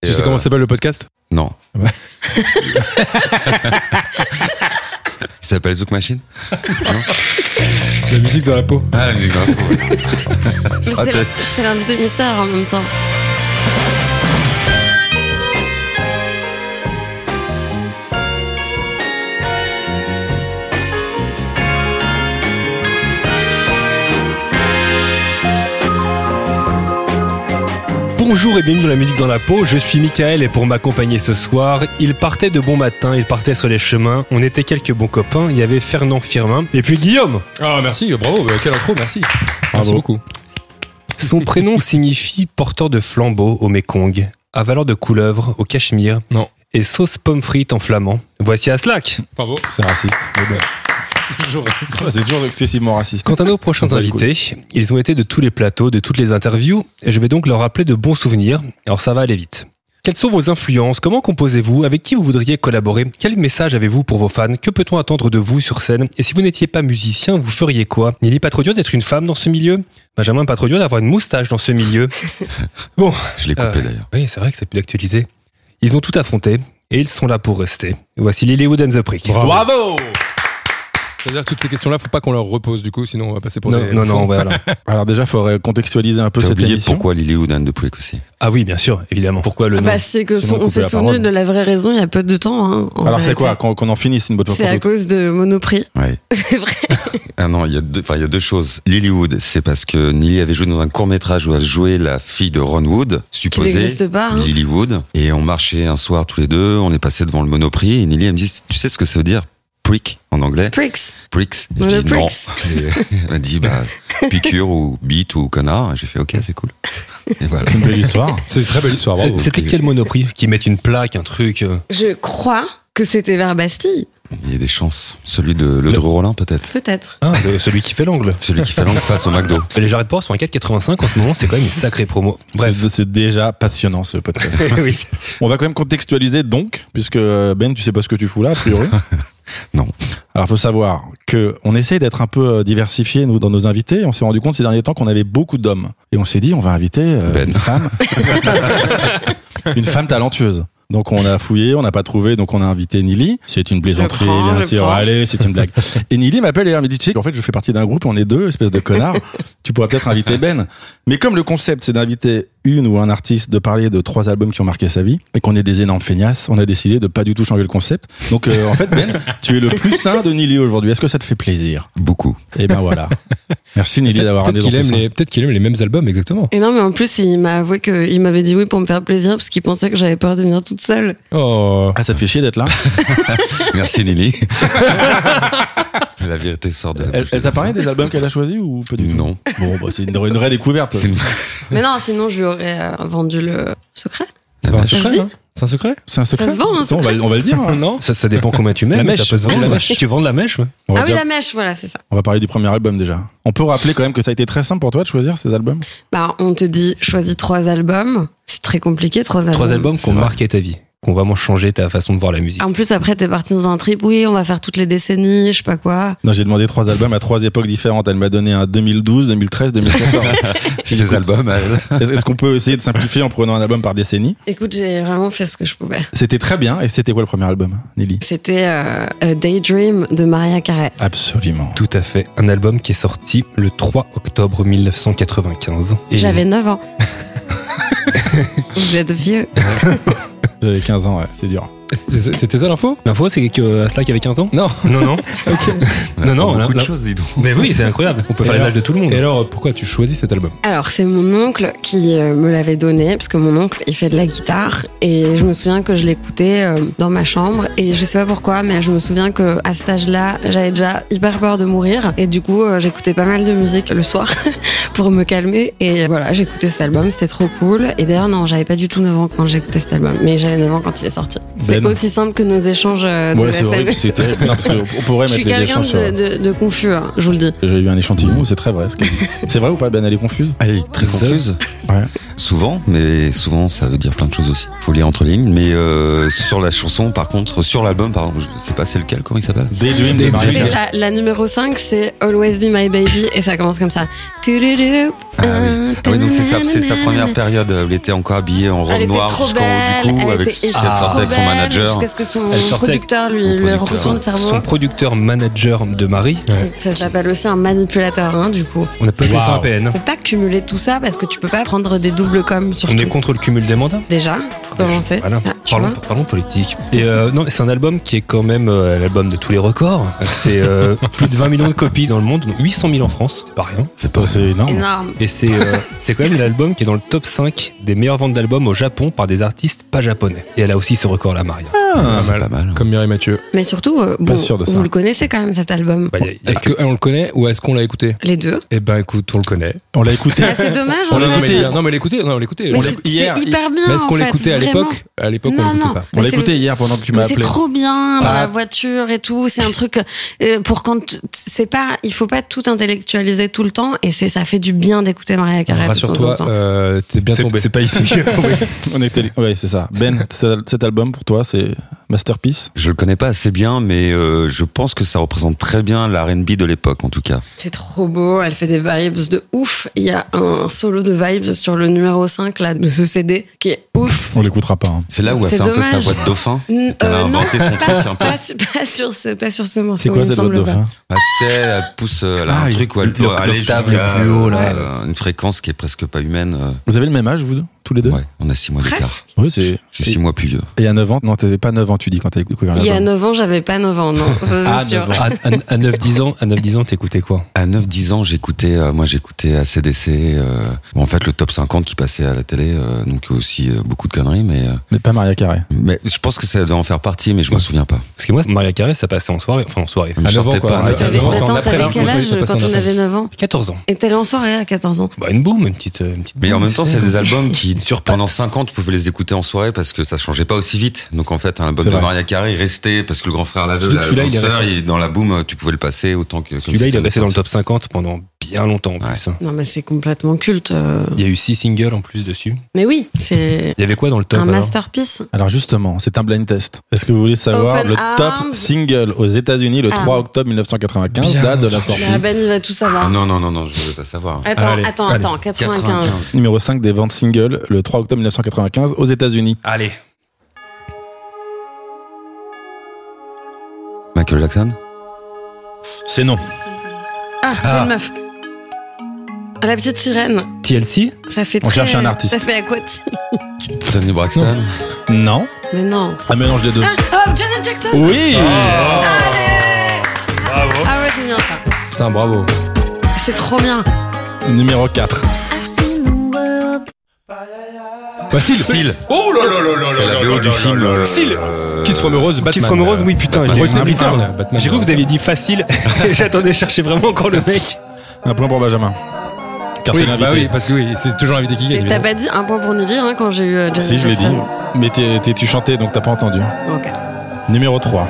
Tu sais comment s'appelle le podcast ? Non. Ouais. Il s'appelle Zouk Machine. La musique dans la peau. Ah, la musique dans la peau. C'est l'invité mystère en même temps. Bonjour et bienvenue dans la musique dans la peau, je suis Mickaël et pour m'accompagner ce soir, il partait de bon matin, il partait sur les chemins, on était quelques bons copains, il y avait Fernand Firmin et puis Guillaume. Ah merci, bravo, quelle intro, merci. Merci beaucoup. Son prénom signifie porteur de flambeau au Mekong, avaleur de couleuvres au Cachemire Non. et sauce pomme frite en flamand. Voici Aslak. Bravo. C'est raciste. Mais bon. C'est toujours excessivement raciste. Quant à nos prochains invités, ils ont été de tous les plateaux, de toutes les interviews, et je vais donc leur rappeler de bons souvenirs. Alors ça va aller vite. Quelles sont vos influences ? Comment composez-vous ? Avec qui vous voudriez collaborer ? Quel message avez-vous pour vos fans ? Que peut-on attendre de vous sur scène ? Et si vous n'étiez pas musicien, vous feriez quoi ? N'est-il pas trop dur d'être une femme dans ce milieu ? Benjamin, pas trop dur d'avoir une moustache dans ce milieu ? Bon. Je l'ai coupé d'ailleurs. Oui, c'est vrai que c'est plus actualisé. Ils ont tout affronté, et ils sont là pour rester. Voici Lilywood and the Prick. Bravo. C'est-à-dire que toutes ces questions-là, faut pas qu'on leur repose du coup, sinon on va passer pour des... Non, voilà. Alors déjà, il faudrait contextualiser un peu T'as cette oublié émission. pourquoi Lilywood and the Prick aussi. Ah oui, bien sûr, évidemment. Pourquoi le nom ? Bah, c'est que Sinon, on s'est couper la souvenu parole. de la vraie raison il y a peu de temps. Hein, Alors c'est quoi qu'on en finisse une bonne fois C'est pour à toutes. cause de Monoprix. Ouais. C'est vrai. Ah non, il y a deux choses. Lilywood, c'est parce que Lily avait joué dans un court-métrage où elle jouait la fille de Ron Wood, Qui supposée n'existe pas. Hein. Lilywood. Et on marchait un soir tous les deux, on est passé devant le Monoprix et Lily elle me dit, tu sais ce que ça veut dire? Prick en anglais. Pricks. Pricks. Et je dis Monoprix. non. Et elle m'a dit piqûre ou bite ou connard. Et j'ai fait ok, c'est cool. Et voilà. C'est une belle histoire. C'est une très belle histoire, bravo. C'était quel Monoprix qui mettent une plaque, un truc Je crois que c'était vers Bastille. Il y a des chances. Celui de Le Rollin peut-être. Peut-être. Ah, celui qui fait l'angle. Celui qui fait l'angle face au McDo. Les jarrets de porc sont à 4,85 en ce moment, c'est quand même une sacrée promo. Bref. C'est déjà passionnant ce podcast. Oui. On va quand même contextualiser donc, puisque Ben, tu sais pas ce que tu fous là, a priori. Non. Alors, faut savoir que on essaye d'être un peu diversifié nous dans nos invités. On s'est rendu compte ces derniers temps qu'on avait beaucoup d'hommes, et on s'est dit on va inviter Ben. une femme, une femme talentueuse. Donc on a fouillé, on n'a pas trouvé, donc on a invité Nili. C'est une plaisanterie, bien je sûr. prends. Allez, c'est une blague. Et Nili m'appelle et elle me dit, tu sais qu'en fait je fais partie d'un groupe, on est deux, espèce de connards. Tu pourrais peut-être inviter Ben. Mais comme le concept c'est d'inviter une ou un artiste, de parler de 3 albums qui ont marqué sa vie, et qu'on est des énormes feignasses, on a décidé de pas du tout changer le concept. Donc en fait Ben, tu es le plus sain de Nili aujourd'hui. Est-ce que ça te fait plaisir ? Beaucoup. Et ben voilà. Merci Nili d'avoir Peut-être amené qu'il aime, peut-être qu'il aime les mêmes albums, exactement. Et non, mais en plus, il m'a avoué qu'il m'avait dit oui pour me faire plaisir parce qu'il pensait que j'avais peur de venir toute seule. Oh. Ah, ça te fait chier d'être là ? Merci Lily. La vérité sort de la bouche. Elle t'a parlé des albums qu'elle a choisis ou pas du tout ? Non. Bon, bah, c'est une vraie découverte. C'est une- Mais non, sinon, je lui aurais vendu le secret. C'est pas un Ça se secret, dit hein ? C'est un secret ? C'est un secret. Ça se vend, un Attends, on va le dire. Hein. Non. Ça dépend combien tu mets, La mais mèche. ça peut se vendre. La mèche. Tu vends de la mèche, ouais. On va Ah oui, dire- la mèche, voilà, c'est ça. On va parler du premier album déjà. On peut rappeler quand même que ça a été très simple pour toi de choisir ces albums. Bah, on te dit, choisis 3 albums. C'est très compliqué, 3 albums. 3 albums qui ont vrai. marqué ta vie, qui ont vraiment changé ta façon de voir la musique. En plus, après, t'es parti dans un trip. Oui, on va faire toutes les décennies, je sais pas quoi. Non, j'ai demandé 3 albums à 3 époques différentes. Elle m'a donné un 2012, 2013, 2014. Ces albums, Est-ce qu'on peut essayer de simplifier en prenant un album par décennie ? Écoute, j'ai vraiment fait ce que je pouvais. C'était très bien. Et c'était quoi le premier album, Nelly ? C'était A Daydream de Maria Carey. Absolument. Tout à fait. Un album qui est sorti le 3 octobre 1995. Et J'avais 9 ans. Vous êtes vieux. J'avais 15 ans, ouais, c'est dur. C'était ça l'info ? L'info, c'est que Aslak avait 15 ans. Non. Non. Non, beaucoup de là- choses, dis donc. Mais oui, c'est incroyable. On peut faire les âges de tout le monde. Et alors, pourquoi tu choisis cet album ? Alors, c'est mon oncle qui me l'avait donné, parce que mon oncle, il fait de la guitare, et je me souviens que je l'écoutais dans ma chambre, et je sais pas pourquoi, mais je me souviens que à cet âge-là, j'avais déjà hyper peur de mourir, et du coup, j'écoutais pas mal de musique le soir pour me calmer, et voilà, j'écoutais cet album, c'était trop cool, et d'ailleurs, non, j'avais pas du tout 9 ans quand j'écoutais cet album, mais j'avais 9 ans quand il est sorti. C'est Ben. aussi simple que nos échanges de Ouais, la c'est horrible, scène. c'est terrible. Non, parce qu'on pourrait Je suis mettre les quelqu'un échanges sur... de confus, hein, je vous le dis. J'ai eu un échantillon, c'est très vrai. C'est vrai ou pas, Ben, elle est confuse ? Elle est très confuse. Ouais. Souvent, mais souvent ça veut dire plein de choses aussi. Faut lire entre lignes. Mais sur la chanson, par contre, sur l'album, pardon, je sais pas c'est lequel, comment il s'appelle ? Daydream de Maria C'est Carey. la numéro 5, c'est Always Be My Baby, et ça commence comme ça. Tududu, Ah oui, donc c'est sa première période où il était encore habillé en robe noire jusqu'à sortir avec son manager. Jusqu'à ce que son producteur lui retourne le cerveau. Son producteur manager de Marie. Ouais. Ça s'appelle aussi un manipulateur, hein, du coup. On n'a pas appelé ça un PN. On peut pas cumuler tout ça parce que tu peux pas prendre des doubles coms sur On est contre le cumul des mandats. Déjà, pour commencer. Voilà. Parlons politique. Et non, c'est un album qui est quand même l'album de tous les records. C'est plus de 20 millions de copies dans le monde, 800 000 en France, c'est pas rien. C'est énorme. Énorme. Et c'est quand même l'album qui est dans le top 5 des meilleures ventes d'albums au Japon par des artistes pas japonais. Et elle a aussi ce record-là, Maria. C'est pas mal. Comme Mireille Mathieu. Mais surtout, vous le connaissez quand même cet album. Est-ce qu'on le connaît ou est-ce qu'on l'a écouté? Les deux. Eh ben écoute, on le connaît. On l'a écouté. Ah, c'est dommage. On l'a écouté. Non, mais l'écouter. Mais c'est hyper bien. Mais est-ce qu'on l'écoutait à l'époque? À l'époque, on l'écoutait pas. On l'a écouté hier pendant que tu m'as appelé. C'est trop bien dans la voiture et tout. C'est un truc pour quand c'est pas. Il faut pas tout intellectualiser tout le temps et ça fait du bien d'écouter Mariah Carey. Rassure-toi, t'es bien tombé. C'est pas ici. Oui, c'est ça. Ben, cet album pour toi, c'est masterpiece. Je le connais pas assez bien, mais je pense que ça représente très bien l'R&B de l'époque, en tout cas. C'est trop beau. Elle fait des vibes de ouf. Il y a un solo de vibes sur le numéro 5 là de ce CD qui est ouf. On l'écoutera pas. Hein. C'est là où elle fait un peu sa voix de dauphin. Elle a inventé son truc un peu. Pas sur ce morceau. C'est quoi cette voix de dauphin? Tu sais, elle pousse un truc où elle peut aller jusqu'à plus haut, là. Une fréquence qui est presque pas humaine. Vous avez le même âge, vous deux, tous les deux? Ouais, on a 6 mois d'écart. Oui, Je suis 6 mois plus vieux. Et à 9 ans? Non, t'avais pas 9 ans, tu dis, quand t'as découvert l'album. Il y a 9 ans, j'avais pas 9 ans, non. Ça, c'est sûr. À 9-10 ans, t'écoutais quoi? À 9-10 ans, j'écoutais AC/DC. En fait, le top 50 qui passait à la télé, donc aussi beaucoup de conneries, mais pas Mariah Carey. Mais je pense que ça doit en faire partie, mais je me souviens pas. Parce que moi, Mariah Carey, ça passait en soirée. Enfin, en soirée. À 9 ans, quoi. Attends, t'avais quel âge quand on avait 9 ans? 14 ans. Et t'allais en soirée à 14 ans? Bah, une boum, une petite Mais boum, en même temps, c'est des albums qui, Sur pendant 5 ans, tu pouvais les écouter en soirée parce que ça changeait pas aussi vite. Donc en fait, un album C'est de vrai. Mariah Carey, il restait parce que le grand frère l'avait, Surtout que celui-là, il est resté. et dans la boom, tu pouvais le passer autant que. Celui-là, il est resté dans le top 50 pendant bien longtemps en plus. hein. Non, mais c'est complètement culte. Il y a eu 6 singles en plus dessus. Mais oui, c'est Il y avait quoi dans le top un alors masterpiece. Alors justement, c'est un blind test. Est-ce que vous voulez savoir Open le top Arms. single aux États-Unis le 3 octobre 1995, Bien date de la sortie? La Ben, il va tout Ah, savoir. non, je veux pas savoir. Attends, 95. Numéro 5 des ventes singles le 3 octobre 1995 aux États-Unis. Allez. Michael Jackson? C'est non. Ah, c'est une meuf. La petite sirène. TLC. Ça fait On très... cherche un artiste. Ça fait aquatique. Tony Braxton? Non. Mais non. Un mélange des deux. Oh, Janet Jackson. Oui. Bravo. Ah ouais, c'est bien ça. Putain, bravo. C'est trop bien. Numéro 4. Facile. Oh là là là là. C'est la BO du film. Facile. Kiss from a Rose, Batman. Kiss from a Rose, oui, putain. Batman. J'ai Batman. putain. Batman. J'ai cru que vous aviez dit facile. Et j'attendais chercher vraiment encore le mec. Un point pour Benjamin. Car Oui, c'est l'invité. bah oui, parce que oui, c'est toujours l'invité qui gagne. Et t'as pas dit un point pour Nili quand j'ai eu Janet Si, je l'ai dit. Jackson. Mais tu chantais, donc t'as pas entendu. Ok. Numéro 3.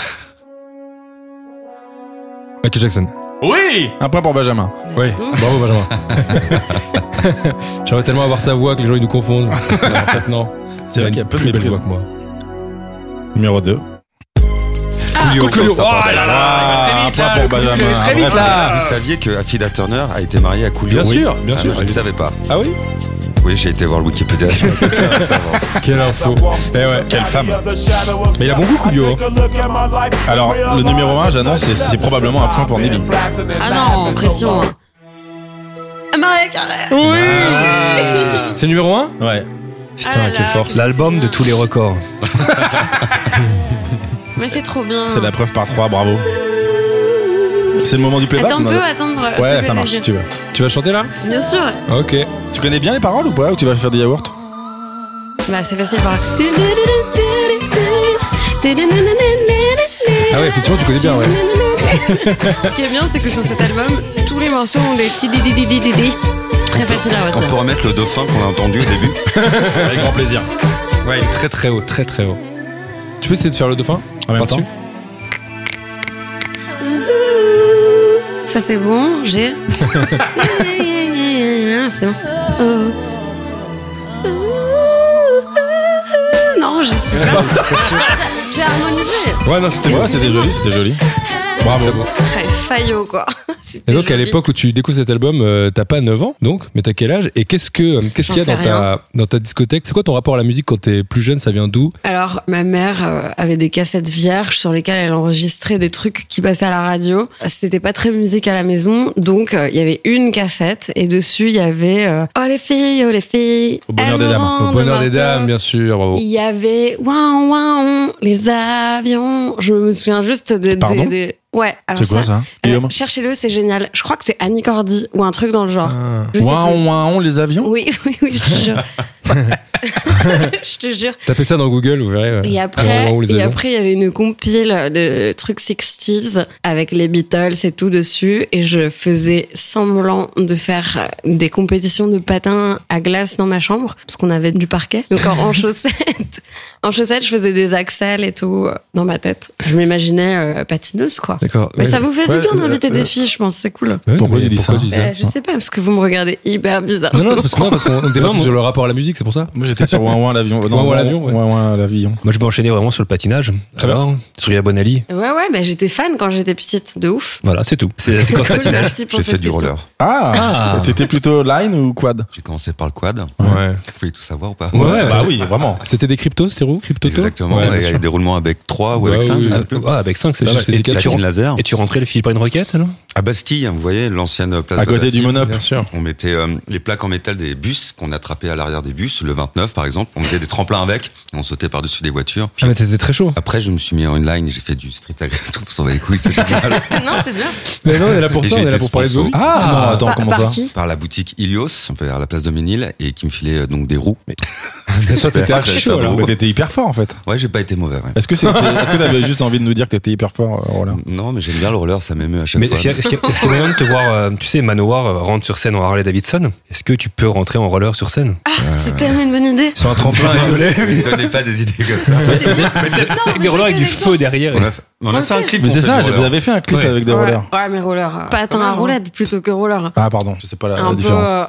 Michael Jackson. Oui. Un point pour Benjamin. Oui, bravo Benjamin. J'aimerais tellement avoir sa voix que les gens ils nous confondent. En fait, non. C'est vrai qu'il y a peu de plus belle mépris. voix que moi. Numéro 2. Coolio. Oh là là, Un point pour Benjamin. Très vite là. Vous saviez que Affida Turner a été mariée à Coolio? Bien sûr, bien Ah, sûr. moi, je ne savais pas. Ah oui? Oui, j'ai été voir le Wikipédia. sur la savoir. Quelle info. Eh ouais, Quelle femme. Mais il a bon goût, Coolio. Alors, le numéro 1, j'annonce, c'est probablement un point pour Nelly. Ah non, pression. hein. Mariah Carey. C'est le numéro 1? Ouais. Putain, Ah là quelle là, force. L'album de tous les records. Mais c'est trop bien. C'est la preuve par 3, bravo. C'est le moment du playback. Attends, on on a- peut attendre. Ouais, ça marche si tu veux. Tu vas chanter là? Bien sûr. Ok. Tu connais bien les paroles ou pas? Ou tu vas faire du yaourt? Bah, c'est facile par. Ah ouais, effectivement, tu connais bien, ouais. Ce qui est bien, c'est que sur cet album, tous les morceaux ont des petits didididididi. Très facile à On retenir. peut remettre le dauphin qu'on a entendu au début? Avec grand plaisir. Ouais, il est très très haut, très très haut. Tu peux essayer de faire le dauphin? En même Par-dessus? temps. Ça, c'est bon, j'ai. C'est bon. Non, je suis pas. J'ai harmonisé. Ouais, non, c'était Ouais, c'était joli, c'était joli. Bravo. Fayot, quoi. Et donc, à joli. l'époque où tu découvres cet album, t'as pas 9 ans, donc, mais t'as quel âge? Et qu'est-ce qu'il y a sais dans ta discothèque? C'est quoi ton rapport à la musique quand t'es plus jeune? Ça vient d'où? Alors, ma mère avait des cassettes vierges sur lesquelles elle enregistrait des trucs qui passaient à la radio. C'était pas très musique à la maison, donc il y avait une cassette et dessus il y avait oh les filles, Au bonheur elles des me dames. rendent Au bonheur des marteau. dames, bien sûr, bravo. Il y avait ouin ouin les avions. Je me souviens juste Pardon des... Ouais, alors C'est quoi ça Guillaume cherchez-le, c'est génial. Je crois que c'est Annie Cordy ou un truc dans le genre. Je sais plus. Les avions. Oui, je te jure. Je te jure. Tapez ça dans Google, vous verrez. Et après, il y avait une compile de trucs 60s avec les Beatles et tout dessus. Et je faisais semblant de faire des compétitions de patins à glace dans ma chambre parce qu'on avait du parquet. Donc en chaussettes, je faisais des axels et tout dans ma tête. Je m'imaginais patineuse, quoi. D'accord. Mais Ouais. ça vous fait Ouais, du bien d'inviter des filles, je pense, c'est cool. Ouais, Pourquoi mais tu dis ça Je sais pas, parce que vous me regardez hyper bizarre. Non, c'est parce qu'on débat sur le rapport à la musique, c'est pour ça. Moi j'étais sur Ouin l'avion. Ouin l'avion, ouais. Ouin l'avion. Moi, je vais enchaîner vraiment sur le patinage. Très Alors, sur Ria Bonali. Ouais, mais j'étais fan quand j'étais petite, de ouf. Voilà, c'est tout. C'est la séquence patinage. Merci pour J'ai cette fait du question. roller. Ah, t'étais plutôt line ou quad? J'ai commencé par le quad. Ouais. Vous voulez tout savoir ou pas? Bah oui, vraiment. C'était des cryptos, c'est où? Cryptoto? Exactement. Ouais, Ouais, bien sûr. avec des roulements avec 3 ou avec Ouais, 5, oui, je oui. sais plus. Ah, avec 5, c'est Là, juste c'est des des calculs. Platine laser. Et tu rentrais le fil par une roquette, alors? À Bastille, vous voyez, l'ancienne place À de côté Bastille. du Monop. Bien sûr. On mettait les plaques en métal des bus qu'on attrapait à l'arrière des bus, le 29 par exemple. On mettait des tremplins avec, on sautait par-dessus des voitures. Puis Ah, mais t'étais très chaud. après, je me suis mis en inline et j'ai fait du street ag tout pour s'en va les couilles, c'est génial. Non, c'est bien. Mais non, on est là pour Et ça, j'ai on est là été pour parler de vos vies. Ah, non, attends, Par- comment par ça qui Par la boutique Ilios, à la place de Ménil, et qui me filait donc des roues. Toi, t'étais Super, archi super chaud, alors. beau. Mais t'étais hyper fort en fait. Ouais, j'ai pas été mauvais. Ouais. Est-ce que t'avais juste envie de nous dire que t'étais hyper fort, Roland? Non, mais j'aime bien le roller, ça m'émeut à chaque Mais fois. est-ce qu'il y a moyen de te voir, tu sais, Manowar rentre sur scène en Harley Davidson? Est-ce que tu peux rentrer en roller sur scène? C'est tellement une bonne idée. Sur un tremplin. Ne donnez pas des idées comme ça. Avec des rollers avec du feu derrière. On a fait un clip. Mais pour c'est faire ça, du vous roller. avez fait un clip Ouais. avec des rollers. Ouais, mais roller. Patin à roulette plutôt que roller. Ah pardon, je sais pas la Un peu, différence.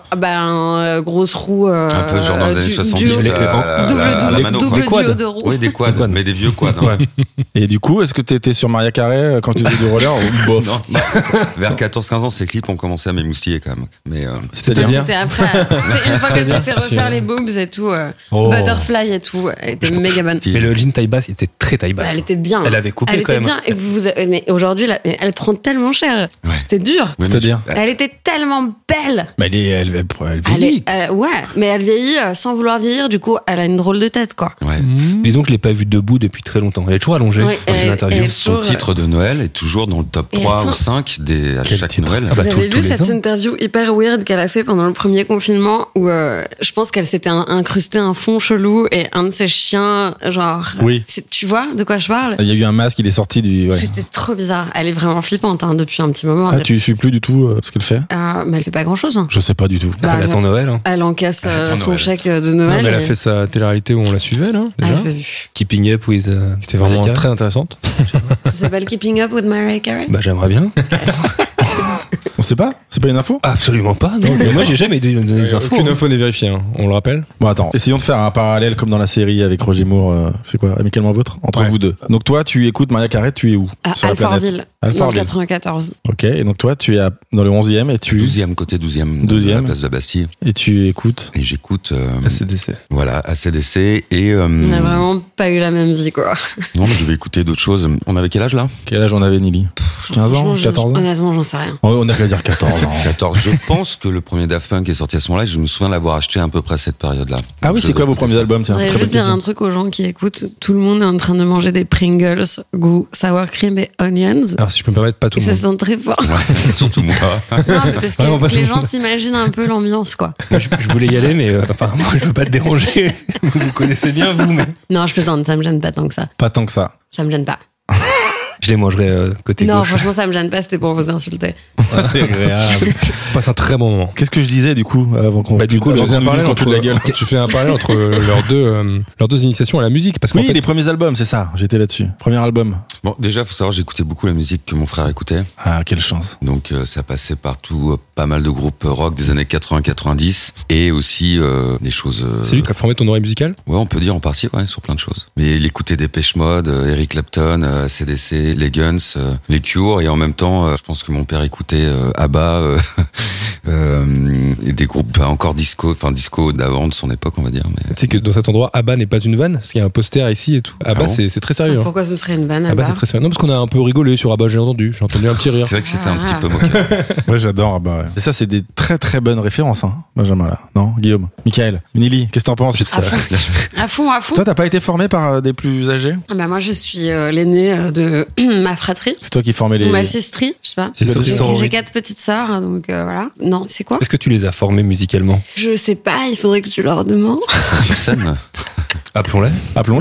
Grosse roue. Un peu genre dans les années 70 les- à la double mano, double quoi. duo de roues. Oui, des quads, mais des vieux quads. hein. Ouais. Et du coup, est-ce que t'étais sur Maria Carré quand tu faisais du roller ou bof? Non, bah, vers 14-15 ans, ces clips ont commencé à m'émoustiller quand même. Mais C'est-à-dire C'était après. C'est une fois qu'elle s'est fait refaire les boobs et tout. Oh. Butterfly et tout. Elle était méga bonne. Mais le jean taille basse, il était très taille basse. Elle était bien. Elle avait coupé Elle quand était même. bien. Et mais aujourd'hui, mais elle prend tellement cher. Ouais. C'est dur. oui, mais C'est-à-dire je- Elle était tellement belle. Bah, elle Elle vieillit. ouais, mais elle vieillit sans vouloir vieillir. Du coup, elle a une drôle de tête, quoi. Ouais. Disons que je l'ai pas vue debout depuis très longtemps. Elle est toujours allongée Oui, dans ses et- interviews. et- Son toujours, titre de Noël est toujours dans le top Et 3 attends. ou 5 à Quel chaque titre Noël. Ah bah, Vous tous- avez tous vu les cette ans. interview hyper weird qu'elle a fait pendant le premier confinement où je pense qu'elle s'était incrusté un fond chelou et un de ses chiens, genre. Oui. Tu vois de quoi je parle? Il y a eu un masque, il est sorti du. Ouais. C'était trop bizarre. Elle est vraiment flippante depuis un petit moment. Ah, tu suis plus du tout ce qu'elle fait? Mais elle fait pas grand chose. Je sais pas du tout. Bah, Elle attend Noël. Hein. Elle encaisse Elle attend son Noël. chèque de Non, Noël. mais elle a et- fait sa télé-réalité où on la suivait, là, Ah, déjà. j'ai pas vu. Keeping up with. C'était vraiment Malika. très intéressante. Ça s'appelle Keeping Up with Mariah Carey. Bah, j'aimerais bien. On sait pas? C'est pas une info? Absolument pas, non. Mais moi, j'ai jamais donné des infos. Aucune hein. info n'est vérifiée, hein. On le rappelle. Bon, attends. Essayons de faire un parallèle comme dans la série avec Roger Moore. C'est quoi? Amicalement vôtre? Entre Ouais. vous deux. Donc toi, tu écoutes Maria Carré, tu es où? À Sur la planète. Alfortville, dans le Alfortville. 94. Ok. Et donc toi, tu es dans le 11e et tu 12e, côté 12e, de 12e. la place de Bastille. et tu écoutes. Et j'écoute, ACDC. voilà, ACDC et... On n'a vraiment pas eu la même vie, quoi. Non, mais je vais écouter d'autres choses. On avait quel âge là? Quel âge on avait, Nili? 15 ans? Franchement, 14 ans? Honnêtement, j'en sais rien. On a qu'à dire 14 ans. 14. Je pense que le premier Daft Punk est sorti à ce moment-là. Je me souviens l'avoir acheté à peu près à cette période-là. Ah oui, Je c'est quoi devais vos écouter premiers ça. albums? Tiens, Je voudrais très juste bonne dire un question. truc aux gens qui écoutent. Tout le monde est en train de manger des Pringles goût sour cream et onions. Alors, si je peux me permettre, pas tout Et le ça monde. sent très fort. Ouais, surtout moi. Non, mais parce Vraiment pas que tout les le gens monde. s'imaginent un peu l'ambiance, quoi. Moi, je voulais y aller, mais apparemment, je veux pas te déranger. Vous connaissez bien, vous, mais. Non, je plaisante, ça me gêne pas tant que ça. Pas tant que ça. Ça me gêne pas. Je les mangerai côté Non, gauche. franchement, ça me gêne pas, c'était pour vous insulter. C'est agréable. On passe un très bon moment. Qu'est-ce que je disais du coup avant qu'on Bah, du coup, avant je qu'on faisais nous dise qu'on fout de la gueule? Tu fais un parallèle entre leurs deux initiations à la musique. Parce qu'en Oui, fait, les premiers albums, c'est ça. J'étais là-dessus. Premier album. Bon, déjà, faut savoir, j'écoutais beaucoup la musique que mon frère écoutait. Ah, quelle chance. Donc, ça passait partout, pas mal de groupes rock des années 80-90 et aussi des choses. C'est lui qui a formé ton oreille musicale? Ouais, on peut dire en partie, ouais, sur plein de choses. Mais il écoutait Depeche Mode, Eric Clapton, CDC, les Guns, les Cure, et en même temps, je pense que mon père écoutait ABBA, et des groupes encore disco d'avant, de son époque, on va dire. Mais... Tu sais que dans cet endroit, ABBA n'est pas une vanne, parce qu'il y a un poster ici et tout. ABBA, c'est très sérieux. Pourquoi ce serait une vanne? ABBA, c'est très sérieux. Non, parce qu'on a un peu rigolé sur ABBA, j'ai entendu un petit rire. C'est vrai que c'était un petit peu moqueur. Ouais, j'adore. Bah, ouais. Et ça, c'est des très très bonnes références, hein, Benjamin, là. Non, Guillaume, Michael, Nili, qu'est-ce que t'en penses? À fond. Toi, t'as pas été formé par des plus âgés? Bah moi, je suis l'aînée de ma fratrie. C'est toi qui formais les... Ou ma sestrie, je sais pas. C'est sûr qu'ils sont- J'ai 4 petites sœurs, donc voilà. Non, c'est quoi? Est-ce que tu les as formés musicalement? Je sais pas, il faudrait que tu leur demandes. Sur scène. Appelons-les.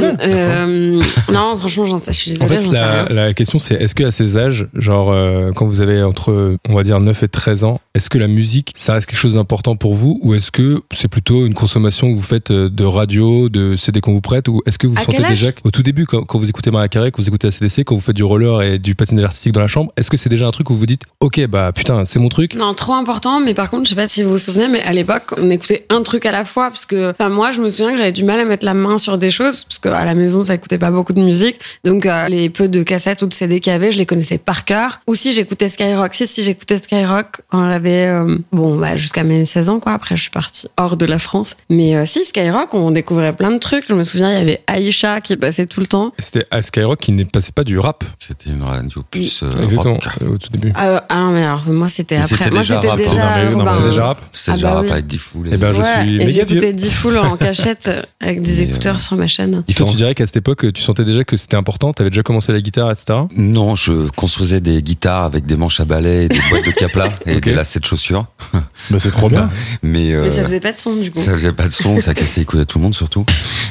Non, franchement, je suis En désolée, fait, j'en sais rien. la question c'est, est-ce qu'à ces âges, genre quand vous avez entre, on va dire, 9 et 13 ans, est-ce que la musique, ça reste quelque chose d'important pour vous, ou est-ce que c'est plutôt une consommation que vous faites de radio, de CD qu'on vous prête, ou est-ce que vous À sentez quel âge déjà, au tout début, quand vous écoutez Mariah Carey, quand vous écoutez la CDC, quand vous faites du roller et du patinage artistique dans la chambre, est-ce que c'est déjà un truc où vous vous dites, ok, bah putain, c'est mon truc? Non, trop important, mais par contre, je sais pas si vous vous souvenez, mais à l'époque, on écoutait un truc à la fois, parce que, enfin, moi, je me souviens que j'avais du mal à mettre la main sur des choses, parce qu'à la maison, ça écoutait pas beaucoup de musique, donc les peu de cassettes ou de CD qu'il y avait, je les connaissais par cœur. Ou si j'écoutais Skyrock, si j'écoutais Skyrock quand j'avais, jusqu'à mes 16 ans, quoi. Après, je suis partie hors de la France. Mais si, Skyrock, on découvrait plein de trucs. Je me souviens, il y avait Aïcha qui passait tout le temps. C'était à Skyrock qui ne passait pas du rap. C'était une radio plus Exactement, rock. au tout début. Ah non, mais alors, moi, c'était Mais après. c'était Moi, déjà c'était rap, hein. déjà. Non, mais urbain. c'est déjà rap. C'était Ah déjà bah rap oui. avec Diffoul. Eh ben, je Ouais, suis et méga j'écoutais vieux. Diffoul en cachette avec des écouteurs sur ma chaîne. Toi, tu dirais qu'à cette époque, tu sentais déjà que c'était important, t'avais déjà commencé la guitare, etc. Non, je construisais des guitares avec des manches à balai et des boîtes de capla et Ok. des lacets de chaussures. Bah, c'est trop bien. Mais ça faisait pas de son, du coup. ça faisait pas de son, ça cassait les couilles à tout le monde surtout.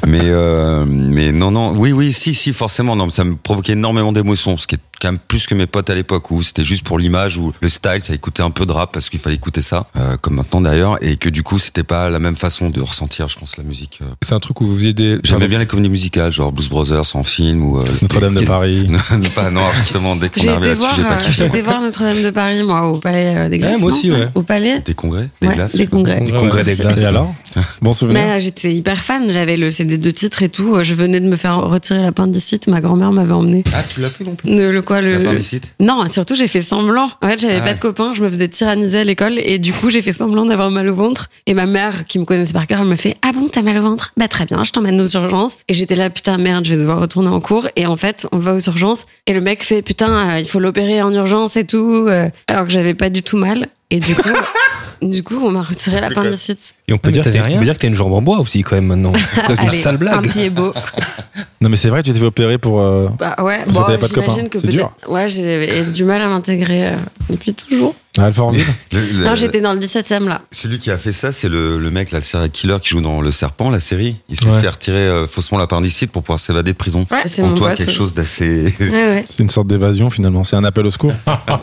Mais non, oui, si, forcément, non, ça me provoquait énormément d'émotions, ce qui est quand même plus que mes potes à l'époque où c'était juste pour l'image, où le style, ça écoutait un peu de rap parce qu'il fallait écouter ça, comme maintenant d'ailleurs, et que du coup, c'était pas la même façon de ressentir, je pense, la musique. C'est un truc où vous faisiez des... J'aimais bien les comédies musicales, genre Blues Brothers en film ou Notre-Dame de Paris. non, justement, dès qu'on J'ai arrive été là-dessus, j'ai pas voir, kiffé. j'ai été voir Notre-Dame de Paris, moi, au Palais des Glaces. Ouais, moi aussi, non ouais. Au Palais. Des congrès, des Ouais, glaces. des congrès. Des congrès des glaces. Et alors? Bon souvenir? Mais j'étais hyper fan, j'avais le CD de titres et tout. Je venais de me faire retirer l'appendicite, ma grand-mère m'avait emmené. Ah, tu l'as plus non plus. L'appendicite. Non, surtout j'ai fait semblant. En fait, j'avais pas de copains, je me faisais tyranniser à l'école et du coup j'ai fait semblant d'avoir mal au ventre. Et ma mère, qui me connaissait par cœur, elle me fait « Ah bon, t'as mal au ventre ? Bah très bien, je t'emmène aux urgences. » Et j'étais là, putain merde, je vais devoir retourner en cours. Et en fait, on va aux urgences et le mec fait « Putain, il faut l'opérer en urgence et tout. » Alors que j'avais pas du tout mal. Et du coup... Du coup, on m'a retiré l'appendicite. Et on peut dire que t'as une jambe en bois aussi quand même maintenant. C'est une Allez, sale un blague. pied beau. Non, mais c'est vrai que tu t'es fait opérer pour. Bah ouais, Parce que t'avais pas de copain. j'imagine que C'est peut-être. dur. Ouais, j'ai du mal à m'intégrer depuis toujours. Alfortville. Non, j'étais dans le 17e là. Celui qui a fait ça, c'est le mec, là, le serial killer qui joue dans Le Serpent, la série. Il s'est Ouais. fait retirer faussement l'appendicite pour pouvoir s'évader de prison. Ouais, c'est En mon toi, pote. quelque chose d'assez. Ouais. C'est une sorte d'évasion finalement. C'est un appel au secours.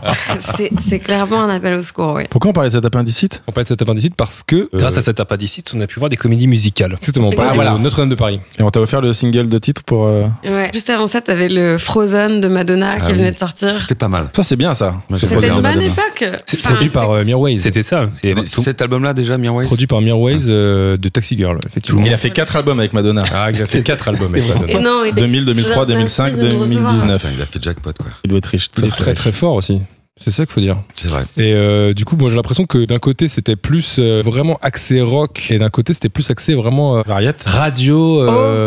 C'est clairement un appel au secours, oui. Pourquoi on parlait de cet appendicite? On parle de cette appendicite parce que... Grâce à cet appendicite, on a pu voir des comédies musicales. Exactement, on parlait Ah, voilà. de Notre-Dame de Paris. Et on t'a offert le single de titre pour. Ouais. Juste avant ça, t'avais le Frozen de Madonna qui oui. venait de sortir. C'était pas mal. Ça, c'est bien ça. Ouais, C'est c'était C'était Frozen une bonne Madonna. époque. C'est Enfin, Produit par Mirwais. C'était ça. Cet album-là, déjà, Mirwais. Produit par Mirwais de Taxi Girl, effectivement. Il a fait 4 albums avec Madonna. Ah, il a fait 4 albums avec Madonna. Et non, 2000, 2003, 2005, 2019. Enfin, il a fait jackpot, quoi. Il doit être riche. Il est très très fort aussi. C'est ça qu'il faut dire. C'est vrai. Et du coup, moi j'ai l'impression que d'un côté c'était plus vraiment axé rock et d'un côté c'était plus axé vraiment Variette. radio,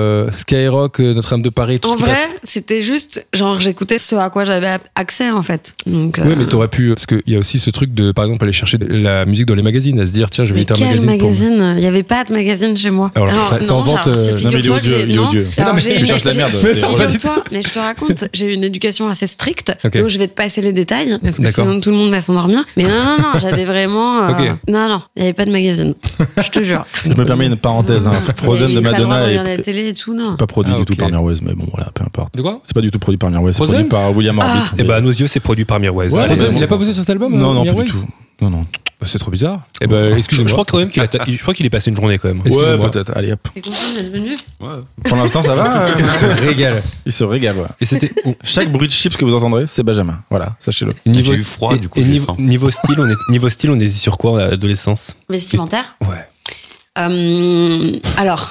Skyrock, Notre-Dame de Paris, tout En ce qui vrai, passe. c'était juste, genre, j'écoutais ce à quoi j'avais accès, en fait. Donc, Oui, mais t'aurais pu, parce qu'il y a aussi ce truc de, par exemple, aller chercher la musique dans les magazines, à se dire, tiens, je vais mais lire un quel magazine. magazine Il n'y avait pas de magazine chez moi. Alors, ça non, invente, genre, non, mais il est figure-toi que odieux, j'ai- il est non. odieux. Alors, Non, mais j'ai- tu cherches la merde, j'ai- c'est Figure-toi, mais je te raconte, j'ai eu une éducation assez stricte, Ok. donc je vais te passer les détails, parce que D'accord. sinon tout le monde va s'endormir. Mais non, j'avais vraiment... Ok. Non, il n'y avait pas de magazine. Je te jure. Je me permets une parenthèse. Hein. Frozen J'ai de pas le droit Madonna regarder est la télé et tout, non. pas produit Ah, du tout ok. par Mirwais, mais bon, voilà, peu importe. De quoi? C'est pas du tout produit par Mirwais, c'est Frozen produit par William Orbit. Et bah, à nos yeux, c'est produit par Mirwais. Ouais, Allez, Frozen, Il a pas bossé sur cet album Non, non, pas Mirwais du tout. Non, non. Bah, c'est trop bizarre. Eh ben, Je excusez-moi. crois quand même je crois qu'il est passé une journée quand même. Excusez-moi. Ouais, peut-être. Allez, hop. T'es content d'être venu? Pour l'instant, ça va. Il se régale. Il se régale, ouais. Et c'était Chaque bruit de chips que vous entendrez, c'est Benjamin. Voilà, sachez-le. J'ai eu froid, du coup, et j'ai niveau, faim. niveau style, on est sur quoi à l'adolescence? Vestimentaire? Ouais. Alors,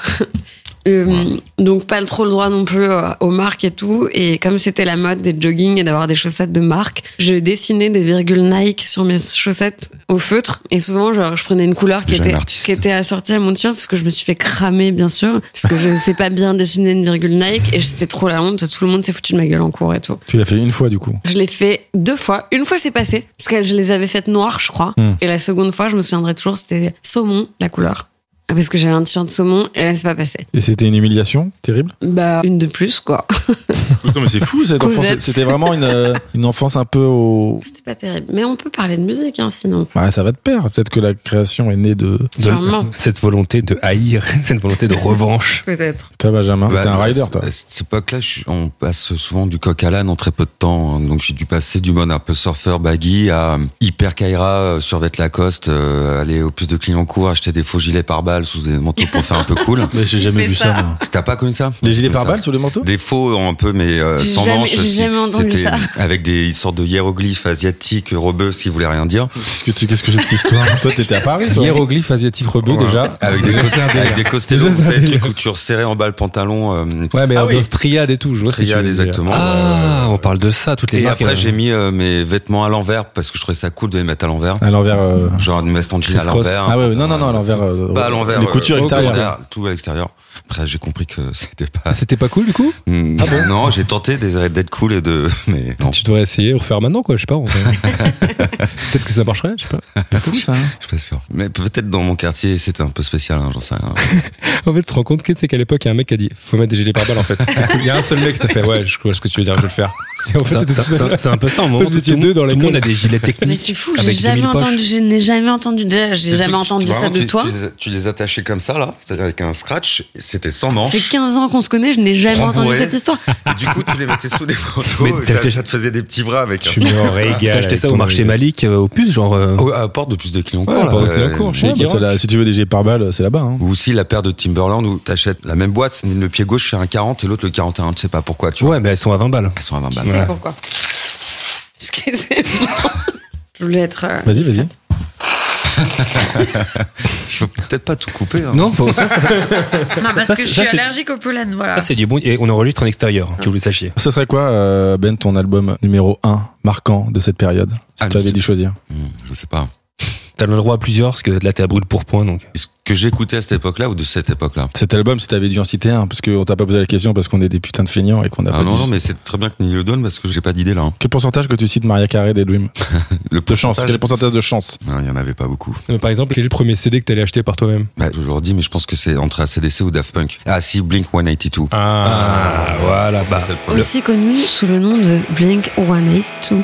donc pas trop le droit non plus aux marques et tout. Et comme c'était la mode des jogging et d'avoir des chaussettes de marque, je dessinais des virgules Nike sur mes chaussettes au feutre. Et souvent, genre, je prenais une couleur qui Jeune était, artiste. qui était assortie à mon t-shirt, parce que je me suis fait cramer, bien sûr, parce que je ne sais pas bien dessiner une virgule Nike. Et c'était trop la honte. Tout le monde s'est foutu de ma gueule en cours et tout. Tu l'as fait une fois, du coup. Je l'ai fait 2 fois. Une fois, c'est passé, parce que je les avais faites noires, je crois. Et la seconde fois, je me souviendrai toujours, c'était saumon, la couleur. Parce que j'avais un t-shirt saumon, et là, c'est pas passé. Et c'était une humiliation terrible. Bah, une de plus, quoi. Non, mais c'est fou, cette enfance. Cosette. C'était vraiment une enfance un peu au. C'était pas terrible. Mais on peut parler de musique, hein, sinon. Ouais, ça va de pair. Peut-être que la création est née de. Sûrement. Cette volonté de haïr, cette volonté de revanche. Peut-être. Toi, Benjamin, t'es un Bah, rider, toi. À cette époque-là, on passe souvent du coq à l'âne en très peu de temps. hein. Donc j'ai dû passer du mode un peu surfeur baggy à hyper Kaira, survêt Lacoste, aller au plus de Clignancourt, acheter des faux gilets pare-balles sous des manteaux pour faire un peu cool. Mais j'ai jamais fait vu ça. ça, moi. T'as pas connu ça? Les gilets Comme ça. pare-balles sous les manteaux? Des faux un peu, mais sans manches. J'ai jamais entendu C'était ça. avec des sortes de hiéroglyphes asiatiques rebeux, ce qui voulait rien dire. Qu'est-ce que c'est cette histoire? Toi, t'étais à Paris, toi? Hiéroglyphe asiatique rebeu, Ouais. déjà. Avec des, C'est un délire. avec des costellos, Déjà, vous c'est un savez, délire. trucs où tu resserrais en bas le pantalon. Ouais, mais Ah oui. ambiance triade et tout, je vois ce que tu Triade, veux dire. exactement. Ah, on parle de ça, toutes les Et marques. après, j'ai mis mes vêtements à l'envers parce que je trouvais ça cool de les mettre à l'envers. À l'envers. Genre une veste en jean à Criss-cross. l'envers. Ah ouais, non, à l'envers. Pas à l'envers. Les coutures extérieures. Tout à l'extérieur. Après, j'ai compris que c'était pas. Ah, c'était pas cool, du coup? Non, j'ai tenté d'être cool et de. Mais non, Tu devrais essayer, refaire maintenant, quoi, je sais pas. Peut-être que ça marcherait, je sais pas. C'est cool, ça. je suis pas sûr. Mais peut-être dans mon quartier, c'était un peu spécial, hein, j'en sais rien. En fait, tu te rends compte que, tu sais qu'à l'époque, il y a un mec qui a dit, faut mettre des gilets pare-balles, en fait. C'est cool. Il y a un seul mec qui t'a fait, ouais, je vois ce que tu veux dire, je vais le faire. Et en fait, t'étais tout seul. C'est un peu ça, au En moment fait, vous où étiez tout le deux monde- dans la tout le monde gueule. a des gilets techniques. Mais c'est fou, avec 2000 poches. je n'ai jamais entendu. Déjà, j'ai jamais entendu ça de toi. Tu les attachais comme ça, là, c'est-à-dire avec un scratch, c'était sans Ça manche. fait 15 ans qu'on se connaît, je n'ai jamais entendu Rembourré. cette histoire. Et du coup, tu les mettais sous des Mais manteaux, t'as et acheté- ça te faisait des petits bras avec Je un suis pied mis en comme ça. régal. T'as acheté avec ça au ton marché régal. Malik, au puce, genre. À la porte de plus de Clignancourt, Ouais, là. porte de Clignancourt, chez Ouais, bah, c'est là, si tu veux des gilets pare-balles, c'est là-bas. Hein. Ou aussi la paire de Timberland où t'achètes la même boîte, le pied gauche fait un 40 et l'autre le 41, tu sais pas pourquoi, tu vois. Ouais, mais elles sont à 20 balles. Elles sont à 20 balles. Je sais pourquoi. Excusez-moi. Je voulais être. Vas-y, discrète. Il faut peut-être pas tout couper. Hein. Non, Non, parce Ça, que je c'est- suis ça, c'est- allergique au pollen, voilà. c'est du bon. Et on enregistre en extérieur, que vous le sachiez. Ce serait quoi, Ben, ton album numéro 1 marquant de cette période? Si Ah, tu avais mais dû choisir. Je sais pas. T'as le droit à plusieurs, parce que là, t'es à brûle pour point, donc. Est-ce que j'écoutais à cette époque-là ou de cette époque-là? Cet album, si t'avais dû en citer un, parce qu'on t'a pas posé la question parce qu'on est des putains de feignants et qu'on a Ah pas non, dit. non, mais c'est très bien que Neil le donne parce que j'ai pas d'idée là. Hein. Quel pourcentage que tu cites Maria Carey des Dream? Le De chance. Quel pourcentage de chance? Non, il y en avait pas beaucoup. Mais par exemple, quel est le premier CD que t'allais acheter par toi-même? Bah, je leur dis, mais je pense que c'est entre ACDC ou Daft Punk. Ah, si, Blink 182. Ah, voilà, bah. C'est le premier. Aussi connu sous le nom de Blink 182.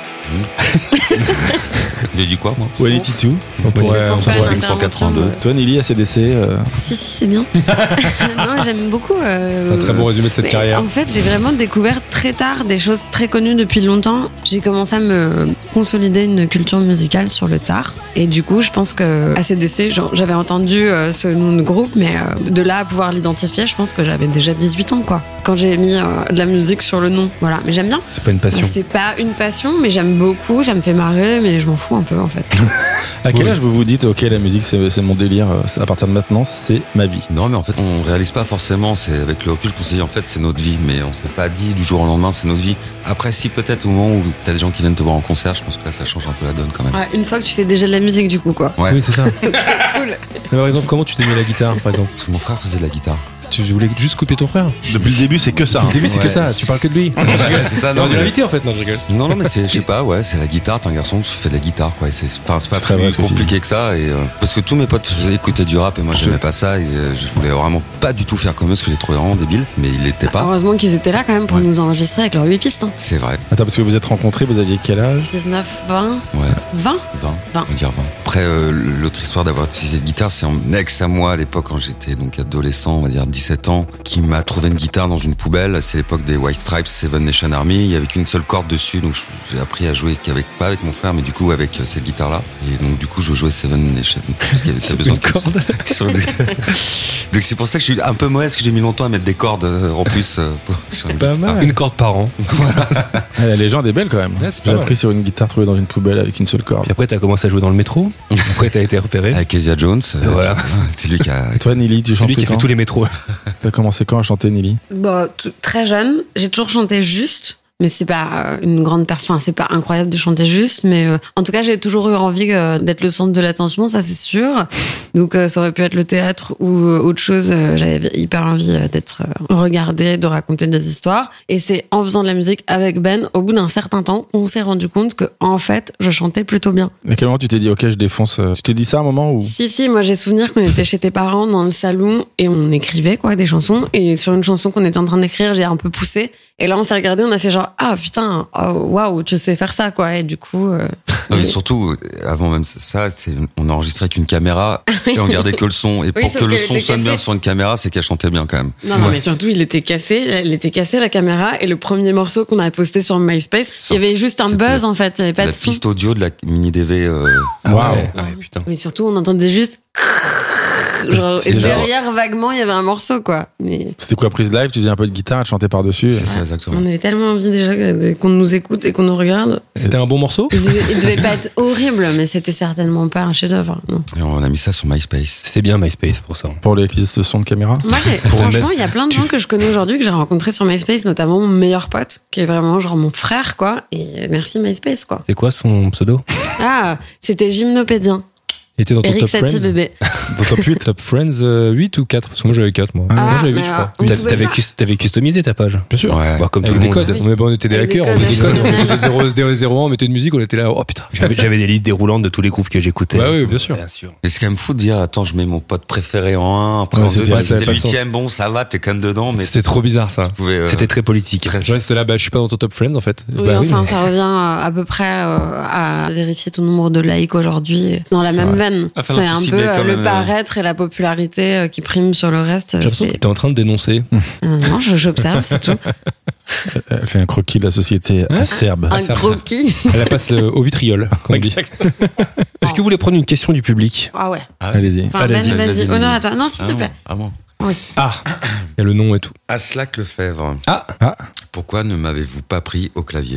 J'ai dit quoi, moi? 182. On pourrait, Pour on faire pourrait- une intervention, 182. Toi, Nelly, ACDC, Si, c'est bien. Non, j'aime beaucoup. C'est un très bon résumé de cette Mais carrière. En fait, j'ai vraiment découvert très tard des choses très connues depuis longtemps. J'ai commencé à me consolider une culture musicale sur le tard. Et du coup, je pense que ACDC, j'avais entendu ce nom de groupe, mais de là à pouvoir l'identifier, je pense que j'avais déjà 18 ans, quoi. Quand j'ai mis de la musique sur le nom. Voilà. Mais j'aime bien. C'est pas une passion. C'est pas une passion, mais j'aime beaucoup. Ça me fait marrer, mais je m'en fous un peu, en fait. à quel Oui. âge vous vous dites, ok, la musique, c'est mon délire, à partir de maintenant, c'est ma vie? Non, mais en fait, on réalise pas forcément. C'est avec le recul qu'on se dit, en fait, c'est notre vie. Mais on s'est pas dit du jour au lendemain, c'est notre vie. Après, si peut-être au moment où t'as des gens qui viennent te voir en concert, je pense que là, ça change un peu la donne quand même. Ouais, une fois que tu fais déjà de la musique, du coup, quoi. Ouais. Oui, c'est ça. Cool. Mais par exemple, comment tu t'es mis à la guitare, par exemple? Parce que mon frère faisait de la guitare. Tu voulais juste couper ton frère? Depuis le début, c'est que ça. Au début, c'est Ouais. que ça. Tu parles que de lui. C'est ça, Non, non, on est mais- invité, en fait. Non, je rigole. Non, non, mais c'est, je sais pas, ouais, c'est la guitare. T'es un garçon, tu fais de la guitare, quoi. Et c'est pas très vrai plus ce que tu compliqué que ça. Et parce que tous mes potes faisaient écouter du rap et moi j'aimais pas ça. Et je voulais vraiment pas du tout faire comme eux, parce que je les trouvais vraiment débiles. Mais ils l'étaient pas. Heureusement qu'ils étaient là quand même pour Ouais. nous enregistrer avec leurs 8 pistes. Hein. C'est vrai. Attends, parce que vous êtes rencontrés, vous aviez quel âge? 19, 20, Ouais. 20 20. 20. On va dire 20. Après, l'autre histoire d'avoir utilisé de guitare, c'est un ex à moi à l'époque quand j'étais donc adolescent, on va dire 17 ans, qui m'a trouvé une guitare dans une poubelle. C'est l'époque des White Stripes, Seven Nation Army. Il y avait qu'une seule corde dessus, donc j'ai appris à jouer pas avec mon frère, mais du coup avec cette guitare-là. Et donc du coup, je jouais Seven Nation parce qu'il y avait besoin de corde. Donc c'est pour ça que je suis un peu mauvais, parce que j'ai mis longtemps à mettre des cordes en plus sur une Pas guitare. mal. Une corde par an. La légende est belle quand même. Ouais, c'est pas J'ai mal. appris sur une guitare trouvée dans une poubelle avec une seule corde. Puis après, t'as commencé à jouer dans le métro. Après, t'as été repéré. Avec Kezia Jones, Voilà. c'est lui qui a. Et toi, Nili, tu C'est chantais lui qui a fait quand tous les métros. T'as commencé quand à chanter, Nili? Bah, très jeune, j'ai toujours chanté juste. Mais c'est pas une grande enfin, c'est pas incroyable de chanter juste, mais en tout cas, j'ai toujours eu envie d'être le centre de l'attention, ça c'est sûr. Donc ça aurait pu être le théâtre ou autre chose. J'avais hyper envie d'être regardée, de raconter des histoires. Et c'est en faisant de la musique avec Ben, au bout d'un certain temps, on s'est rendu compte que en fait, je chantais plutôt bien. À quel moment tu t'es dit, ok, je défonce? Tu t'es dit ça à un moment ou? Si, moi j'ai souvenir qu'on était chez tes parents dans le salon et on écrivait quoi des chansons. Et sur une chanson qu'on était en train d'écrire, j'ai un peu poussé. Et là on s'est regardé, on a fait genre ah putain, waouh, tu sais faire ça quoi. Et du coup. Non, mais surtout, avant même ça, on enregistrait avec une caméra et on gardait que le son. Et pour sauf que le qu'elle son était sonne bien cassée. sur une caméra, c'est qu'elle chantait bien quand même. Non, mais surtout, elle était cassée la caméra, et le premier morceau qu'on a posté sur MySpace, il y avait juste un C'était buzz, en fait, il y avait pas la de son. piste audio de la mini DV. Waouh. Ouais, putain. Mais surtout, on entendait juste, genre, et C'est genre- derrière, vaguement, il y avait un morceau, quoi. Mais C'était quoi, prise live? Tu faisais un peu de guitare et tu chantais par-dessus? C'est ça, exactement. on avait tellement envie déjà qu'on nous écoute et qu'on nous regarde. C'était un bon morceau? Il devait pas être horrible, mais c'était certainement pas un chef-d'œuvre, non. Et on a mis ça sur MySpace. C'était bien MySpace pour ça. Pour les quiz de son de caméra? Moi, franchement, il y a plein de gens que je connais aujourd'hui que j'ai rencontrés sur MySpace, notamment mon meilleur pote, qui est vraiment genre mon frère, quoi. Et merci MySpace, quoi. C'est quoi son pseudo? Ah, c'était Gymnopédien. Il était dans ton Eric top Satie Friends? bébé. Dans top 8? Top Friends 8 ou 4? Parce que moi j'avais 4 moi. Ah, moi j'avais 8 mais je crois. on T'as- pouvait T'avais pas. t'avais customisé ta page. Bien sûr. Ouais. Bah, comme tout Avec le des monde. codes. Ah oui. On était des Avec des hackers, on codes mettait des codes, on HTML. mettait des 0 1, on mettait une musique, on était là, oh putain. J'avais des listes déroulantes de tous les groupes que j'écoutais. Bah oui, bien sûr. Bien sûr. Mais c'est quand même fou de dire, attends, je mets mon pote préféré en 1, après Ouais, en 2, c'était- ça c'était avait pas de sens. 8ème, bon, ça va, t'es quand même dedans, mais C'était trop bizarre ça. tu pouvais, C'était très politique. très- Ouais, c'était là, bah je suis pas dans ton top Friends en fait. Oui, Bah enfin, mais- ça revient à peu près à vérifier ton nombre de likes aujourd'hui. C'est dans la même veine. Enfin, C'est tu un peu ciblais quand le même, paraître et la popularité qui prime sur le reste. J'ai l'impression que C'est... t'es en train de dénoncer. Non, j'observe, c'est tout. Elle fait un croquis de la société acerbe. Un ça- croquis. Elle la passe au vitriol, comme on dit. Est-ce que vous voulez prendre une question du public? Ah ouais. Allez-y. Enfin, Allez-y, Ben, vas-y. vas-y, Honneur Nelly. à toi. Non, s'il te Ah plaît. bon, ah bon. Oui. Ah, il y a le nom et tout. Aslak Lefebvre. Ah, Pourquoi ne m'avez-vous pas pris au clavier?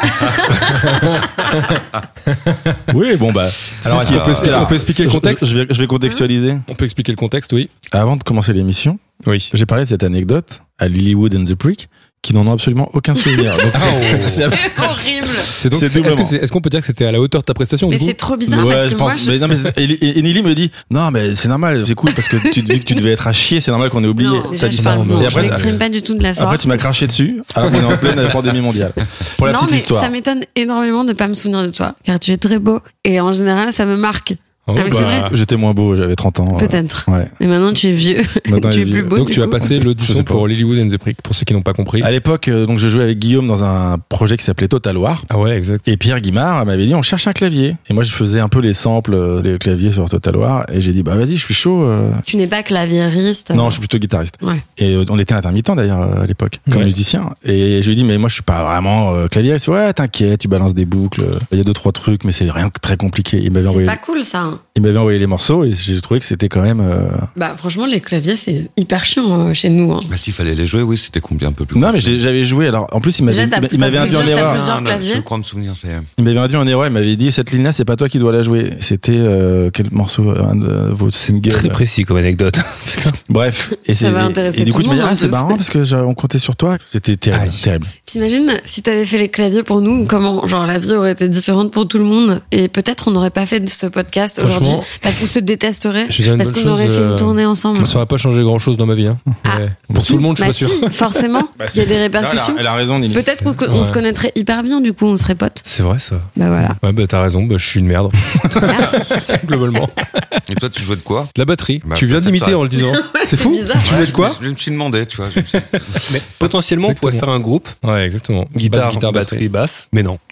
Oui, bon bah. alors est-ce qu'on peut, alors, on peut expliquer le contexte? Je vais contextualiser. On peut expliquer le contexte, oui. Avant de commencer l'émission, Oui. j'ai parlé de cette anecdote à Lilywood and the Prick qui n'en ont absolument aucun souvenir. Donc, c'est- C'est horrible. C'est donc, C'est est-ce doublement. qu'on peut dire que c'était à la hauteur de ta prestation Mais du coup? c'est trop bizarre Ouais, parce je que moi, pense. Mais non, mais et Nelly me dit non, mais c'est normal, c'est cool parce que tu dis que tu devais être à chier, c'est normal qu'on ait oublié. Non, Ça déjà, dit je, ça. parle, non, Et je après, m'exprime pas du tout de la sorte. après, tu m'as craché dessus alors qu'on est en pleine pandémie mondiale. Pour la non, petite mais histoire. ça m'étonne énormément de pas me souvenir de toi, car tu es très beau. Et en général, ça me marque. Oh, Ah, mais c'est vrai. J'étais moins beau, j'avais 30 ans. Peut-être. Ouais. Et maintenant, tu es vieux. Maintenant, tu il es est plus vieux. beau. donc du tu as coup. passé Je l'audition sais pas. pour Lilywood and the Prick, pour ceux qui n'ont pas compris. À l'époque, donc je jouais avec Guillaume dans un projet qui s'appelait Total War. Ah ouais, exact. Et Pierre Guimard m'avait dit on cherche un clavier. Et moi je faisais un peu les samples, les claviers sur Total War. Et j'ai dit bah vas-y, je suis chaud. Tu n'es pas claviériste. Non, je suis plutôt guitariste. Ouais. Et on était intermittent d'ailleurs à l'époque, comme Ouais. musicien. Et je lui ai dit mais moi je suis pas vraiment claviériste. Ouais, t'inquiète, tu balances des boucles. Il y a 2-3 trucs, mais c'est rien de très compliqué. Il m'avait C'est envoyé, pas cool, ça. hein. il m'avait envoyé les morceaux et j'ai trouvé que c'était quand même. Bah, franchement, les claviers, c'est hyper chiant chez nous. hein. Bah, s'il fallait les jouer, oui, c'était compliqué, un peu plus. Non, mais compliqué. j'avais joué. Alors en plus il m'avait, Déjà, il m'avait induit en plusieurs- erreur. plusieurs Ah, non, claviers. je crois me souvenir, c'est. Il m'avait induit en erreur. Il m'avait dit cette ligne-là, c'est pas toi qui dois la jouer. C'était quel morceau, un de vos singles. Très précis comme anecdote. Bref, et Ça va intéresser et du tout coup le tu m'as dit monde, ah en c'est plus. marrant parce que on comptait sur toi. C'était terrible, Aïe. terrible. T'imagines si t'avais fait les claviers pour nous, comment, genre, la vie aurait été différente pour tout le monde et peut-être on n'aurait pas fait de ce podcast Franchement, Franchement, parce qu'on se détesterait, je vais dire une parce bonne qu'on aurait chose, fait une tournée ensemble. ça n'aurait pas changé grand chose dans ma vie. Hein. Ah. Ouais. Pour tout le monde, je suis Bah pas sûr. si, forcément, il y a des répercussions. Elle a raison, Nili. Peut-être qu'on Ouais. se connaîtrait hyper bien, du coup, on serait potes. C'est vrai ça. Bah voilà. Ouais, bah t'as raison, bah, je suis une merde, Merci. globalement. Et toi, tu jouais de quoi? De la batterie. Bah, tu viens peut-être d'imiter pas. en le disant. C'est fou. bizarre. Tu voulais de quoi? Je me suis demandé, tu vois. je me suis dit, Mais potentiellement, on pourrait faire un groupe. Ouais, exactement. Guitare, Basse, guitare, batterie, basse. Mais non.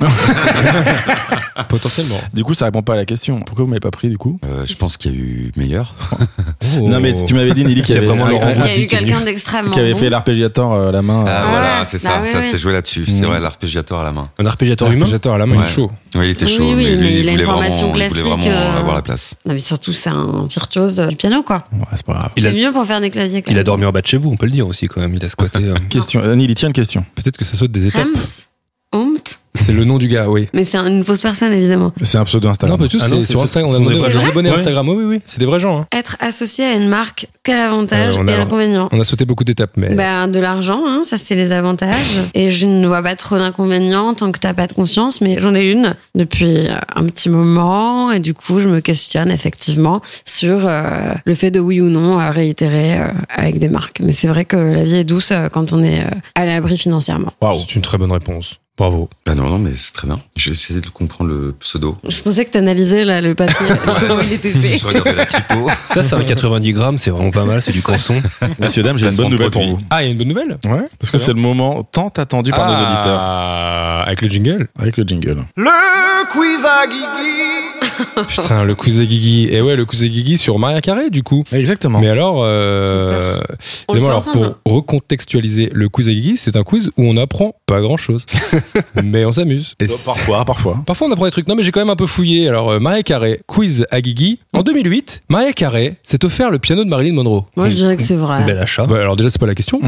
Potentiellement. Du coup, ça répond pas à la question. Pourquoi vous m'avez pas pris, du coup? je pense qu'il y a eu meilleur. Oh. Non, mais tu m'avais dit, Nili, qu'il y Il y a avait vraiment Laurent Il y a Voulzy eu quelqu'un d'extrêmement qui avait bon. fait l'arpégiateur à la main. Ah, Ah voilà, ouais. c'est Bah ça. oui, Ça oui. s'est joué là-dessus. C'est vrai, l'arpégiateur à la main. Un arpégiateur humain. L'arpégiateur à la main, il est Ouais. chaud. Oui, il était Oui, chaud, oui, mais lui, mais il a une voulait formation vraiment, il voulait classique, vraiment avoir la place. Non, mais surtout, c'est un virtuose du piano, quoi. Ouais, c'est pas grave. Il a- C'est mieux pour faire des claviers, quand Il a même. dormi en bas de chez vous, on peut le dire aussi quand même. Il a squatté. Question. Nili, tiens une question. Peut-être que ça saute des étapes. Omt. C'est le nom du gars, oui. Mais c'est une fausse personne, évidemment. C'est un pseudo Instagram. Non, pas du tout, Ah non, c'est c'est sur juste- Instagram. On a ce sont des demandé vrais aux gens. abonnés Ouais. Instagram. Oui, oui, oui. C'est des vrais gens. Hein. Être associé à une marque, quel avantage On a- et l'inconvénient? On a sauté beaucoup d'étapes, mais. Ben, de l'argent, hein, ça c'est les avantages. Et je ne vois pas trop d'inconvénients tant que t'as pas de conscience, mais j'en ai une depuis un petit moment. Et du coup, je me questionne effectivement sur le fait de oui ou non réitérer avec des marques. Mais c'est vrai que la vie est douce quand on est à l'abri financièrement. Waouh. C'est une très bonne réponse. Bravo. Ah non, mais c'est très bien. J'ai essayé de comprendre le pseudo. Je pensais que t'analysais là le papier, comment il était fait. Je regardais la typo. Ça, c'est un 90 grammes, c'est vraiment pas mal, c'est du canson. Messieurs, dames, j'ai une bonne Placement de nouvelle pour produit. vous. Ah, il y a une bonne nouvelle. Ouais. Parce que c'est le moment tant attendu par nos auditeurs. Avec le jingle. Avec le jingle. Le quiz à Guigui. Putain, le quiz à Guigui. Et ouais, le quiz à Guigui sur Maria Carré, du coup. Exactement. Mais alors, On le évidemment, fait alors ensemble. pour recontextualiser le quiz à Guigui, c'est un quiz où on apprend pas grand chose. Mais on s'amuse. Et Parfois. Parfois, on apprend des trucs. Non, mais j'ai quand même un peu fouillé. Alors, Maria Carré, quiz à Guigui. En 2008, Maria Carré s'est offert le piano de Marilyn Monroe. Moi, je dirais que c'est vrai. Bel achat. Ouais, alors déjà, c'est pas la question.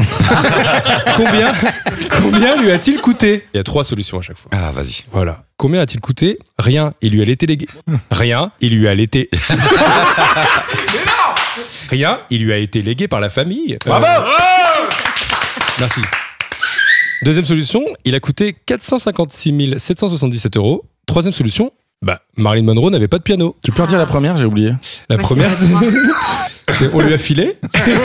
Combien lui a-t-il coûté? Il y a 3 solutions à chaque fois. Ah, vas-y. Voilà. Combien a-t-il coûté? Rien. Il lui a été légué. Rien. Il lui a été. Rien. Il lui a été légué par la famille. Bravo Merci. Deuxième solution, il a coûté 456 777 €. Troisième solution, Marilyn Monroe n'avait pas de piano. Tu peux redire la première, j'ai oublié. La Ouais, première, c'est vrai, on lui a filé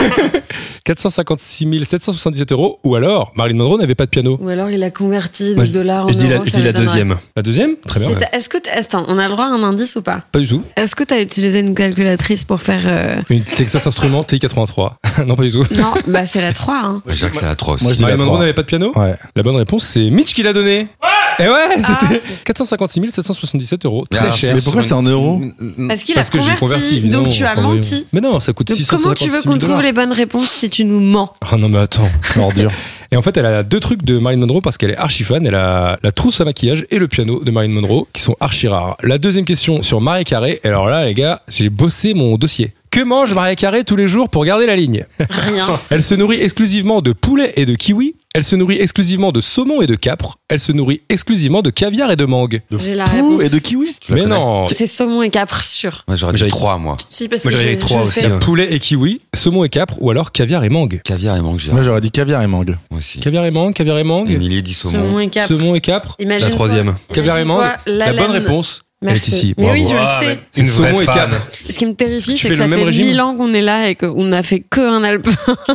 456 777 €, ou alors Marilyn Monroe n'avait pas de piano. Ou alors il a converti Moi, de dollars en Je dis euros. je ça dis la m'étonnerait. deuxième. La deuxième? Très bien. Est-ce que attends, on a le droit à un indice ou pas? Pas du tout. Est-ce que tu as utilisé une calculatrice pour faire Une Texas Instruments TI-83. Non, pas du tout. Non, bah c'est la 3 hein. Je dirais que c'est atroce. Moi, je dis Marilyn la Monroe 3. n'avait pas de piano? Ouais. La bonne réponse, c'est Mitch qui l'a donné. Et ouais, c'était c'est- 456 777 €. Mais Très alors, cher. Mais pourquoi c'est en euros? Parce qu'il a Parce que j'ai converti, évidemment. donc tu as Enfin, menti. Mais non, ça coûte Donc 656 comment tu veux qu'on 000 trouve $. les bonnes réponses si tu nous mens? Ah non, mais attends. Ordure. Et en fait, elle a 2 trucs de Marilyn Monroe parce qu'elle est archi fan. Elle a la trousse à maquillage et le piano de Marilyn Monroe qui sont archi rares. La deuxième question sur Maria Carré. Et alors là, les gars, j'ai bossé mon dossier. Que mange Maria Carré tous les jours pour garder la ligne? Rien. Elle se nourrit exclusivement de poulet et de kiwi. Elle se nourrit exclusivement de saumon et de capre. Elle se nourrit exclusivement de caviar et de mangue. J'ai la Pou réponse. et de kiwi? Tu la Mais connais non. C'est saumon et capre sûr. Moi, j'aurais dit J'avais- 3, moi. Si parce Moi, que j'avais je- trois je aussi, sais. hein. Poulet et kiwi, saumon et capre, ou alors caviar et mangue. Caviar et mangue, j'ai Moi, j'aurais dit caviar et mangue. moi aussi. Caviar et mangue, caviar et mangue. Émilie dit Saumon saumon. et capre. Saumon et capre. Imagine La troisième. Caviar et mangue. La bonne réponse. réponse, elle est Merci. ici. Mais oui, Bravo. je le Ah, sais. mais c'est une Saumon vraie et fan. capre. Ce qui me terrifie, Tu c'est fais que ça le même fait régime 1000 ans qu'on est là et qu'on n'a fait que un alpin.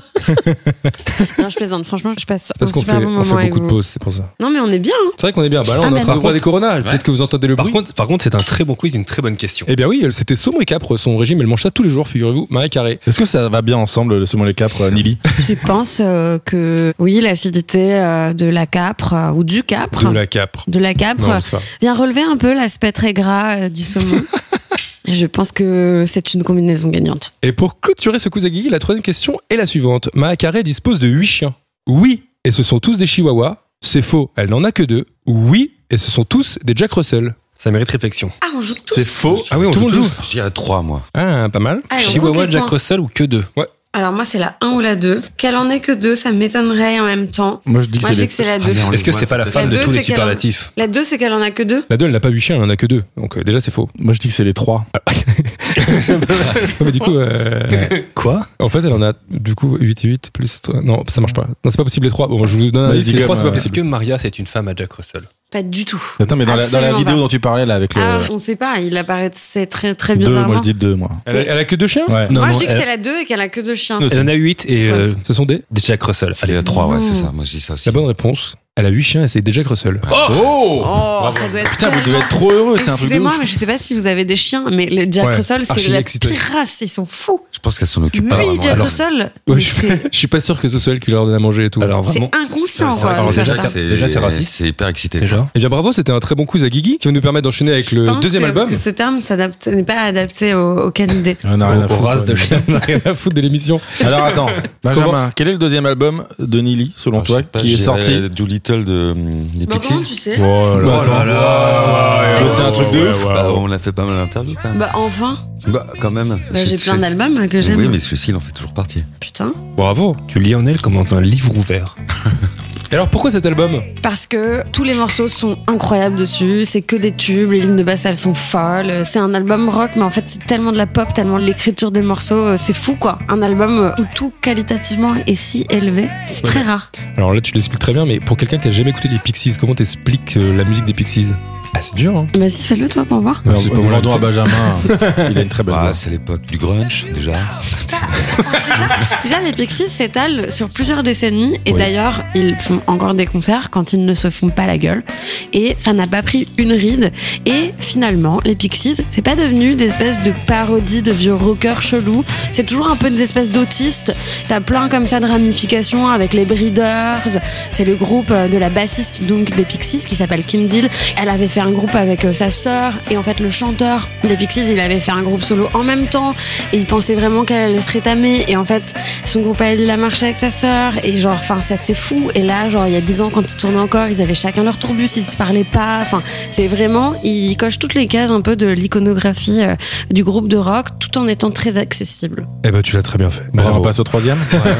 Non, je plaisante. Franchement, je passe Parce un qu'on super fait, bon on moment fait avec beaucoup de vous. pauses, c'est pour ça. Non, mais on est bien. hein. C'est vrai qu'on est bien. Bah là, on Ah, est en mais train de par voir des coronas. Peut-être que vous entendez le bruit. Par contre, c'est un très bon quiz, une très bonne question. Eh bien oui, c'était saumon et capre. Son régime, elle mange ça tous les jours, figurez-vous. Marie Carré. Est-ce que ça va bien ensemble, le saumon et les capres, Nili? Je pense que oui, l'acidité de la capre ou du capre, De la capre. de la capre, Non, je sais pas. vient relever un peu l'aspect très gras du saumon. Je pense que c'est une combinaison gagnante. Et pour clôturer ce quiz à Guigui, la troisième question est la suivante. Maria Carré dispose de 8 chiens. Oui, et ce sont tous des chihuahuas. C'est faux, elle n'en a que 2. Oui, et ce sont tous des Jack Russell. Ça mérite réflexion. Ah, on joue tous. C'est faux. Ah oui, Tout le monde joue. Je dirais 3, moi. Ah, pas mal. Allez, on Chihuahua, compte les Jack points. Russell ou que 2? Alors moi, c'est la 1 ou la 2. Qu'elle en ait que 2, ça m'étonnerait en même temps. Moi, je dis que Moi, je dis c'est que c'est la 2. Ah, mais on Est-ce que les c'est voit, pas la c'est femme La de deux, tous les c'est qu'elle en- superlatifs? La 2, c'est qu'elle en a que 2. La 2, elle n'a pas 8 chiens, elle en a que 2. Donc déjà, c'est faux. Moi, je dis que c'est les 3. Mais du coup, Quoi? en fait, elle en a du coup 8 et 8 plus 3. Non, ça marche pas. Non, c'est pas possible les 3. Bon, je vous donne un Vas-y, indice. dis Les comme, 3, c'est pas euh, Est-ce possible. que Maria, c'est une femme à Jack Russell? Pas du tout. Attends, mais dans la Absolument vidéo pas. dont tu parlais là avec le Ah, on sait pas, il apparaissait très très 2, bizarrement. moi je dis 2 moi. Elle a que 2 chiens Ouais. Non, Moi non, je dis que elle- c'est la 2 et qu'elle a que 2 chiens. Elle en a 8 et Soit. Ce sont des Jack Russell. C'est les 3, ouais, c'est ça. Moi, je dis ça aussi. La bonne réponse. Elle a 8 chiens et c'est déjà Russell. Oh, Oh, ça doit être putain, vous devez tellement- être trop heureux, c'est un truc de Excusez-moi, ouf. mais je sais pas si vous avez des chiens, mais le Jack Ouais, Russell, c'est archi la excité. pire race, ils sont fous. Je pense qu'elle s'en occupe pas Oui, vraiment. Jack Alors, Russell, Ouais, mais je suis pas sûr que ce soit elle qui leur donne à manger et tout. Alors c'est vraiment, inconscient, c'est quoi, alors de faire déjà, ça. Déjà, c'est raciste. C'est hyper excité. déjà. Eh bien bravo, c'était un très bon quiz à Guigui qui va nous permettre d'enchaîner avec Je le pense deuxième album. que ce terme n'est pas adapté au canidé. On a rien à Aux foutre, races de ouais. chiens. On n'a rien à foutre de l'émission. Alors attends, qu'on Benjamin, quel est le deuxième album de Nili selon Alors, je toi sais pas, qui est je sorti dirais Doolittle des Bah, comment tu Pixies. sais Oh là là. C'est un truc de ouf. Bah, on a fait pas mal d'interviews quand même. Bah enfin, Bah, quand même. j'ai plein d'albums là, que j'aime. Oui, mais celui-ci, il en fait toujours partie. Putain. Bravo. Tu lis en elle comme dans un livre ouvert. Et alors pourquoi cet album? Parce que tous les morceaux sont incroyables dessus, c'est que des tubes, les lignes de basse elles sont folles, c'est un album rock mais en fait c'est tellement de la pop, tellement de l'écriture des morceaux, c'est fou quoi. Un album où tout qualitativement est si élevé, c'est très rare. Alors là tu l'expliques très bien, mais pour quelqu'un qui a jamais écouté les Pixies, comment t'expliques la musique des Pixies? Ah c'est dur hein. Vas-y fais-le toi pour voir. Alors, C'est pas mon demandons à invité. Benjamin. Il a une très belle Bah, voix. c'est l'époque du grunge, déjà. Déjà les Pixies s'étalent sur plusieurs décennies et Oui. d'ailleurs ils font encore des concerts quand ils ne se font pas la gueule et ça n'a pas pris une ride et finalement les Pixies c'est pas devenu des espèces de parodies de vieux rockers chelous, c'est toujours un peu des espèces d'autistes, t'as plein comme ça de ramifications avec les Breeders, c'est le groupe de la bassiste donc des Pixies qui s'appelle Kim Deal, elle avait fait un groupe avec sa sœur et en fait le chanteur des Pixies il avait fait un groupe solo en même temps et il pensait vraiment qu'elle allait se rétamer et en fait son groupe à elle il a marché avec sa sœur et genre enfin c'est fou et là genre il y a 10 ans quand ils tournaient encore ils avaient chacun leur tourbus ils se parlaient pas enfin c'est vraiment ils cochent toutes les cases un peu de l'iconographie du groupe de rock tout en étant très accessible. Eh ben tu l'as très bien fait. Alors, Bravo. on passe au troisième.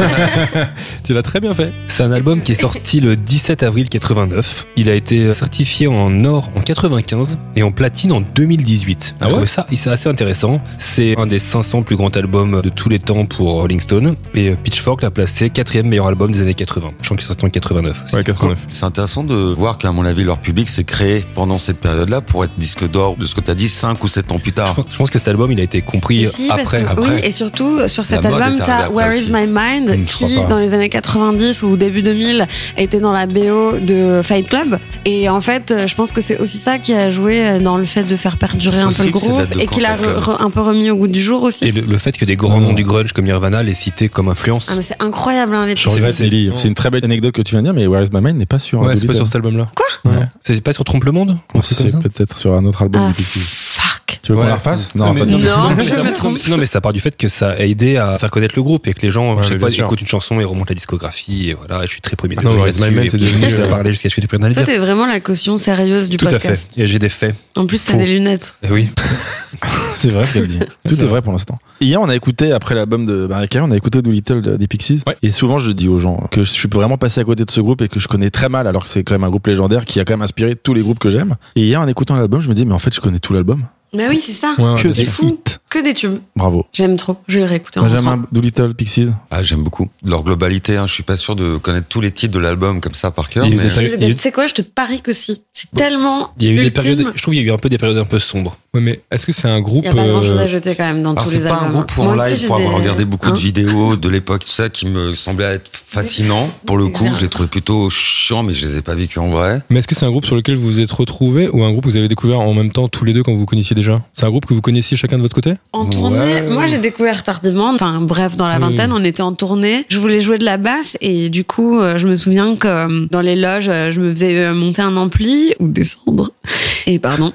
Tu l'as très bien fait. C'est un album qui est sorti le 17 avril 89. Il a été certifié en or en 95 et en platine en 2018. Ah ouais ça, c'est assez intéressant. C'est un des 500 plus grands albums de tous les temps pour Rolling Stone et Pitchfork l'a placé 4e meilleur album des années 80. Je crois qu'il est sorti en 89 aussi. Ouais 89. C'est intéressant de voir qu'à mon avis, leur public s'est créé pendant cette période-là pour être disque d'or de ce que t'as dit 5 ou 7 ans plus tard. Je pense que cet album il a été compris Et si, parce après. que- après. oui, et surtout sur cet La mode album, est t'as arrivée après Where Is aussi. My Mind, Je qui crois pas. dans les années 90 ou début 2000 était dans la BO de Fight Club. Et en fait, je pense que c'est aussi ça qui a joué dans le fait de faire perdurer un peu le Possible, ça groupe date de et quand, qu'il a Fight Club un peu remis au goût du jour aussi. Et le fait que des grands noms du grunge comme Nirvana les cités comme influence. Ah mais c'est incroyable hein, les C'est vrai, Pixies. Nelly, c'est une très belle anecdote que tu viens de dire, mais Where Is My Mind n'est pas sur. Ouais, c'est pas Doolittle. sur cet album-là. Ouais. C'est pas sur Trompe le Monde C'est comme ça peut-être sur un autre album Ah du Pixies. fuck. Tu veux qu'on Ouais, la refasse c'est- Non, mais- pas Non, bien. je me trompe. Non mais ça part du fait que ça a aidé à faire connaître le groupe et que les gens Ouais, chaque mais fois bien sûr. écoutent une chanson et remontent la discographie et voilà et je suis très premier Ah non, degré Where Is My là-dessus, Man, et c'est puis devenu, je vais parler jusqu'à ce que j'ai plus rien à Toi dire. t'es vraiment la caution sérieuse du Tout à podcast. fait et j'ai des faits. En plus t'as Faux. des lunettes. Eh oui. C'est vrai ce qu'elle dit. Tout est vrai pour l'instant. Hier, on a écouté, après l'album de Mariah Carey, on a écouté Doolittle des Pixies. Ouais. Et souvent, je dis aux gens que je suis vraiment passé à côté de ce groupe et que je connais très mal, alors que c'est quand même un groupe légendaire qui a quand même inspiré tous les groupes que j'aime. Et hier, en écoutant l'album, je me dis, mais en fait, je connais tout l'album. Mais oui c'est ça. Ouais, Que C'est des fou. hits. Que des tubes. Bravo. J'aime trop. Je vais le réécouter en Benjamin, rentrant. Doolittle, Pixies. Ah, j'aime beaucoup. Leur globalité, hein, je suis pas sûr de connaître tous les titres de l'album comme ça par cœur. Il y a eu Mais des périodes- il y a eu- Tu sais quoi, je te parie que si. C'est tellement Il y a eu des ultime. périodes je trouve il y a eu un peu des périodes un peu sombres. Ouais, mais est-ce que c'est un groupe Il n'y a pas grand chose à jeter quand même dans Alors, tous les c'est albums. pas un groupe pour Moi en aussi, live, j'ai pour avoir des- regardé beaucoup Hein de vidéos de l'époque, tout ça, qui me semblait être fascinant. Pour le coup, je les trouvais plutôt chiants, mais je les ai pas vécus en vrai. Mais est-ce que c'est un groupe sur lequel vous vous êtes retrouvés ou un groupe que vous avez découvert en même temps tous les deux quand vous vous connaissiez déjà? C'est un groupe que vous connaissiez chacun de votre côté? En tournée, Ouais. moi j'ai découvert tardivement, enfin bref, dans la Oui. vingtaine, on était en tournée, je voulais jouer de la basse et du coup, je me souviens que dans les loges, je me faisais monter un ampli ou descendre, et pardon,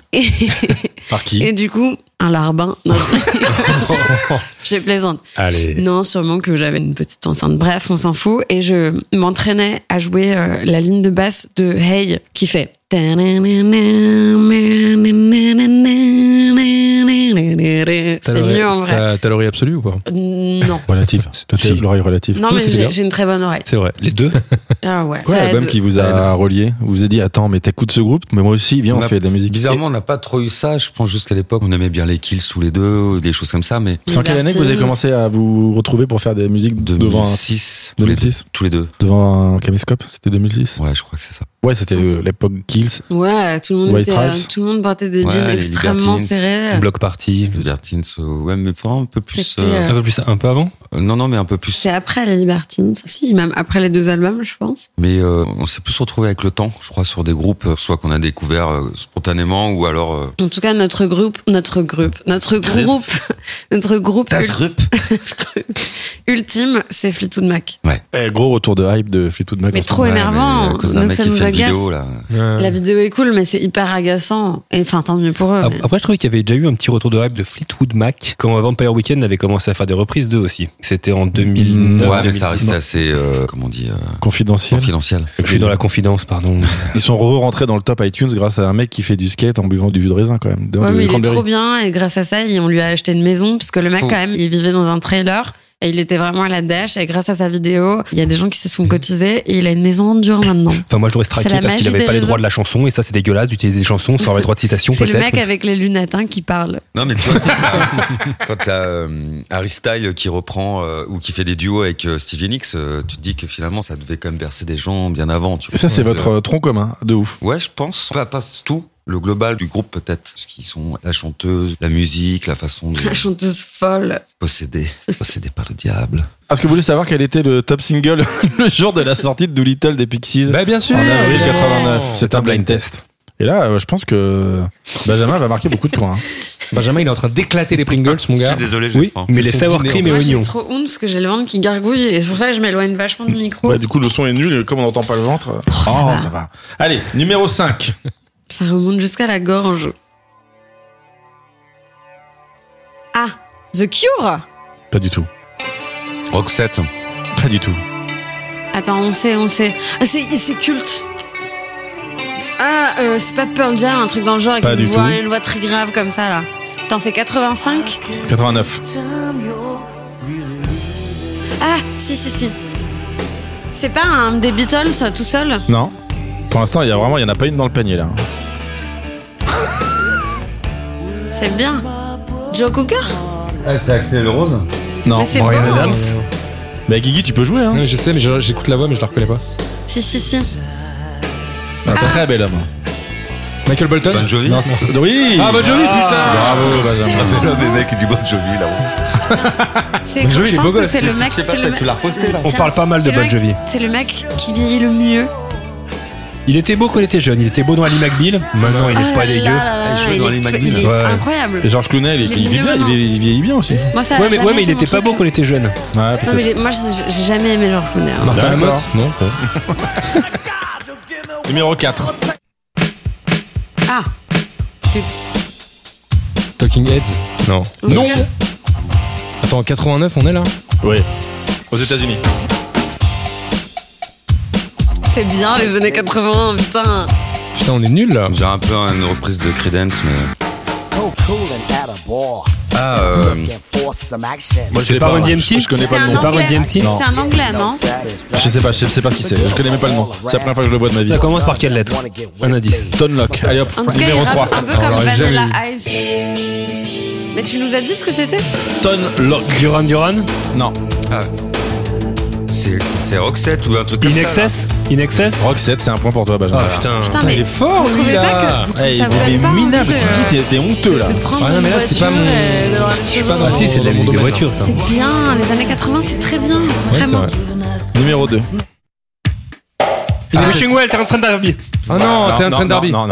Par qui et du coup, un larbin, non, j'ai plaisante. Allez. Non, sûrement que j'avais une petite enceinte. Bref, on s'en fout. Et je m'entraînais à jouer la ligne de basse de Hey qui fait. C'est mieux en vrai. T'as l'oreille absolue ou pas? Non. Relative. Si. L'oreille relative. Non, Oui, mais c'est bien. j'ai une très bonne oreille. C'est vrai. Les deux. Ah ouais. Quoi, ça l'album aide. qui vous a relié? Vous vous avez dit, attends, mais t'écoutes ce groupe? Mais moi aussi, viens, on On a- fait de la musique. Bizarrement, on n'a pas trop eu ça. Je pense jusqu'à l'époque, on aimait bien les Kills tous les deux, ou des choses comme ça, mais C'est en quelle année que vous avez commencé à vous retrouver pour faire des musiques devant un, 2006, 2006 tous les deux. devant un caméscope? C'était 2006? Ouais, je crois que c'est ça. Ouais, c'était l'époque Kills. Ouais, tout le monde White Stripes. tout le monde portait des Ouais, jeans les extrêmement Libertines. serrés. Block Party. Libertines, ouais, mais pas un peu plus. C'était, Un peu avant. Non, mais un peu plus. C'est après les Libertines. Si, même après les 2 albums, je pense. Mais on s'est plus retrouvé avec le temps, je crois, sur des groupes, soit qu'on a découvert spontanément, ou alors. En tout cas, notre groupe ultime, c'est Fleetwood Mac. Gros retour de hype de Fleetwood Mac. Mais en ce trop moment. énervant. À cause d'un mec Ça qui nous fait une agace. vidéo, là. La vidéo est cool, mais c'est hyper agaçant. Et enfin, tant mieux pour eux. mais- Après, je trouvais qu'il y avait déjà eu un petit retour de hype de Fleetwood Mac quand Vampire Weekend avait commencé à faire des reprises d'eux aussi. C'était en 2009. Ouais, mais ça 2010. restait assez, comment on dit, Confidentiel. confidentiel. Je suis dans la confidence, pardon. Ils sont re-rentrés dans le top iTunes grâce à un mec qui fait du skate en buvant du jus de raisin quand même. Ouais, mais il est Cranberry. trop bien et grâce à ça, on lui a acheté une maison parce que le mec, quand même, il vivait dans un trailer et il était vraiment à la dèche et grâce à sa vidéo, il y a des gens qui se sont cotisés et il a une maison en dur maintenant. Enfin, moi, je l'aurais straqué C'est la parce qu'il magie avait pas des les droits réseaux. de la chanson et ça, c'est dégueulasse d'utiliser des chansons sans les droits de citation, C'est le peut-être. mec avec les lunettes hein, qui parle. Non, mais tu vois, quand t'as Harry Styles qui reprend ou qui fait des duos avec Stevie Nicks, tu te dis que finalement, ça devait quand même bercer des gens bien avant. Tu Et ça, vois. c'est Donc, votre tronc commun, de ouf. Ouais, je pense. Pas tout. Le global du groupe, peut-être. Parce qu'ils sont la chanteuse, la musique, la façon de La chanteuse folle. posséder par le diable. Est-ce que vous voulez savoir quel était le top single le jour de la sortie de Doolittle des Pixies Bah, bien sûr. en avril évidemment. 89? C'est un blind test. Et là, je pense que Benjamin va marquer beaucoup de points. hein. Benjamin, il est en train d'éclater les Pringles, mon Je gars. suis désolé, j'ai Oui, faim. mais les son sour dîner, cream en et Moi, j'ai oignons. trop honte parce que j'ai le ventre qui gargouille et c'est pour ça que je m'éloigne vachement du micro. Ouais, du coup, le son est nul et comme on n'entend pas le ventre. Ça va. Allez, numéro 5. Ça remonte jusqu'à la gorge. Ah, The Cure. Pas du tout. Roxette. Pas du tout. Attends, on sait. Ah, c'est culte. Ah, c'est pas Pearl Jam, un truc dans le genre avec Pas du tout. une voix très grave comme ça là. Attends, c'est 85. 89. Ah, si. C'est pas un des Beatles tout seul? Non. Pour l'instant, il y en a pas une dans le panier là. C'est bien. Joe Cooker? Ah, c'est Axel Rose. Non. Mais c'est Bryan beau. Adams. Bah Guigui, tu peux jouer hein. Ouais, je sais, mais j'écoute la voix, mais je la reconnais pas. Si. Un très bel homme. Michael Bolton. Bon Jovi. Non, oui. Ah, Bon Jovi, putain. Bravo Benjamin. Le mec du Bon Jovi, la honte. C'est Bon Jovi, je il est pense beau que gosse. c'est le mec. Je sais pas, c'est le peut-être mec- tu l'as reposté là. On parle pas mal de c'est le Bon mec- Jovi. C'est le mec qui vieillit le mieux. Il était beau quand il était jeune. Il était beau dans Ali McBeal. Maintenant, il Ah est pas là dégueu. là là là, Il joue il dans est- les McBeal. il est Ouais. incroyable. Et Georges Clooney, il Il est vit bien, mieux il vieillit bien aussi. Moi, ça a Ouais, mais jamais il été était mon pas beau truc. quand il était jeune. Ouais, Non, peut-être. mais moi, j'ai jamais aimé Georges Clooney. hein. Martin D'accord. Lamotte. Non. Bon. Numéro 4. Ah, Talking Heads. Non. Non. Attends, 89, on est là. Oui. Aux États-Unis. c'est bien les années 80, putain. Putain, on est nuls là. J'ai un peu une reprise de Creedence, mais. Ah, Moi, C'est pas Run DMC? Je connais pas le C'est nom. un pas Run anglais. DMC? C'est un anglais, non? Je sais pas qui c'est. Je connais même pas le nom. C'est la première fois que je le vois de ma vie. Ça commence par quelle lettre? Un indice. Tone Lock. Allez hop, En tout cas, numéro il rappe 3. un peu On comme l'aurait jamais Vanilla Ice. Mais tu nous as dit ce que c'était? Tone Lock. Duran? Non. c'est Roxette ou un truc comme In ça. Excess? In Excess? Roxette, c'est un point pour toi, Benjamin. Ah putain. Putain, mais il est fort, vous lui, trouvez là. pas que vous trouvez Hey, ça vous il est donne pas minable. envie de- Kiki, t'es honteux là. de prendre Ah non, une mais là, c'est pas voiture mon- et d'avoir les Je suis cheveux pas dans Ah dans- si, c'est de la musique de voiture, ça. C'est bien, les années 80, c'est très bien. Ouais, c'est Vraiment. vrai. Numéro 2. Wishing Well, Terence D'Arby. Oh non, t'es un train d'Arby. Non. Non.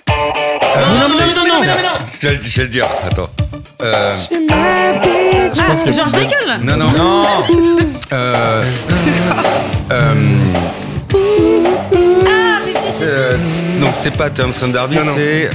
Je vais le dire, attends. Ah, George Michael. Non. Ah, mais si. Donc c'est pas Terence D'Arby, c'est.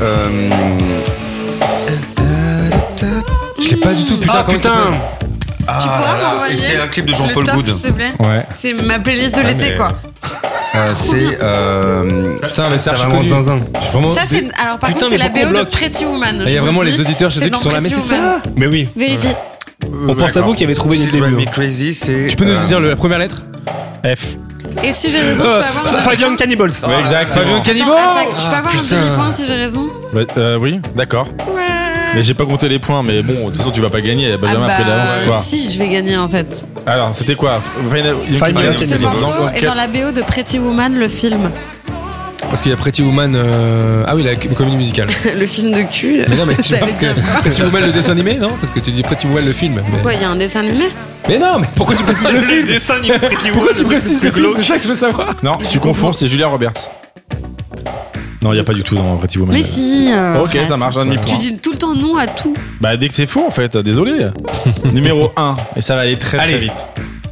Je l'ai pas du tout, putain. Ah comment il putain. s'appelle Tu pourras m'envoyer Et c'est un clip de le Jean-Paul top, Goud. s'il te plaît. Ouais. C'est ma playlist de l'été, mais- quoi. C'est. Putain, mais c'est Ça archi va vraiment connu. zinzin. Je suis vraiment. Ça, c'est. Alors, par Putain, contre, mais c'est la pourquoi on BO de bloque Pretty Woman. Il y a vraiment les auditeurs chez eux qui dans sont là, mais Pretty c'est Woman. ça. Mais oui. Vérifie. On pense à vous qui avez trouvé dès le Drive début. Me Crazy, c'est. Tu peux nous dire la première lettre? F. Et si j'ai raison, je peux avoir. Five Young Cannibals. Ouais, exact. Fabien Cannibal. Attends, je peux avoir un putain. demi-point si j'ai raison. Oui, d'accord. Ouais. Mais j'ai pas compté les points, mais bon, de toute façon, tu vas pas gagner. Benjamin a pris d'avance, quoi. Si, je vais gagner en fait. Alors, c'était quoi Five Young Ce Cannibals. morceau est dans la BO de Pretty Woman, le film. Parce qu'il y a Pretty Woman. Ah oui, la comédie musicale. Le film de cul. Mais non, mais je T'allais pense que dire quoi Pretty Woman le dessin animé, non? Parce que tu dis Pretty Woman le film. Mais, Pourquoi il y a un dessin animé? mais non, mais pourquoi tu précises le film? dessin animé Pretty Pourquoi Woman, tu précises le film? C'est ça que je veux savoir. Non, tu confonds, c'est Julia Roberts. Non, il y a pas du tout dans Pretty Woman. Mais si. Ok, ça marche, un demi-point. Tu dis tout le temps non à tout. Bah, dès que c'est faux, en fait, désolé. Numéro 1. Et ça va aller très Allez. très vite.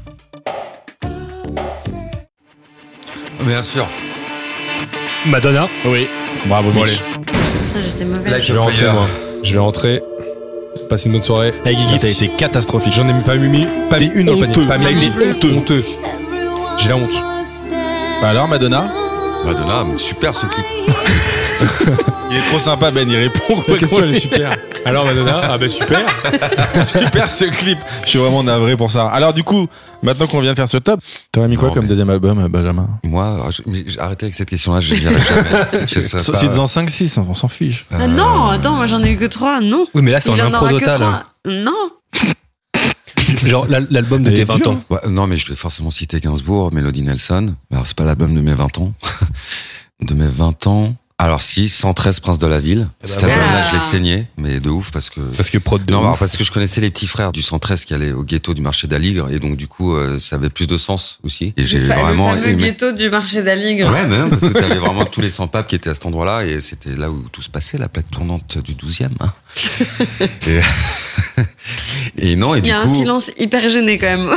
Bien sûr. Madonna. Oui. Bravo, Bon, Mitch. Putain, j'étais mauvaise. Like Je vais a rentrer, prayer. moi. Je vais rentrer. Passer une bonne soirée. Hey, Guigui, t'as Merci. été catastrophique. J'en ai pas mis une dans le panier. honteux. Pas mis T'as une. été Honteux. J'ai la honte. Bah alors, Madonna? Madonna, super ce clip. Il est trop sympa, Ben, il répond. La question, elle est super. Alors, Madonna? Ah ben super. Super ce clip. Je suis vraiment navré pour ça. Alors, du coup, maintenant qu'on vient de faire ce top, t'aurais mis quoi Non, comme mais- deuxième album, Benjamin? Moi, j'ai arrêté avec cette question-là, je n'y arrive jamais. Je sais pas. Si dans 5-6, on s'en fiche. Ah non, attends, moi j'en ai eu que 3. Non. Oui, mais là, c'est en Il en impro aura que total. 3. Non. Genre l'album de Elle tes est 20 dure. ans. Ouais, non, mais je vais forcément citer Gainsbourg, Melody Nelson. Alors, c'est pas l'album de mes 20 ans. De mes 20 ans. Alors, si, 113 Prince de la Ville. bah Cet voilà. album-là, je l'ai saigné, mais de ouf, parce que... Parce que prod de Non, ouf. alors, parce que je connaissais les petits frères du 113 qui allaient au ghetto du marché d'Aligre, et donc, du coup, ça avait plus de sens aussi. Et j'ai vraiment le fameux aimé. ghetto du marché d'Aligre. Ouais, mais non, parce que t'avais vraiment tous les sans-papes qui étaient à cet endroit-là, et c'était là où tout se passait, la plaque tournante du 12e. Hein. et non, et Il y du a coup... un silence hyper gêné quand même.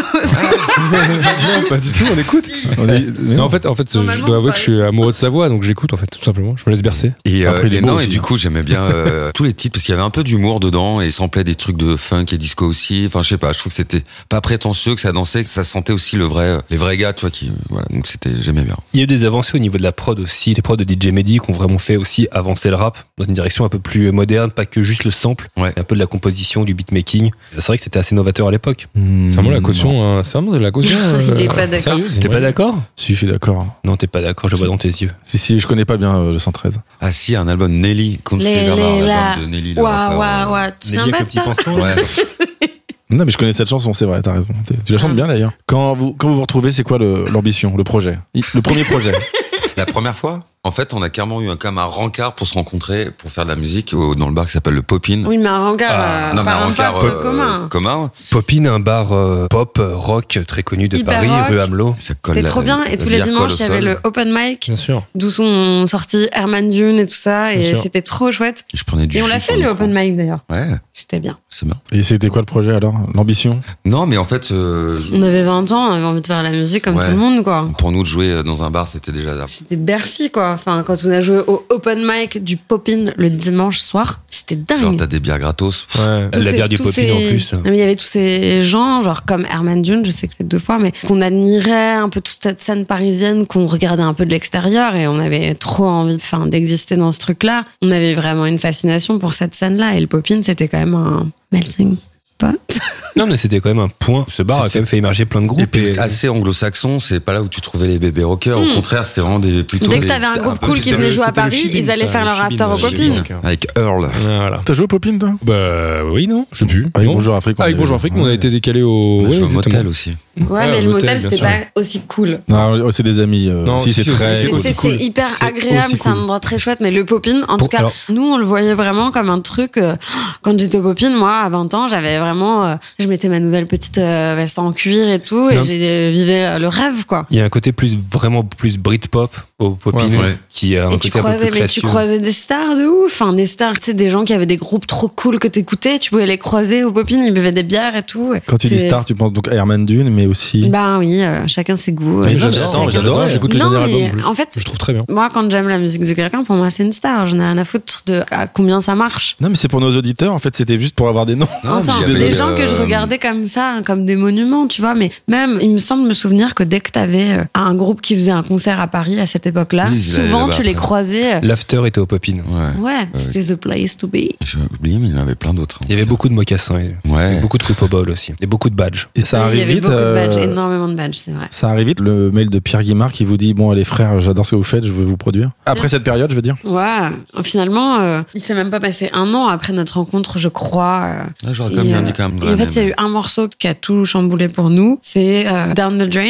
Non, pas du tout, on écoute. Non, en fait, je Normalement, dois avouer faut que je suis amoureux de sa voix, donc j'écoute en fait, tout simplement. Je me laisse bercer. Et, Après, il est et beau non, aussi, et du hein. coup, j'aimais bien tous les titres parce qu'il y avait un peu d'humour dedans et il samplait des trucs de funk et disco aussi. Enfin, je sais pas, je trouve que c'était pas prétentieux, que ça dansait, que ça sentait aussi les vrais gars, tu vois, qui, voilà. Donc j'aimais bien. Il y a eu des avancées au niveau de la prod aussi. Les prods de DJ Mehdi qui ont vraiment fait aussi avancer le rap dans une direction un peu plus moderne, pas que juste le sample, Ouais. un peu de la composition, du beatmaking. C'est vrai que c'était assez novateur à l'époque. C'est vraiment la caution, hein, c'est vraiment la caution. Il est pas d'accord. Sérieuse. T'es pas d'accord? Si, je suis d'accord. Non, t'es pas d'accord, je vois dans tes yeux. Si, je connais pas bien le 113. Ah si, un album Nelly, Country Bernard, l'album de Nelly. le rappeur. Ouah. Tu te souviens Nelly pas avec de le petit ça? pansement. Ouais. Non, mais je connais cette chanson, c'est vrai, t'as raison. Tu la chantes bien d'ailleurs. Quand vous vous retrouvez, c'est quoi l'ambition, le projet? Le premier projet? La première fois, en fait, on a carrément eu un rencard pour se rencontrer, pour faire de la musique dans le bar qui s'appelle le Popin. Oui, mais un rencard, Non, mais pas un pote commun. commun. Popin, un bar pop, rock très connu de Hyper Paris, rock. rue Hamelot. Ça colle C'était la- trop bien. la Et tous les bière dimanches, colle il y au avait sol. le open mic, Bien sûr. d'où sont sortis Herman Dune et tout ça. Bien Et sûr. c'était trop chouette. Je prenais du Et on jus l'a sur fait le micro. open mic d'ailleurs. Ouais, C'était bien. c'est bien. Et c'était quoi le projet alors? L'ambition? Non, mais en fait, On avait 20 ans, on avait envie de faire la musique comme Ouais. tout le monde, quoi. pour nous de jouer dans un bar, c'était déjà... C'était Bercy, quoi. Enfin, quand on a joué au open mic du Popin le dimanche soir, c'était Genre, dingue. t'as des bières gratos. Ouais. Tous La bière du tous Popin en plus. Non, mais il y avait tous ces gens, genre comme Herman Dune, je sais que c'est 2 fois, mais qu'on admirait un peu toute cette scène parisienne, qu'on regardait un peu de l'extérieur et on avait trop envie d'exister dans ce truc-là. On avait vraiment une fascination pour cette scène-là et le Popin, c'était quand même un melting pot. Non, mais c'était quand même un point. Ce bar a quand même fait émerger plein de Et groupes. puis Et assez anglo-saxon, c'est pas là où tu trouvais les bébés rockers. Au contraire, c'était vraiment plutôt Dès que des- t'avais un c'était groupe peu- cool qui c'était venait le- jouer à c'était le Paris, shibin, ils allaient ça, faire le leur shibin, after au le Popin. shibin. avec Earl. Voilà. T'as joué au Popin, toi? Bah oui, non, je sais plus. Avec Non. Bonjour Afrique. on Avec avait- Bonjour Afrique, mais on a été décalé au. On a Ouais, joué au exactement. motel aussi. Ouais, mais au le motel, motel, bien c'était sûr. pas aussi cool. Non, c'est des amis. Non, si, si, c'est si, très. c'est aussi cool. C'est hyper C'est agréable, aussi c'est un cool. endroit très chouette, mais le Popin, en tout Pour- cas, alors- nous, on le voyait vraiment comme un truc. Quand j'étais au Popin, moi, à 20 ans, j'avais vraiment. Je mettais ma nouvelle petite veste en cuir et tout, et Non. j'ai vivais le rêve, quoi. il y a un côté vraiment plus Britpop au Popin, Ouais. qui a un Et tu côté un peu croisais, plus mais tu classieux. croisais des stars de ouf, enfin des stars, tu sais, des gens qui avaient des groupes trop cool que t'écoutais, tu pouvais les croiser au Popin, ils buvaient des bières et tout. Quand tu dis C'est- star, tu penses donc à Herman Dune, mais aussi. Ben oui, chacun ses goûts. Oui, Et j'adore, chacun- j'adore, J'écoute le Non, dernier mais album. en fait, Je trouve très bien. moi, quand j'aime la musique de quelqu'un, pour moi, c'est une star. J'en ai rien à foutre de à combien ça marche. Non, mais c'est pour nos auditeurs, en fait, c'était juste pour avoir des noms. Non, Attends, mais il y avait, des gens que je regardais comme ça, comme des monuments, tu vois. Mais même, il me semble me souvenir que dès que t'avais un groupe qui faisait un concert à Paris à cette époque-là, Oui, ils allaient souvent là-bas tu les après. croisais. L'after était au Popin. Ouais. C'était the place to be. J'ai oublié, mais il y en avait plein d'autres. Il y avait beaucoup de mocassins, et Ouais. beaucoup de coupe au bol aussi, et beaucoup de badges. Et ça Oui, il y arrive avait vite. beaucoup de badges, énormément de badges, c'est vrai. Ça arrive vite, le mail de Pierre Guimard qui vous dit bon allez frère, j'adore ce que vous faites, je veux vous produire. Après cette période, je veux dire. Ouais, finalement, il s'est même pas passé un an après notre rencontre, je crois. Ah, j'aurais quand même bien dit quand même. Et en fait, il y a eu un morceau qui a tout chamboulé pour nous, c'est Down the Drain.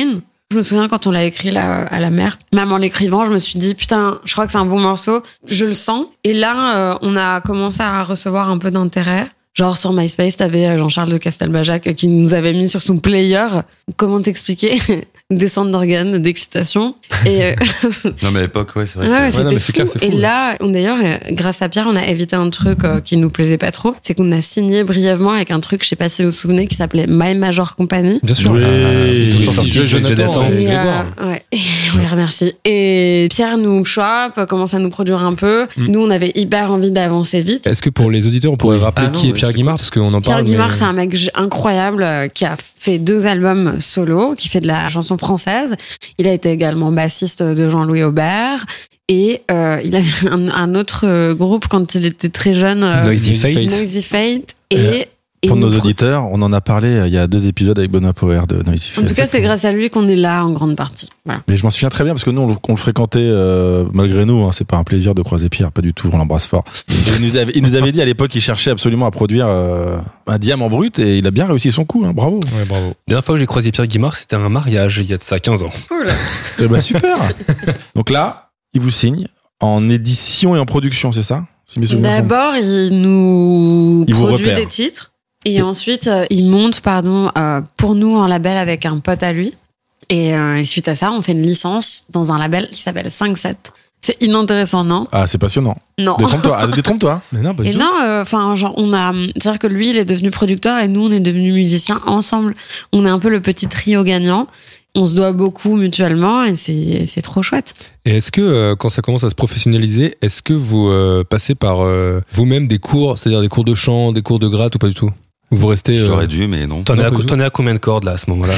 Je me souviens quand on l'a écrit là, à la mer, même en l'écrivant, je me suis dit putain, je crois que c'est un bon morceau, je le sens. Et là, on a commencé à recevoir un peu d'intérêt. Genre sur MySpace, t'avais Jean-Charles de Castelbajac qui nous avait mis sur son player. Comment t'expliquer? Descente d'organes, d'excitation. Et Non, mais à l'époque, ouais, c'est vrai. ouais, que... c'était non, mais fou. c'est clair, c'est fou, Et ouais. là, d'ailleurs, grâce à Pierre, on a évité un truc qui nous plaisait pas trop. C'est qu'on a signé brièvement avec un truc, je sais pas si vous vous souvenez, qui s'appelait My Major Company. Bien sûr. Oui. Ils ont sorti Jonathan Jonathan et et Grégoire. ouais, et on les remercie. Et Pierre nous chope, commence à nous produire un peu. Nous, on avait hyper envie d'avancer vite. Est-ce que pour les auditeurs, on pourrait rappeler Ah non, qui est ouais, Pierre je Guimard? t'écoute. Parce qu'on en Pierre parle. Guimard, mais- c'est un mec incroyable qui a fait 2 albums solo, qui fait de la chanson française. Il a été également bassiste de Jean-Louis Aubert. Et il avait un autre groupe quand il était très jeune, Noisy Fate. Noisy Fate. Et Pour nos nous- auditeurs, on en a parlé il y a 2 épisodes avec Benoît Power de Noisy En Fate. tout cas, c'est grâce à lui qu'on est là en grande partie. Voilà. Mais je m'en souviens très bien parce que nous, on le fréquentait malgré nous. Hein, c'est pas un plaisir de croiser Pierre, pas du tout. On l'embrasse fort. Et il nous avait dit à l'époque qu'il cherchait absolument à produire un diamant brut et il a bien réussi son coup. Hein, bravo. Ouais, bravo. La dernière fois que j'ai croisé Pierre Guimard, c'était un mariage, il y a de ça 15 ans. Cool. Eh ben, super. Donc là, il vous signe en édition et en production, c'est ça? Si mes souvenirs sont- D'abord, il nous Il vous produit repère. des titres. Et ensuite, il monte, pour nous un label avec un pote à lui. Et suite à ça, on fait une licence dans un label qui s'appelle 5-7. C'est inintéressant, non? Ah, c'est passionnant. Non. Détrompe-toi. Ah, détrompe-toi. Mais non, pas du Et tout. non, genre, c'est-à-dire que lui, il est devenu producteur et nous, on est devenus musiciens ensemble. On est un peu le petit trio gagnant. On se doit beaucoup mutuellement et c'est trop chouette. Et est-ce que quand ça commence à se professionnaliser, est-ce que vous passez par vous-même des cours, c'est-à-dire des cours de chant, des cours de gratte ou pas du tout? Ou vous restez. J'aurais dû, mais non. T'en es, Non, pas du t'en es à combien de cordes là à ce moment-là?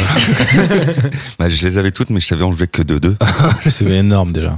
Bah, je les avais toutes, mais je savais en jouer que de 2. C'est énorme déjà.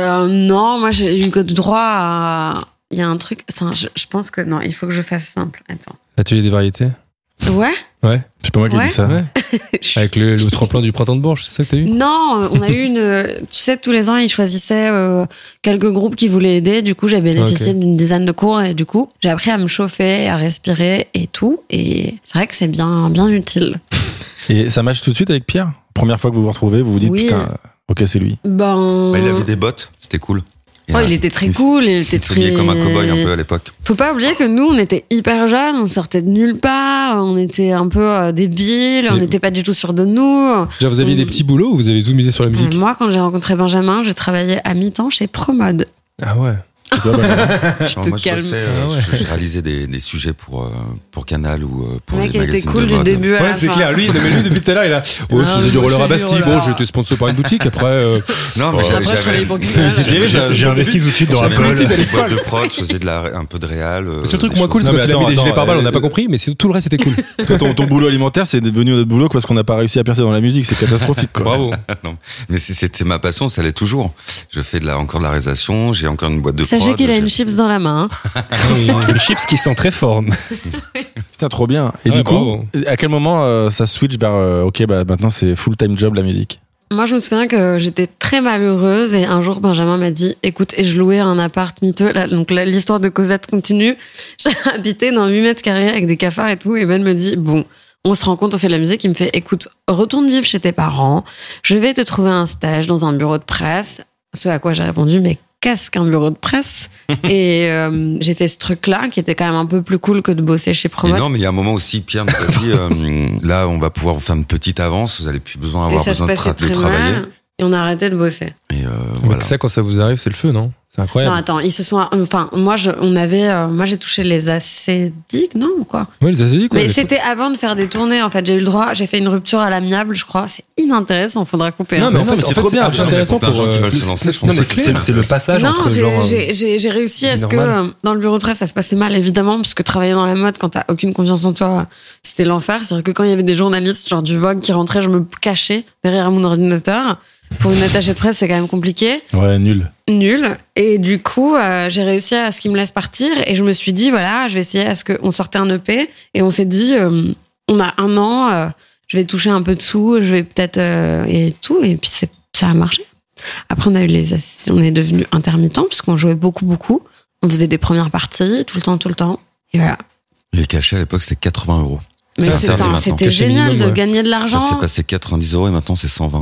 Non, moi, j'ai eu que droit à... Il y a un truc... Attends, je pense que... Non, il faut que je fasse simple. Attends. L'atelier des variétés? Ouais? Ouais. Ah. C'est pas moi qui ai Ouais. dit ça. Ouais. Avec le tremplin du printemps de Bourges, c'est ça que t'as eu? Non, on a eu tu sais, tous les ans, ils choisissaient quelques groupes qui voulaient aider. Du coup, j'ai bénéficié Ok. d'une dizaine de cours et du coup, j'ai appris à me chauffer, à respirer et tout. Et c'est vrai que c'est bien, bien utile. Et ça match tout de suite avec Pierre? Première fois que vous vous retrouvez, vous vous dites Oui. putain, ok, c'est lui. Ben, Bah, il avait des bottes, c'était cool. Et, il était très cool, il était Il s'habillait très... comme un cow-boy un peu à l'époque. Faut pas oublier que nous, on était hyper jeunes, on sortait de nulle part, on était un peu débiles, on Et- n'était pas du tout sûrs de nous. Déjà, vous aviez des petits boulots ou vous avez zoomisé sur la musique? Moi, quand j'ai rencontré Benjamin, j'ai travaillé à mi-temps chez Promode. Ah ouais. Et toi, Benjamin Alors, moi, je calme. bossais, Ah ouais. je réalisais des sujets pour Canal ou pour Le les mec, il était magazines cool de du mode. début à la Ouais, c'est fin. clair. Lui, mais lui, depuis tout à l'heure, il a. Ouais, je Non, faisais du moi, je roller à fais du Bastille. roller. Bon, j'étais sponsor par une boutique. Après, Non, mais Après, je travaillais pour Canal. J'ai investi tout de suite dans J'avais Apple. une petite boîte de prod, je faisais un peu de réal. le seul truc des moins cool, choses. c'est Non, quand mais il a mis des attends, gilets pare-balles, on n'a pas euh, compris, mais tout le reste était cool. Toi, ton boulot alimentaire, c'est devenu notre boulot parce qu'on n'a pas réussi à percer dans la musique. C'est catastrophique, quoi. Bravo. Non, mais c'était ma passion, ça l'est toujours. Je fais encore de la réalisation, j'ai encore une boîte de prod. Sachez qu'il a une j'ai- chips dans la main. hein. C'est le chips qui sent très fort. Putain, trop bien. Et Ouais, du coup, bravo. à quel moment ça switch vers ok, bah maintenant c'est full-time job la musique? Moi, je me souviens que j'étais très malheureuse et un jour, Benjamin m'a dit, écoute, et je louais un appart miteux. Là, donc, l'histoire de Cosette continue. J'ai habité dans 8 mètres carrés avec des cafards et tout. Et Ben me dit, bon, on se rend compte, on fait de la musique. Il me fait, écoute, retourne vivre chez tes parents. Je vais te trouver un stage dans un bureau de presse. Ce à quoi j'ai répondu, mais qu'est-ce qu'un bureau de presse? Et j'ai fait ce truc-là qui était quand même un peu plus cool que de bosser chez Et Promote. non, mais il y a un moment aussi, Pierre nous a dit, là, on va pouvoir vous faire une petite avance, vous n'allez plus Et avoir ça se besoin de, passait de très travailler. mal. Et on a arrêté de bosser. Et Mais voilà. ça, quand ça vous arrive, c'est le feu, non? C'est Non, incroyable. attends, ils se sont. Enfin, moi, moi, j'ai touché les acédiques, non ou quoi? Ouais, les acédiques, Mais c'était avant de faire des tournées. En fait, j'ai eu le droit. J'ai fait une rupture à l'amiable, je crois. C'est inintéressant. Faudra couper. Non, hein. mais en non, fait, mais c'est trop bien. archi intéressant C'est plein de pour. gens qui veulent se lancer, je pense. Non, mais Ça, c'est c'est le passage Non, entre genre. j'ai réussi à ce que normal. dans le bureau de presse ça se passait mal évidemment parce que travailler dans la mode quand t'as aucune confiance en toi c'était l'enfer. C'est-à-dire que quand il y avait des journalistes genre du Vogue qui rentraient, je me cachais derrière mon ordinateur. Pour une attachée de presse, c'est quand même compliqué. Ouais, nul. Nul. Et du coup, j'ai réussi à ce qu'ils me laissent partir. Et je me suis dit, voilà, je vais essayer à ce qu'on sortait un EP. Et on s'est dit, on a 1 an, je vais toucher un peu de sous, je vais peut-être... et tout. Et puis, ça a marché. Après, on est devenu intermittent puisqu'on jouait beaucoup, beaucoup. On faisait des premières parties tout le temps. Et voilà. Les cachets à l'époque, c'était 80 €. Mais C'est interdit maintenant. c'était Cachet génial minimum, de ouais. gagner de Ça l'argent. s'est passé 90 € et maintenant c'est 120, je crois.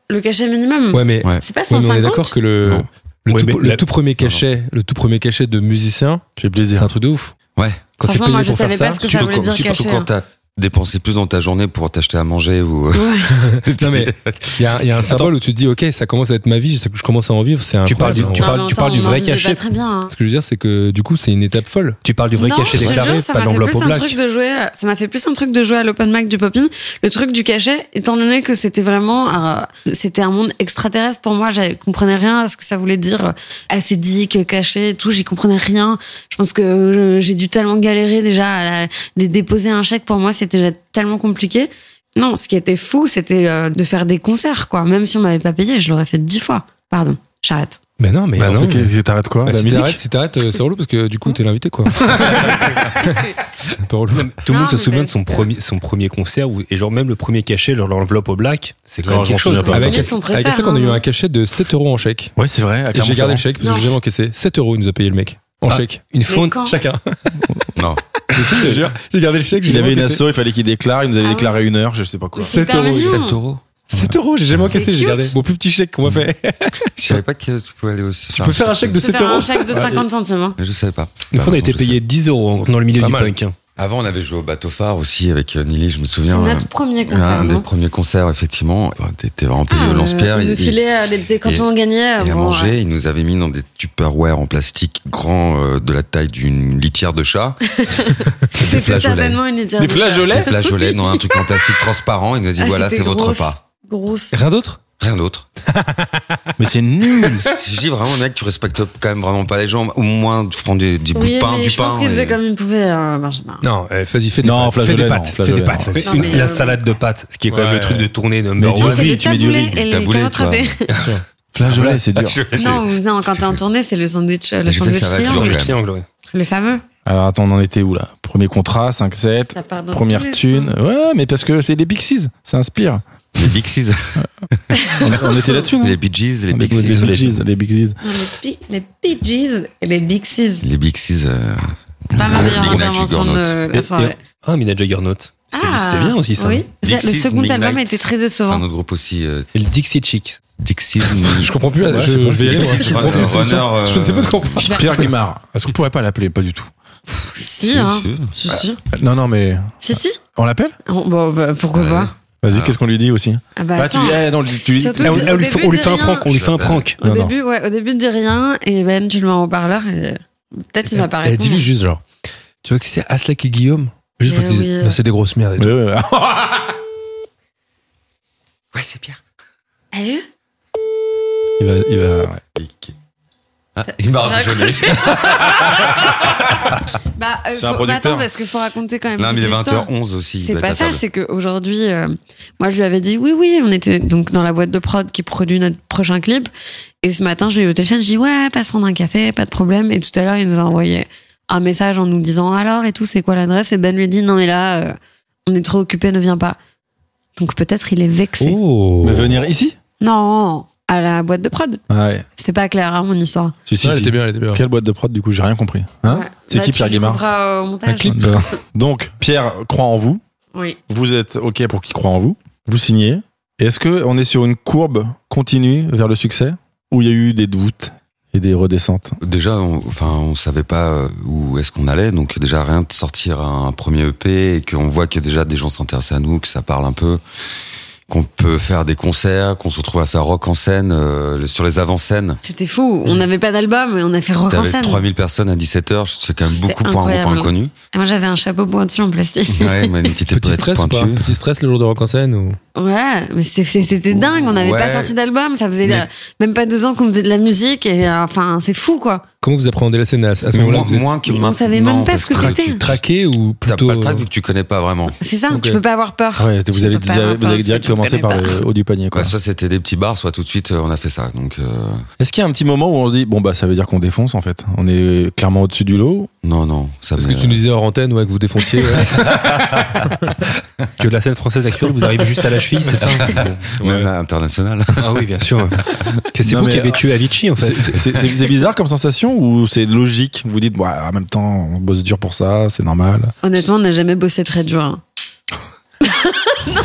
Le cachet minimum. Ouais, mais Ouais. C'est pas ouais, mais 150. on est d'accord que Non. Ouais, mais le tout premier cachet de musicien, Fait plaisir. c'est un truc de ouf. Ouais. Quand t'es Franchement, payé moi, je pour faire savais ça, pas ce que ça Surtout voulait quand, dire surtout cachet. quand t'as dépensé plus dans ta journée pour t'acheter à manger ou. Non mais il y a un symbole où tu te dis ok, ça commence à être ma vie, je commence à en vivre, c'est Tu parles incroyable. du- Non, mais tu parles du attends, vrai on en vivait cachet. pas très bien. Hein. Ce que je veux dire, c'est que du coup, c'est une étape folle. Tu parles du vrai Non, cachet je te déclaré, jure, ça pas m'a fait l'enveloppe plus au un black. truc de jouer. Ça m'a fait plus un truc de jouer à l'open mic du Poppin. Le truc du cachet, étant donné que c'était vraiment, c'était un monde extraterrestre pour moi. Je comprenais rien à ce que ça voulait dire, acédique, cachet, et tout. J'y comprenais rien. Je pense que j'ai dû tellement galérer déjà à déposer un chèque. Pour moi, c'était déjà tellement compliqué. Non, ce qui était fou, c'était de faire des concerts, quoi. Même si on m'avait pas payé, je l'aurais fait 10 fois. Pardon, j'arrête. Mais non, mais Bah non, en fait, t'arrêtes quoi? bah, La si musique? t'arrêtes, c'est relou parce que du coup, t'es l'invité quoi. C'est un peu relou. Tout le Non, monde se mais souvient de parce son premier concert et genre même le premier cachet, genre l'enveloppe au black, c'est quand Non, même je m'en quelque chose. souviens pas. Avec Avec son avec préfère, on a eu hein. un cachet de 7 € en chèque. Ouais, c'est vrai. Et j'ai gardé le chèque parce que Non. j'ai jamais encaissé. 7 € il nous a payé le mec. En Ah, chèque. Une fois, Mais quand Chacun. Non. C'est ça, je te jure. J'ai gardé le chèque. j'ai Il avait jamais une encaissé. asso, il fallait qu'il déclare, il nous avait Ah déclaré 1 heure, je sais pas quoi. C'est 7 hyper €. mignon. 7 euros. 7 € j'ai jamais C'est encaissé, j'ai cute. gardé. Mon plus petit chèque qu'on m'a fait. Je savais pas que tu pouvais aller aussi. Tu peux faire un chèque de Je peux 7 faire un €. chèque de 50 centimes. Hein. Je savais pas. une fois on a été Maintenant, je sais. payé 10 € dans le milieu Pas du mal. punk. hein. Avant, on avait joué au bateau phare aussi avec Nili, je me C'est souviens. notre premier concert. Un des non premiers concerts, effectivement. T'étais vraiment payé Ah, au lance-pierre. on nous filait quand et- on gagnait. Et à bon, manger, ouais. ils nous avaient mis dans des Tupperware en plastique grands de la taille d'une litière de chat. C'était flageolets. certainement une litière Des de chat. flageolets? Des flageolets dans un truc en plastique transparent. Ils nous ont dit Ah, voilà, c'était c'est votre grosse, repas. Grosse. Rien d'autre? Rien d'autre. Mais c'est nul! Si je dis vraiment, mec, tu respectes quand même vraiment pas les gens. Au moins, tu prends du bout Oui, de pain, mais du je pain. pense qu'il et- faisait comme il pouvait, Benjamin. Non, vas-y, fais des Non, pâtes. Fais flageolet, des non, pâtes. Fais flageolet, des pâtes. non. vas-y. Non, mais, La salade de pâtes, ce qui est quand même Ouais. le truc de tournée Mais number du one. C'est riz, le tu mets du taboulé riz, et les taboulé, carottes tu vois. râpées. Flageolet, c'est dur. Non, quand t'es en tournée, c'est le sandwich, le J'ai fait sandwich ça avec triangle. le Le triangle, ouais. Le fameux. Alors attends, on en était où là? Premier contrat, 5-7. Ça part dans Première tous les thune. sens. Ouais, mais parce que c'est des Pixies, ça inspire. Les Bixies. On était là-dessus, non? Les Bee Gees, les Les Bixies. Pixies, les Pixies. Non, les Bee Gees et les Bixies. Les Bixies. Pas ma meilleure Midnight intervention Juggernaut. de la soirée. Ah, Mina Juggernaut. C'était bien aussi, ça. Oui. Le Dixies, second album Midnight. était très C'est un décevant. autre groupe aussi. Et le Dixie Chicks. Dixies. Je comprends plus. Ouais, je je sais pas. vais y aller. moi. Dixie, Je comprends c'est plus un cette histoire. runner, Je sais pas de quoi on parle. Je vais- Pierre Guimard. Est-ce qu'on pourrait pas l'appeler? Pas du tout. Si, hein. si. Si. Non, mais. Si. On l'appelle? Bon, bah, pourquoi Ouais. pas? Vas-y, qu'est-ce qu'on lui dit aussi? Ah bah, Ah, tu attends. dis, non, tu lui dis. Surtout- Ah, Au on lui début, fait- on lui dis fait un rien. prank. On lui fait un prank. Au Non, début, dis rien, et Ben, tu le mets en haut-parleur, et peut-être il va pas Eh, répondre. dis-lui juste genre, tu vois que c'est Aslak et Guillaume? Juste pour Eh qu'ils disent, oui. non, c'est des grosses merdes et tout. Ouais. Ouais, c'est Pierre. Allô? Il va. ouais. Ah, il m'a rajeuni. Bah, C'est un producteur. attends, parce qu'il faut raconter quand même. Non, mais il est toute l'histoire. 20h11 aussi. il C'est doit pas être à ça, table. c'est qu'aujourd'hui, moi je lui avais dit oui, on était donc dans la boîte de prod qui produit notre prochain clip. Et ce matin, je l'ai eu au téléphone, je dis ouais, passe prendre un café, pas de problème. Et tout à l'heure, il nous a envoyé un message en nous disant alors et tout, c'est quoi l'adresse? Et Ben lui dit non, mais là, on est trop occupé, ne viens pas. Donc peut-être il est vexé. Oh. Mais venir ici? Non, à la boîte de prod. Ouais. C'était pas clair, hein, mon histoire. Si, Ouais, elle était bien, elle était bien. Quelle boîte de prod, du coup? J'ai rien compris. Hein? Ouais. C'est Bah, qui, tu Pierre Guimard? comprendras au montage. Un clip. Donc, Pierre croit en vous. Oui. Vous êtes OK pour qu'il croit en vous. Vous signez. Et est-ce qu'on est sur une courbe continue vers le succès? Ou il y a eu des doutes et des redescentes? Déjà, on savait pas où est-ce qu'on allait, donc déjà rien de sortir un premier EP et qu'on voit que déjà des gens s'intéressent à nous, que ça parle un peu, qu'on peut faire des concerts, qu'on se retrouve à faire rock en scène, sur les avant-scènes. C'était fou. On n'avait pas d'album et on a fait rock en T'avais scène. 3000 personnes à 17h, c'est quand même C'était beaucoup pour un incroyable. groupe inconnu. Et moi, j'avais un chapeau pointu en plastique. Ouais, mais une petite Petit épaulette stress ou pas? pointue. Petit stress le jour de rock en scène ou? Ouais, mais c'était dingue. On n'avait Ouais. pas sorti d'album. Ça faisait Mais- même pas 2 ans qu'on faisait de la musique. Et enfin, c'est fou, quoi. Comment vous appréhendez la scène à ce Mais moment-là? Vous êtes moins que Mais on maintenant, savait même pas parce ce que que c'était. traqué ou T'as plutôt? pas le track vu que tu connais pas vraiment. C'est ça. Ok. Tu peux pas avoir peur. Ouais, vous Tu avez, peux pas avoir peur, direct tu commencé connais par pas. le haut du panier, quoi. Quoi, soit c'était des petits bars, soit tout de suite on a fait ça. Donc Est-ce qu'il y a un petit moment où on se dit, bon, bah, ça veut dire qu'on défonce, en fait? On est clairement au-dessus du lot. non, ça. Parce que tu nous disais hors antenne, ouais, que vous défonciez. Ouais. Que la scène française actuelle vous arrive juste à la cheville, c'est ça? même là, international. Ah oui, bien sûr. Que c'est Non, vous mais, qui avez tué Avicii, en fait. C'est bizarre comme sensation ou c'est logique? Vous dites, ouais, en même temps, on bosse dur pour ça, c'est normal. Honnêtement, on n'a jamais bossé très dur. Hein.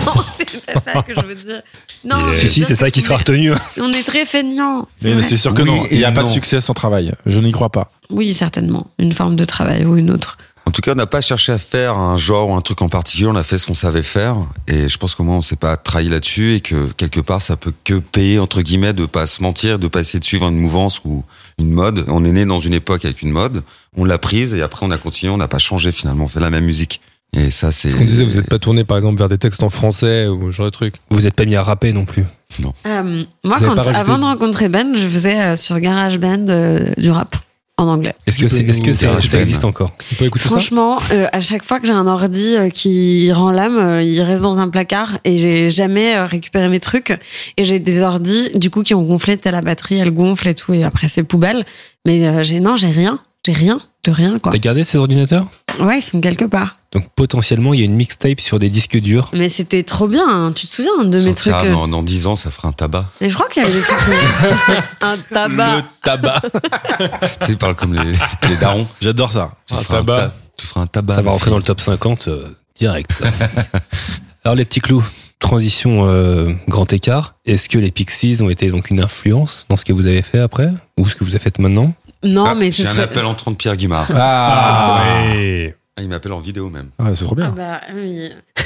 c'est pas ça que je veux dire. Non, Si, je veux si, dire c'est ça qui sera retenu. On est très feignants. Mais vrai. c'est sûr que Oui non. et Il n'y a pas de non. succès sans travail. Je n'y crois pas. Oui, certainement. Une forme de travail ou une autre. En tout cas, on n'a pas cherché à faire un genre ou un truc en particulier. On a fait ce qu'on savait faire. Et je pense qu'au moins, on s'est pas trahi là-dessus et que quelque part, ça peut que payer, entre guillemets, de pas se mentir, de pas essayer de suivre une mouvance ou une mode. On est né dans une époque avec une mode. On l'a prise et après, on a continué. On n'a pas changé finalement. On fait la même musique. Et ça, c'est. Ce qu'on disait, vous n'êtes pas tourné par exemple vers des textes en français ou ce genre de truc. Vous n'êtes pas mis à rapper non plus. Moi, Vous avez pas rajouté- avant de rencontrer Ben, je faisais sur GarageBand du rap en anglais. Est-ce que Garage ça Band. existe encore? On peut écouter ça? Franchement, à chaque fois que j'ai un ordi qui rend l'âme, il reste dans un placard et j'ai jamais récupéré mes trucs. Et j'ai des ordis, du coup, qui ont gonflé, t'as la batterie, elle gonfle et tout, et après c'est poubelle. Mais j'ai rien. J'ai rien, de rien, quoi. T'as gardé ces ordinateurs? Ouais, ils sont quelque part. Donc potentiellement, il y a une mixtape sur des disques durs. Mais c'était trop bien, hein. Tu te souviens de mes trucs Sortira dans 10 ans, ça fera un tabac. Mais je crois qu'il y avait des trucs. Un tabac. Le tabac. Tu sais, il parle comme les darons. J'adore ça. Tu Un feras tabac. tu feras un tabac. Ça va rentrer dans le top 50 direct, ça. Alors les petits clous, transition grand écart. Est-ce que les Pixies ont été donc une influence dans ce que vous avez fait après? Ou ce que vous avez fait maintenant? Non, Ah, mais ce j'ai un serait. appel entrant de Pierre Guimard. ouais. Ah, il m'appelle en vidéo même. Ah, c'est trop Ah bien. bah oui.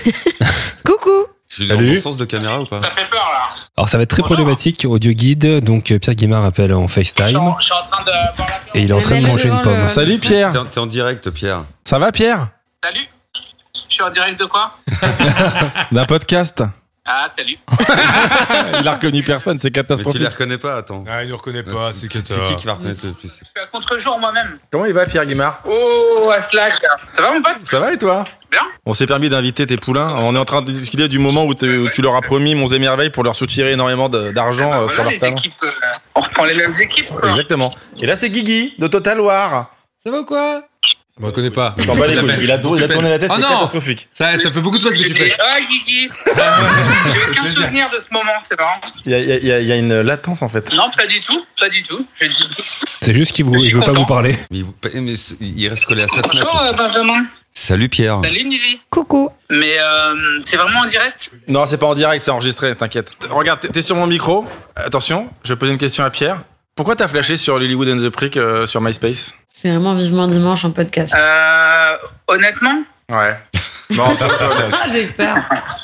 Coucou. Je suis dans Salut. mon sens de caméra ou pas? Alors ça va être très problématique, audio guide. Donc Pierre Guimard appelle en FaceTime. Je suis en train de voir la Et il est en train de Mais manger laissez une voir pomme. le- Salut Pierre. T'es en direct, Pierre. Ça va Pierre? Salut. Je suis en direct de quoi? D'un podcast. Ah, salut. Il a reconnu personne, c'est Mais tu catastrophique. les reconnais pas, attends. Ah, il ne reconnaît pas, c'est C'est qui va reconnaître le plus? Je suis à contre-jour moi-même. Comment il va Pierre Guimard? Oh, à Slack. Ça va mon pote? Ça va et toi? Bien. On s'est permis d'inviter tes poulains. On est en train de discuter du moment où tu leur as promis Monts et Merveilles pour leur soutirer énormément d'argent Voilà, sur leur les talent. équipes, on reprend les mêmes équipes, quoi. Exactement. Et là c'est Guigui de Total War. Ça va ou quoi? Je me reconnais pas. Il s'en bat les couilles. Il a tourné la tête, Oh c'est non. catastrophique. Ça fait beaucoup de fois ce que tu fais. Ah, Guigui. J'ai aucun souvenir de ce moment, c'est marrant. Il y a une latence en fait. Non, pas du tout. Pas du tout. Je dis C'est juste qu'il Je suis veut pas content. vous parler. Mais il reste collé à sa fenêtre. bonjour, aussi. Benjamin. Salut Pierre. Salut, Nili. Coucou. Mais c'est vraiment en direct? Non, c'est pas en direct, c'est enregistré, t'inquiète. Regarde, t'es sur mon micro. Attention, je vais poser une question à Pierre. Pourquoi t'as flashé sur Lilywood and the Prick sur MySpace? C'est vraiment vivement dimanche en podcast. Honnêtement, Ouais. Non, c'est Ah, j'ai peur.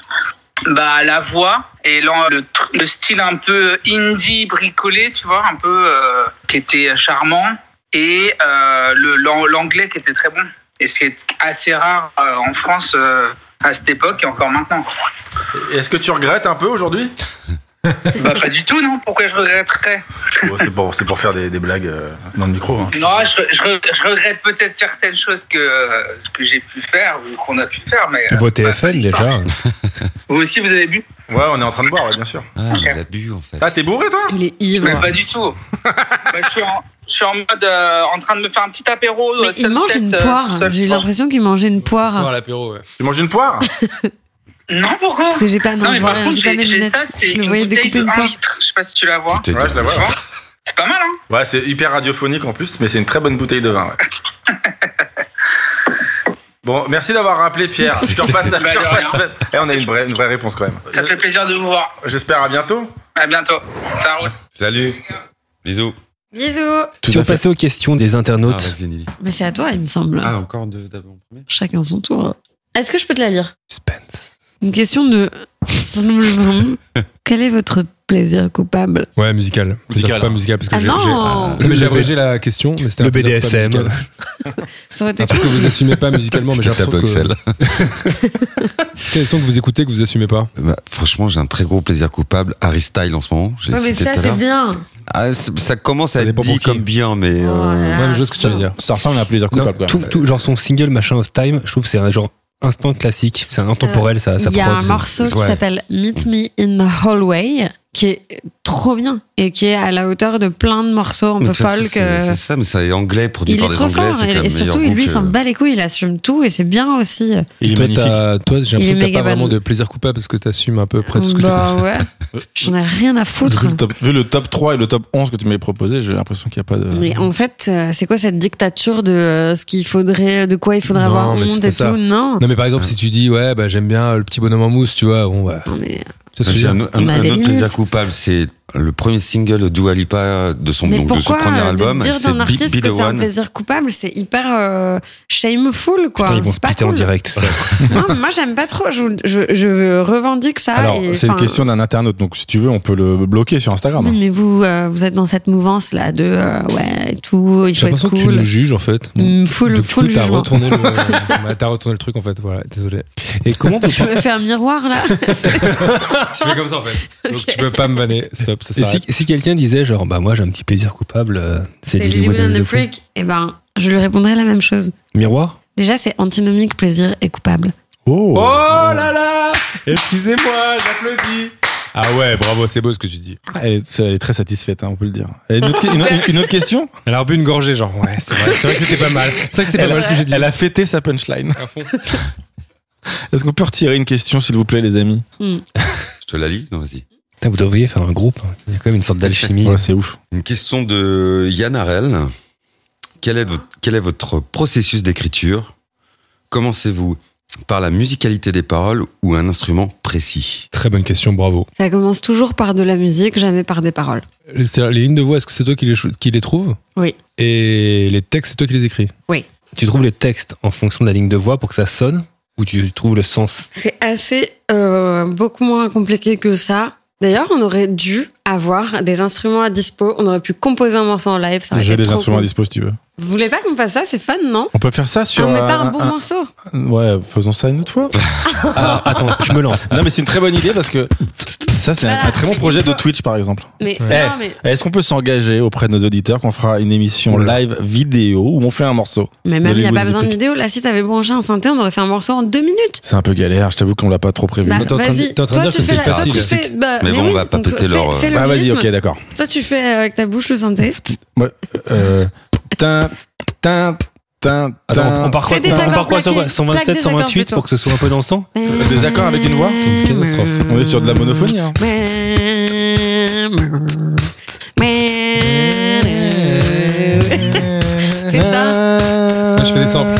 bah la voix et le style un peu indie bricolé, tu vois, un peu qui était charmant, et l'anglais qui était très bon. Et c'est assez rare en France à cette époque et encore maintenant. Est-ce que tu regrettes un peu aujourd'hui? Bah pas du tout, non. Pourquoi je regretterais? Bon, c'est pour faire des blagues dans le micro. Hein. Non, je regrette peut-être certaines choses que j'ai pu faire ou qu'on a pu faire, mais Vos TFN déjà. vous aussi vous avez bu? Ouais, on est en train de boire, ouais, bien sûr. Ah, il a bu en fait. Ah, t'es bourré toi? Il est Mais ivre. pas du tout. Bah, je suis en mode en train de me faire un petit apéro. Mais il mange une poire. J'ai eu l'impression qu'il mangeait une poire. Voir l'apéro, ouais. Tu manges une poire? Non, pourquoi? Parce que j'ai pas, non, mais je vois par rien, contre, j'ai pas mes j'ai lunettes. ça, c'est Je le une voyais bouteille découper de une 1 poire. litre. Je sais pas si tu la vois. T'es- Ouais, je la vois. Tu vois? C'est pas mal, hein? Ouais, c'est hyper radiophonique en plus, mais c'est une très bonne bouteille de vin. Ouais. Bon, merci d'avoir rappelé Pierre. Je te repasse. Bah, de rien. On a une vraie réponse quand même. Ça fait plaisir de vous voir. J'espère à bientôt. À bientôt. Ça roule. Salut. Bisous. Bisous. Si on passait aux questions des Ah, internautes, vas-y, Nelly. Mais c'est à toi, il me semble. Ah, encore d'abord en premier. Chacun son tour. Est-ce que je peux te la lire? suspense. Une question de. Quel est votre plaisir coupable? Ouais, musical. Musical, Pas hein. musical parce que Ah j'ai. non. Mais j'ai abrégé la question, mais c'était Le un plaisir pas BDSM. musical. Ça aurait été Un truc que vous assumez pas musicalement, mais j'ai Tableau l'impression Excel. que. Quels sons que vous écoutez que vous assumez pas? Bah, franchement, j'ai un très gros plaisir coupable. Harry Style en ce moment. J'ai Ouais, mais cité ça, tout à c'est l'heure. bien. Ah, ça commence à Ça être dépend dit pour qui. comme bien, mais. Ouais. Ouais, mais je vois ce que ça veut dire. Ça ressemble à un plaisir Non, coupable. quoi. tout, genre son single Machin of Time, je trouve que c'est un genre instant classique. C'est un intemporel, ça Il y a prod. un morceau qui Ouais. s'appelle Meet Me in the Hallway qui est trop bien et qui est à la hauteur de plein de morceaux un peu folk. C'est ça, mais c'est anglais, produit Il par est des trop anglais, fort c'est quand même et meilleur surtout goût lui il que- s'en bat les couilles, il assume tout et c'est bien aussi. Il est toi, magnifique. toi, j'ai Il est l'impression que t'as méga pas vraiment ban. de plaisir coupable parce que t'assumes à peu près tout ce que Bah ouais, j'en ai rien à foutre. Vu le top 3 et le top 11 que tu m'avais proposé, j'ai l'impression qu'il n'y a pas de. Mais en fait, c'est quoi cette dictature de ce qu'il faudrait, de quoi il faudrait Non, avoir mais c'est honte pas et ça. tout? Non. Non mais par exemple si tu dis ouais bah j'aime bien le petit bonhomme en mousse tu vois bon bah Non, mais tu vois ce que je J'ai veux dire un On a des autre limites. plaisir coupable, c'est le premier single de Dua Lipa de son, Mais donc, de son pourquoi premier album. de dire c'est d'un Be artiste the que c'est un One. plaisir coupable, c'est hyper shameful quoi. Putain, ils vont se C'est pas splitter en cool. direct. Non, mais moi j'aime pas trop. Je revendique ça. Alors, et, c'est une enfin, question d'un internaute, donc si tu veux, on peut le bloquer sur Instagram. Mais vous êtes dans cette mouvance là de ouais et tout, il j'ai faut être l'impression que tu cool. nous juges en fait Full du full coup t'as jugement. retourné t'as retourné le truc en fait voilà désolé Et comment vous Tu me fais un miroir là. je fais comme ça en fait donc tu peux pas me vanner stop ça Et s'arrête. si quelqu'un disait genre bah moi j'ai un petit plaisir coupable, c'est C'est Lilywood Lilywood and and the Prick. Et ben, je lui répondrais la même chose. Miroir. Déjà, c'est antinomique, plaisir et coupable. Oh, là là excusez-moi j'applaudis ah ouais bravo c'est beau ce que tu dis elle est très satisfaite, hein, on peut le dire. Et une autre question. elle a bu une gorgée genre ouais c'est vrai que c'était pas mal c'est vrai que c'était pas mal ce que j'ai dit Elle a fêté sa punchline. à fond. Est-ce qu'on peut retirer une question, s'il vous plaît, les amis? Je te la lis? Non, vas-y. Putain, vous devriez faire un groupe. Il y a quand même une sorte d'alchimie. Ouais, c'est ouf. Une question de Yann Harel. Quel est votre processus d'écriture? Commencez-vous par la musicalité des paroles ou un instrument précis? Très bonne question bravo Ça commence toujours par de la musique, jamais par des paroles. les lignes de voix est-ce que c'est toi qui les trouves Oui. et les textes c'est toi qui les écris Tu trouves les textes en fonction de la ligne de voix pour que ça sonne ou tu trouves le sens? C'est assez beaucoup moins compliqué que ça. D'ailleurs, on aurait dû avoir des instruments à dispo. On aurait pu composer un morceau en live. Ça aurait J'ai été des trop instruments à cool. dispo si tu veux. Vous voulez pas qu'on fasse ça? C'est fun, non? On peut faire ça sur. Mais pas un bon morceau. Ouais, faisons ça une autre fois. Ah, attends, je me lance. Non, mais c'est une très bonne idée parce que ça, c'est un très bon projet de Twitch, par exemple. Mais Eh, non, mais Est-ce qu'on peut s'engager auprès de nos auditeurs qu'on fera une émission live vidéo où on fait un morceau? même il n'y a Hollywood pas besoin de Epic. vidéo. Là, si t'avais branché un synthé, on aurait fait un morceau en 2 minutes. C'est un peu galère, je t'avoue qu'on l'a pas trop prévu. Bah, t'es en train de- vas-y. t'es en train de Toi, dire tu que fais c'est la- toi, tu facile. fais- bah, Mais bon, on va pas donc, péter fais- leur- fais le Bah, vas-y, rythme. ok, d'accord. Toi, tu fais avec ta bouche le synthé. Ouais, tin, tin, tin, Attends, on part quoi, Fais des on part accords quoi sur quoi? plaqués. 127, Plaque des accords 128 plutôt. pour que ce soit un peu dansant? Des accords avec une voix? C'est une catastrophe. On est sur de la monophonie, hein. Fais ça. Moi, je fais des samples.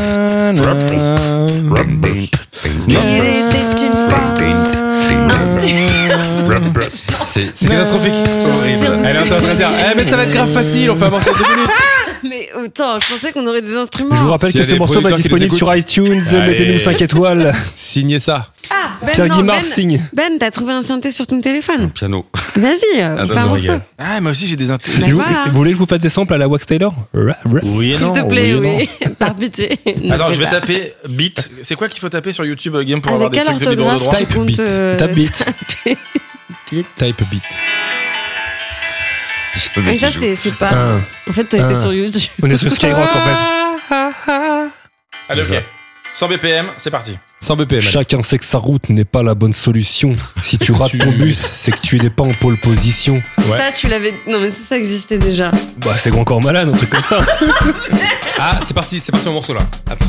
C'est catastrophique. Elle est en train de dire mais ça va être grave facile on fait un morceau de 2 minutes Mais attends, je pensais qu'on aurait des instruments. Je vous rappelle S'il y que a ce des morceau va être producteurs qui disponible les sur iTunes. Allez. Mettez-nous 5 étoiles. signez ça Ah, Ben, Pierre non, Guimard Ben, signe. Ben, t'as trouvé un synthé sur ton téléphone. Piano. Vas-y, fais non, un non, morceau. regarde. Ah, moi aussi j'ai des inté. Mais Vous voilà. vous voulez que je vous fasse des samples à la Wax Taylor? Oui et S'il non. te plaît, oui et oui. Par pitié. ne Attends, fais je vais pas. taper beat. C'est quoi qu'il faut taper sur YouTube Game pour avoir Avec des quelle trucs de libre de orthographe droit? tu comptes beat. Tape beat. type beat Le mec Mais ça, qui joue. c'est pas. Un. En fait, t'as été Un. sur YouTube. On est sur Skyrock en fait. Allez, C'est ok. 100 BPM, c'est parti. 100 BPM allez. Chacun sait que sa route n'est pas la bonne solution. Si tu rates ton bus, c'est que tu n'es pas en pole position. Ouais. Ça, tu l'avais. Non, mais ça existait déjà. Bah, c'est Grand Corps Malade, un truc comme ça. Ah c'est parti mon morceau là attends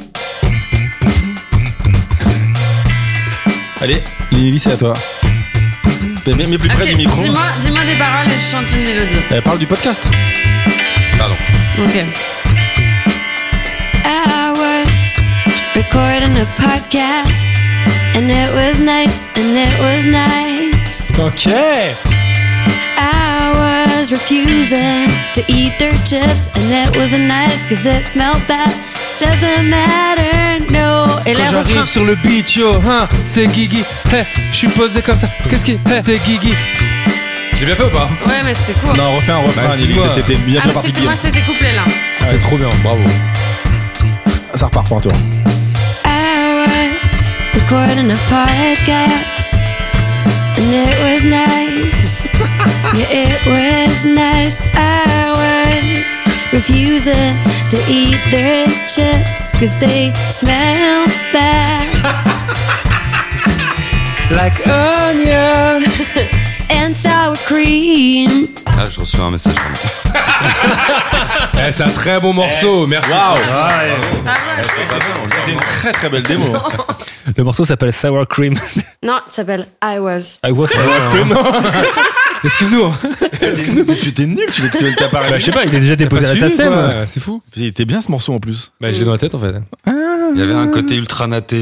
Allez, Lily, c'est à toi. Mais plus près Ok, du micro. dis-moi des paroles et je chante une mélodie. Parle du podcast. Pardon. Ok. I was recording a podcast, and it was nice, and it was nice. Ok. I was refusing to eat their chips, and it was nice, cause it smelled bad. Doesn't matter, no. Et là, refrain. sur le beat yo hein, c'est Guigui hey, je suis posé comme ça qu'est-ce qui hey, c'est Guigui je l'ai bien fait ou pas Ouais, mais c'était court. Non, refais un refrain, Bah, Lily. dis-moi. T'étais bien Ah, mais parti. c'était moi, c'était couplé là. c'est trop bien bravo Ça repart pour un tour. I was recording a podcast, and it was nice. Yeah, it was nice. I was refusing to eat their chips, cause they smell bad. Like onions. And sour cream. Ah, je reçois un message. C'est un très bon morceau, merci. Waouh. C'était C'était une très très belle démo. Le morceau s'appelle Sour Cream. Non, ça s'appelle I Was. I was Sour Cream. Excuse-nous. Tu t'es nul, tu t'as pas Bah, je sais pas, il est déjà déposé à la SACEM. C'est fou. Il était bien ce morceau en plus. Bah, je l'ai dans la tête en fait. Il y avait un côté ultra naté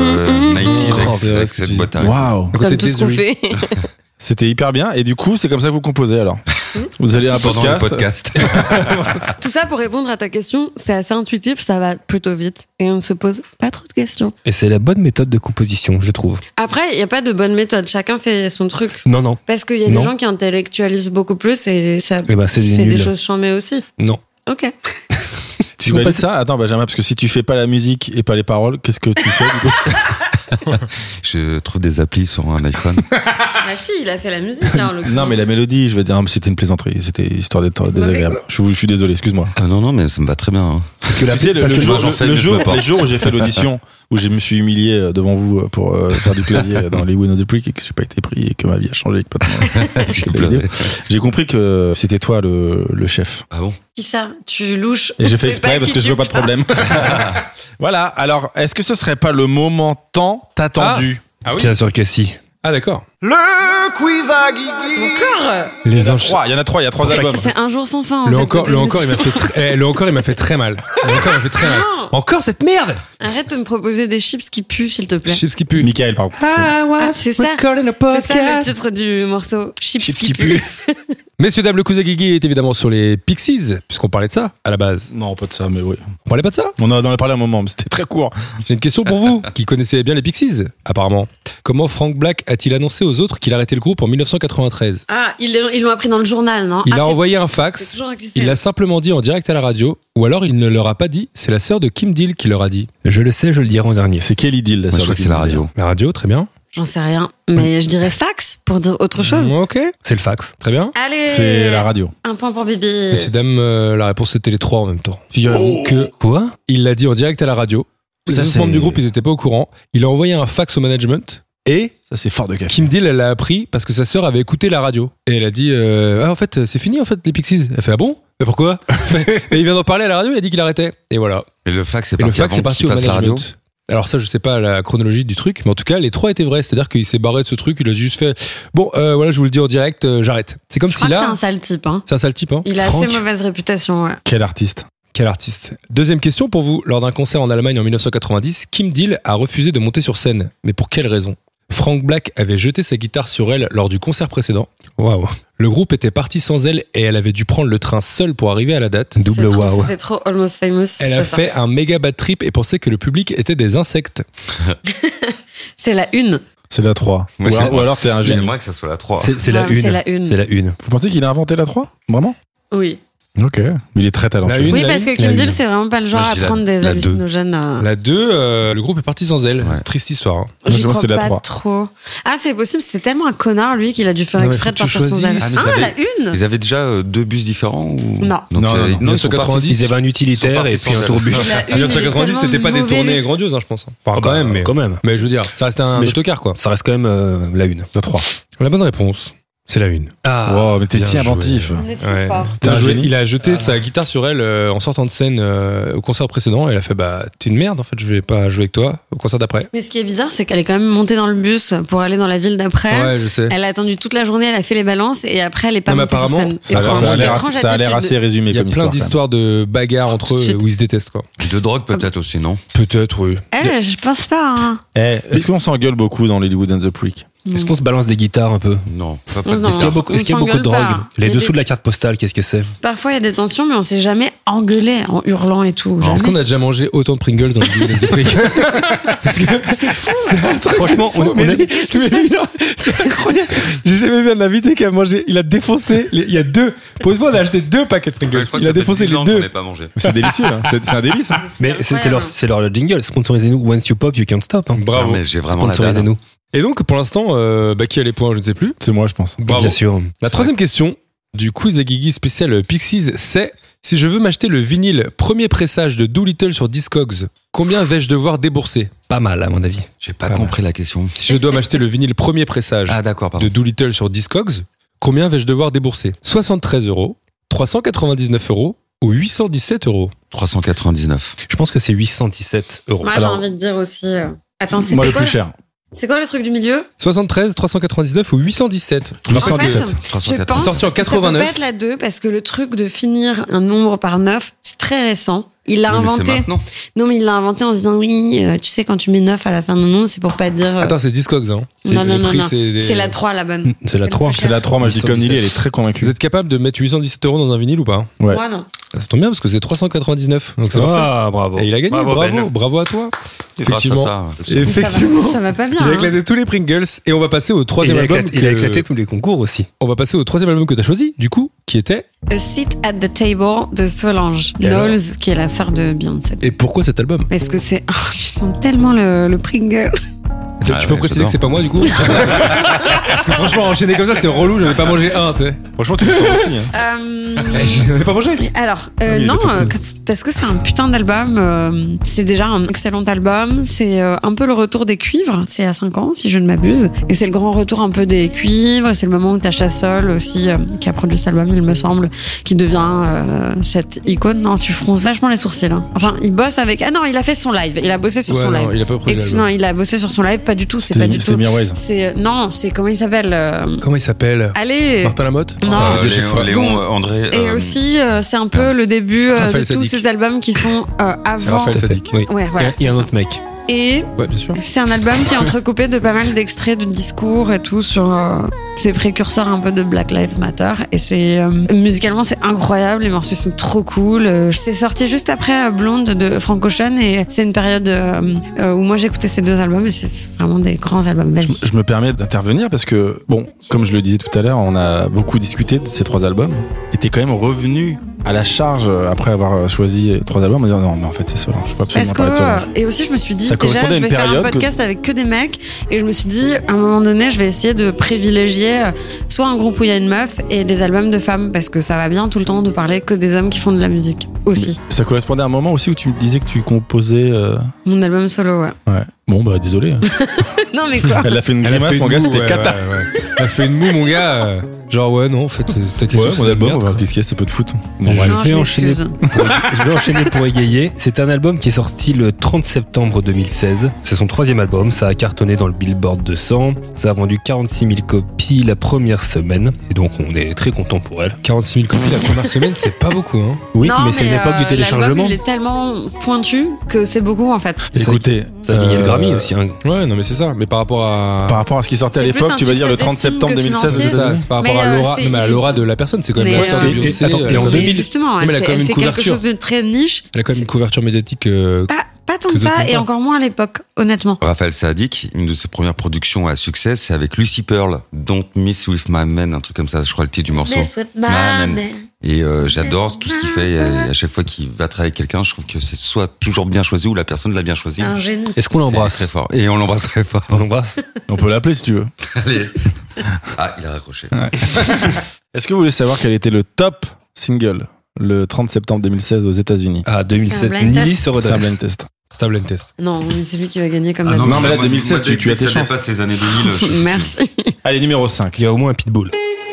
90s avec ce que tu cette dis. boîte à Waouh. Comme tout ce qu'on fait. C'était hyper bien. Et du coup, c'est comme ça que vous composez alors. Vous allez à un pendant le podcast. Tout ça pour répondre à ta question, c'est assez intuitif, ça va plutôt vite et on ne se pose pas trop de questions. Et c'est la bonne méthode de composition, je trouve. Après, il n'y a pas de bonne méthode, chacun fait son truc. Non. Parce qu'il y a Non. des gens qui intellectualisent beaucoup plus et ça Eh ben, c'est fait nul. des choses chambées aussi. Non. Ok. Tu valides ça? Attends, Benjamin, parce que si tu fais pas la musique et pas les paroles, qu'est-ce que tu fais du coup? Je trouve des applis sur un iPhone. Bah si, il a fait la musique là en l'occurrence. Non, mais la mélodie, je veux dire, c'était une plaisanterie. C'était histoire d'être désagréable. Je suis désolé, excuse-moi. Ah non, mais ça me va très bien. Hein. Parce que Tu sais, parce que moi, j'en fais, mais je peux pas. les jours où j'ai fait l'audition, où je me suis humilié devant vous pour faire du clavier dans les Win of the Prick et que j'ai pas été pris et que ma vie a changé. J'ai pleuré. J'ai compris que c'était toi le chef. Ah bon? Qui ça? Tu louches. Et j'ai fait C'est exprès parce qui que je tu veux pas de problème. Voilà. Alors, est-ce que ce serait pas le moment tant attendu? Ah oui. Bien sûr que si. Ah d'accord. Le quiz à Guigui. Encore? Il y en a trois, il y a trois albums. C'est un jour sans fin. En Le fait, encore, cette il m'a émission. fait le encore, il m'a fait très mal. Le encore, il m'a fait très mal. Non. Encore cette merde. Arrête de me proposer des chips qui puent, s'il te plaît. Chips qui puent. Michael, par contre. Ah, c'est ça. C'est ça le titre du morceau. Chips qui puent. Messieurs, dames, le Cousin Guigui est évidemment sur les Pixies, puisqu'on parlait de ça à la base. Non, pas de ça, mais oui. On parlait pas de ça? On en a parlé un moment, mais c'était très court. J'ai une question pour vous, qui connaissez bien les Pixies, apparemment. Comment Frank Black a-t-il annoncé aux autres qu'il arrêtait le groupe en 1993? Ah, ils l'ont appris dans le journal, non? Il Ah, a c'est- envoyé un c'est fax, toujours accusé. il l'a simplement dit en direct à la radio, ou alors il ne leur a pas dit, c'est la sœur de Kim Deal qui leur a dit. Je le sais, je le dirai en dernier. C'est Kelly Deal, la Moi, je crois que c'est la radio. La radio, très bien. J'en sais rien. Mais je dirais fax pour dire autre chose. Ok, C'est le fax. très bien. Allez! C'est la radio. Un point pour Bibi. Messieurs, dames, la réponse c'était les trois en même temps. Figurez-vous que Quoi? il l'a dit en direct à la radio. Les Ça, autres c'est- membres du groupe, ils étaient pas au courant. Il a envoyé un fax au management et Ça, c'est fort de café. Kim Deal, elle l'a appris parce que sa sœur avait écouté la radio. Et elle a dit ah, en fait, c'est fini en fait, les Pixies. Elle fait ah bon? Mais pourquoi? Et il vient d'en parler à la radio, il a dit qu'il arrêtait. Et voilà. Et le fax est Et le parti fax avant est parti qu'il au fasse la management. radio. Alors ça, je sais pas la chronologie du truc, mais en tout cas, les trois étaient vrais. C'est-à-dire qu'il s'est barré de ce truc, il a juste fait bon, voilà, je vous le dis en direct, j'arrête. C'est comme Je si crois que c'est là, un sale type. Hein. c'est un sale type, hein. Il a Franck, assez mauvaise réputation. Ouais. Quel artiste. quel artiste. Deuxième question pour vous. Lors d'un concert en Allemagne en 1990, Kim Deal a refusé de monter sur scène. Mais pour quelle raison? Frank Black avait jeté sa guitare sur elle lors du concert précédent. Waouh. Le groupe était parti sans elle et elle avait dû prendre le train seule pour arriver à la date. Double C'est trop- waouh. C'est trop almost famous. Elle c'est a pas ça. fait un méga bad trip et pensait que le public était des insectes. C'est la une. C'est la 3. Moi, Ou, je- ou alors t'es un génie. J'aimerais que ça soit la 3. C'est la Non, une. c'est la une. C'est la une. Vous pensez qu'il a inventé la 3? Vraiment? Oui. Ok. Mais il est très talentueux. La une. Oui, la parce une, que la Kim Deal, une. c'est vraiment pas le genre Moi, je à dis la- prendre des la deux. hallucinogènes. La 2, le groupe est parti sans elle. Ouais. Triste histoire. hein. J'y Moi, crois c'est la pas 3. trop. Ah, c'est possible, c'est tellement un connard, lui, qu'il a dû faire Non, mais exprès faut de que tu partir sans elle. choisisses. Ah, mais Ah, ça la une. Ils avaient déjà deux bus différents ou... Non. Donc, Non, non, non. ils sont 1990, partis- Ils avaient un utilitaire Ils sont et partis puis un sans tourbus. elle. La En une, il est 1990, c'était pas des tellement tournées mauvais. grandioses, hein, je pense. Enfin, Ah quand bah, même, mais. quand même. Mais je veux dire, ça restait un Mais je- autocar, quoi. Ça reste quand même la une. La 3. La bonne réponse, c'est la une. Ah. Wow, mais t'es bien si joué. inventif. On est si Ouais. fort. T'es un génie. Il a jeté sa guitare sur elle en sortant de scène au concert précédent et elle a fait bah t'es une merde en fait, je vais pas jouer avec toi au concert d'après. Mais ce qui est bizarre, c'est qu'elle est quand même montée dans le bus pour aller dans la ville d'après. Ouais, je sais. Elle a attendu toute la journée, elle a fait les balances et après elle est pas Non, mais montée sur apparemment, scène. ça a l'air- Étrange, Ça a l'air étrange ça a l'air attitude. assez résumé Il y a comme plein histoire. d'histoires de bagarres entre Tout de eux suite. où ils se détestent quoi. De drogue peut-être aussi, non? Peut-être oui. Elle, je pense pas. Hein. Est-ce qu'on s'engueule beaucoup dans Hollywood and the Prick? Est-ce qu'on se balance des guitares un peu? Non, pas Non, de non. Est-ce qu'il y a guitare. beaucoup, est-ce qu'il y a On beaucoup de s'engueule drogue? pas. Les Il y a dessous des- de la carte postale, qu'est-ce que c'est? Parfois il y a des tensions, mais on s'est jamais engueulé en hurlant et tout. Est-ce Jamais. qu'on a déjà mangé autant de Pringles dans le Hollywood and the Prick? Parce que c'est un truc. Franchement, on a- Mais non, c'est incroyable. J'ai jamais vu un invité qui a mangé. Il a défoncé. Il y a deux. Pour une fois, on a acheté 2 paquets de Pringles. Ouais, je crois que Il a ça fait défoncé 10 les ans qu'on 2. n'ait pas mangé. Mais c'est délicieux, hein. C'est un délice. Hein. Mais c'est leur jingle. Sponsorisez-nous. Once you pop, you can't stop. Hein. Bravo. Non, mais j'ai vraiment la dalle. Sponsorisez-nous. Et donc, pour l'instant, qui a les points, je ne sais plus. C'est moi, je pense. Bravo. Bien sûr. La troisième question du quiz à Guigui spécial Pixies, c'est si je veux m'acheter le vinyle premier pressage de Doolittle sur Discogs, combien vais-je devoir débourser? Pas mal, à mon avis. J'ai pas compris la question. Si je dois m'acheter le vinyle premier pressage Ah d'accord, pardon. de Doolittle sur Discogs, Combien vais-je devoir débourser ? 73 €, 399 € ou 817 €. 399. Je pense que c'est 817 €. Moi, j'ai envie de dire aussi. Attends, c'était Moi, le quoi plus cher. C'est quoi le truc du milieu 73, 399 ou 817. En fait, 817. je 314. pense C'est sorti en que ça peut 89. pas être la 2 parce que le truc de finir un nombre par 9, c'est très récent. Il l'a Oui, mais c'est inventé. maintenant. Non, mais il l'a inventé en se disant oui, tu sais, quand tu mets 9 à la fin d'un nom, c'est pour pas dire. Attends, c'est Discogs, hein. non, non, le non, prix, non. des- C'est la 3 la bonne. C'est la le 3. plus C'est cher. la 3, moi je dis comme 817. Nili, elle est très convaincue. Vous êtes capable de mettre 817 € dans un vinyle ou pas ? Ouais. Moi, non. Ça tombe bien parce que c'est 399. Donc c'est parfait. Ah, bravo. Et il a gagné, Bravo, bravo, Ben. bravo à toi. Et grâce à Effectivement. ça, Effectivement. Ça va pas bien. Il a hein. éclaté tous les Pringles et on va passer au troisième album. Il a éclaté tous les concours aussi. On va passer au troisième album que tu as choisi, du coup, qui était. A Seat at the Table de Solange Et alors Knowles, qui est la sœur de Beyoncé. Et pourquoi cet album ? Parce que c'est. Oh, tu sens tellement le Pringle. Tu Ah peux ouais, préciser j'adore. que c'est pas moi, du coup Parce que franchement, enchaîner comme ça, c'est relou, j'en ai pas mangé un, tu sais. Franchement, tu le sens aussi. Hein. J'en ai pas mangé. Alors, il était non, trop cool. parce que c'est un putain d'album. C'est déjà un excellent album. C'est un peu le retour des cuivres. C'est à 5 ans, si je ne m'abuse. Et c'est le grand retour un peu des cuivres. C'est le moment où Tasha Sol aussi, qui a produit cet album, il me semble, qui devient cette icône. Non, tu fronces vachement les sourcils. Hein. Enfin, il bosse avec. Ah non, il a fait son live. Il a bossé sur son non, live. il a pas produit l'album. Non, il a bossé sur son live. Pas du tout. C'est pas du C'était tout. Mirwais. C'est non, c'est comment il s'appelle Comment il s'appelle Allez. Martin Lamotte Non. Léon, André. Et aussi, c'est un peu le début Raphaël de tous Sadik. ces albums qui sont C'est avant. Raphaël Sadik. Oui. Ouais, voilà. Et un c'est ça. autre mec. Et Ouais, bien sûr. c'est un album qui est entrecoupé de pas mal d'extraits de discours et tout sur ces précurseurs un peu de Black Lives Matter. Et c'est musicalement c'est incroyable, les morceaux sont trop cool. C'est sorti juste après Blonde de Frank Ocean et c'est une période où moi j'écoutais ces deux albums et c'est vraiment des grands albums. Vas-y. Je me permets d'intervenir parce que, bon, comme je le disais tout à l'heure, on a beaucoup discuté de ces 3 albums. Et t'es quand même revenu à la charge après avoir choisi 3 albums en disant non, mais en fait c'est Solange. Je peux absolument Parce parler de Solange. que, et aussi je me suis dit, Ça déjà correspondait à je une vais faire un période podcast avec que des mecs et je me suis dit, à un moment donné, je vais essayer de privilégier soit un groupe où il y a une meuf et des albums de femmes parce que ça va bien tout le temps de parler que des hommes qui font de la musique aussi. Ça correspondait à un moment aussi où tu me disais que tu composais. Mon album solo, ouais. Ouais. Bon, bah désolé. hein. Non mais quoi Elle a fait une Elle a grimace, fait mon une gars, moue, c'était ouais, cata. ouais, ouais. Elle a fait une moue, mon gars. Genre, ouais, non, en fait, t'as qu'à Ouais, sucer mon la album, merde, quoi. qu'est-ce qu'il y a, c'est peu de foot. Bon, Non, je je vais enchaîner. m'excuse. Je vais enchaîner pour égayer. C'est un album qui est sorti le 30 septembre 2016. C'est son 3e album. Ça a cartonné dans le Billboard 200. Ça a vendu 46 000 copies la première semaine. Et donc, on est très content pour elle. 46 000 copies la première semaine, c'est pas beaucoup, hein. Oui, Non, mais c'est l'époque du téléchargement. l'album, il est tellement pointu que c'est beaucoup en fait. Écoutez, Ça a gagné le Grammy aussi. Hein. Ouais, non, mais c'est ça. Mais par rapport à. par rapport à ce qui sortait à C'est plus l'époque, un tu vas dire succès le 30 d'estime septembre que 2016 aux financier. C'est ça, États-Unis. c'est par rapport Mais, à l'aura, c'est- non, mais à l'aura de la personne, c'est quand même Mais, la sœur de et Beyoncé. attends, et en Mais 2000, justement, mais elle a quand même une fait quelque couverture. chose de très niche. Elle a quand même une couverture médiatique. Pas tant que que ça, d'autres n'ont et pas. encore moins à l'époque, honnêtement. Raphaël Sadik, une de ses premières productions à succès, c'est avec Lucy Pearl, Don't Miss With My Man, un truc comme ça, je crois le titre du morceau. Man. Et j'adore tout ce qu'il fait. Et à chaque fois qu'il va travailler avec quelqu'un, je trouve que c'est soit toujours bien choisi ou la personne l'a bien choisi. Un génie. est-ce qu'on C'est l'embrasse très fort. Et on l'embrasse très fort. On l'embrasse. On peut l'appeler si tu veux. Allez. Ah, il a raccroché. Est-ce que vous voulez savoir quel était le top single le 30 septembre 2016 aux États-Unis? Ah, 2007. C'est un blind Nili test. se C'est un redresse. blind test. C'est un blind test. Non, mais c'est lui qui va gagner comme Ah d'habitude. non, mais là, moi, 2016, moi, tu as tes ça chances. dépasse ces années 2000. je suis- Merci. Allez, numéro 5. Il y a au moins un pitbull.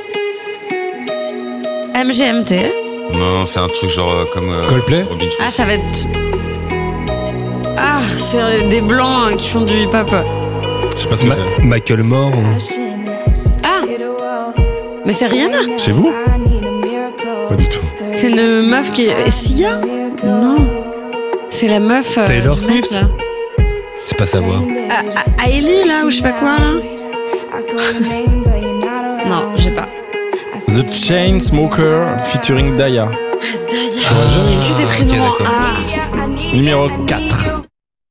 MGMT. Non, c'est un truc genre comme Coldplay Robin Schulz. Ah, ça va être. Ah, c'est des blancs qui font du hip-hop. Je sais pas ce que c'est. Michael Moore. Ah, mais c'est Rihanna. C'est vous? Pas du tout. C'est une meuf qui est. Sia? Non. C'est la meuf. Taylor du mec, Swift. là. C'est pas savoir. Hailey, là, ou je sais pas quoi, là. Non, j'ai pas. The Chainsmokers featuring Daya. C'est que des prénoms en d'accord. A. Numéro 4.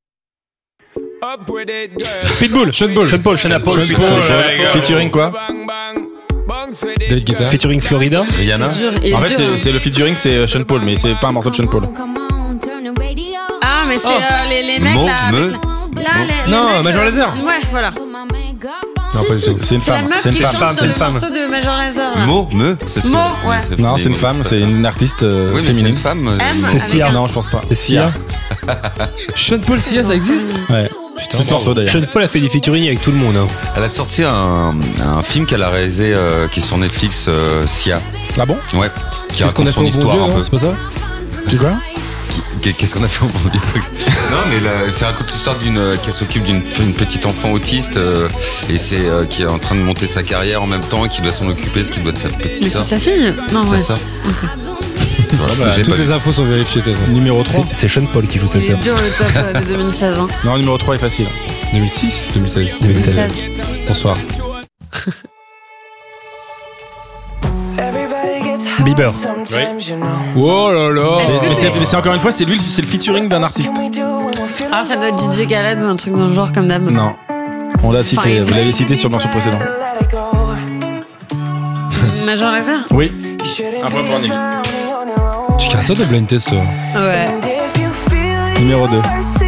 Pitbull. Sean Paul. Sean Paul. Sean Paul. Featuring quoi? David Guetta. Featuring Florida. Rihanna. Il est En fait, dur, hein. c'est le featuring, c'est Sean Paul, mais c'est pas un morceau de Sean Paul. Ah, mais c'est les mecs, là. avec les Non, mecs, Major Lazer. Ouais, voilà. Non, pas du tout. C'est une C'est la femme. meuf C'est une qui femme. chante c'est une le femme. morceau de Major Lazer. là. C'est ce Mo, que- ouais. Non, c'est une femme, pas c'est ça. une artiste Oui, mais c'est féminine. une femme. M. C'est Sia. avec un- Non, je pense pas. C'est Sia. Sean Paul, Sia, ça existe Ouais. C'est ce morceau d'ailleurs. Sean Paul a fait du featuring avec tout le monde. Hein. Elle a sorti un film qu'elle a réalisé qui est sur Netflix, Sia. Ah bon? Ouais. Qui Qu'est-ce qu'on a raconte fait son au bon histoire Dieu, un non peu. C'est pas ça? Tu quoi? Qu'est-ce qu'on a fait au bon Dieu? Non, mais c'est raconte l'histoire qu'elle s'occupe d'une petite enfant autiste et c'est qui est en train de monter sa carrière en même temps et qui doit s'en occuper, ce qui doit être sa petite Mais sœur. c'est sa fille? Non, C'est ouais. ça. Voilà, Bah, j'ai toutes pas les vu. infos sont vérifiées. de toute façon. Numéro 3. C'est Sean Paul qui joue sa Il sœur. est dur le top de 2016. Hein. Non, numéro 3 est facile. 2006, 2016. 2016. Bonsoir. Bieber. Oh là là. Est-ce que Mais c'est encore une fois, c'est le featuring d'un artiste. Ah, ça doit être DJ Khaled ou un truc dans le genre comme d'hab. Non. On l'a cité, Five. vous l'avez cité sur le morceau précédent. Major Lazer? Oui. Un point pour Nelly. Tu cartes ça de blind test, toi? Ouais. Numéro 2.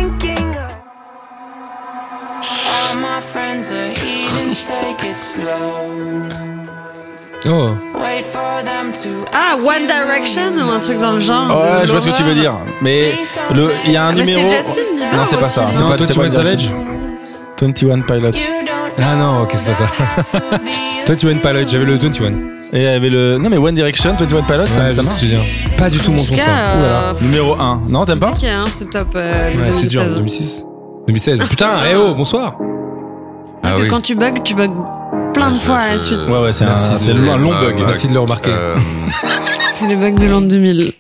Oh. Ah, One Direction ou un truc dans le genre. Ouais, de je vois ce que tu veux dire. Mais il y a un Mais numéro. c'est Justin Bieber Non, c'est pas aussi. ça. C'est Non, pas toi, c'est tu pas vois Savage? 21 Pilots. Ah non, ok, c'est pas ça. Toi, tu vois une Pilot, j'avais le 21. Et il y avait le. Non, mais One Direction, 21 Pilots, ça ça marche. tu dis. Pas du tout mon En son, tout ça. cas, Ouh là là. Numéro 1. Non, t'aimes pas? compliqué, hein, ce top de Ouais, c'est dur, 2016. 2006. 2016. Putain, eh oh, bonsoir. Ah Que oui. quand tu bugs plein de fois à la suite. Ouais, c'est Merci, c'est désolé. un long bug. Merci de le remarquer. C'est le bug de l'an 2000.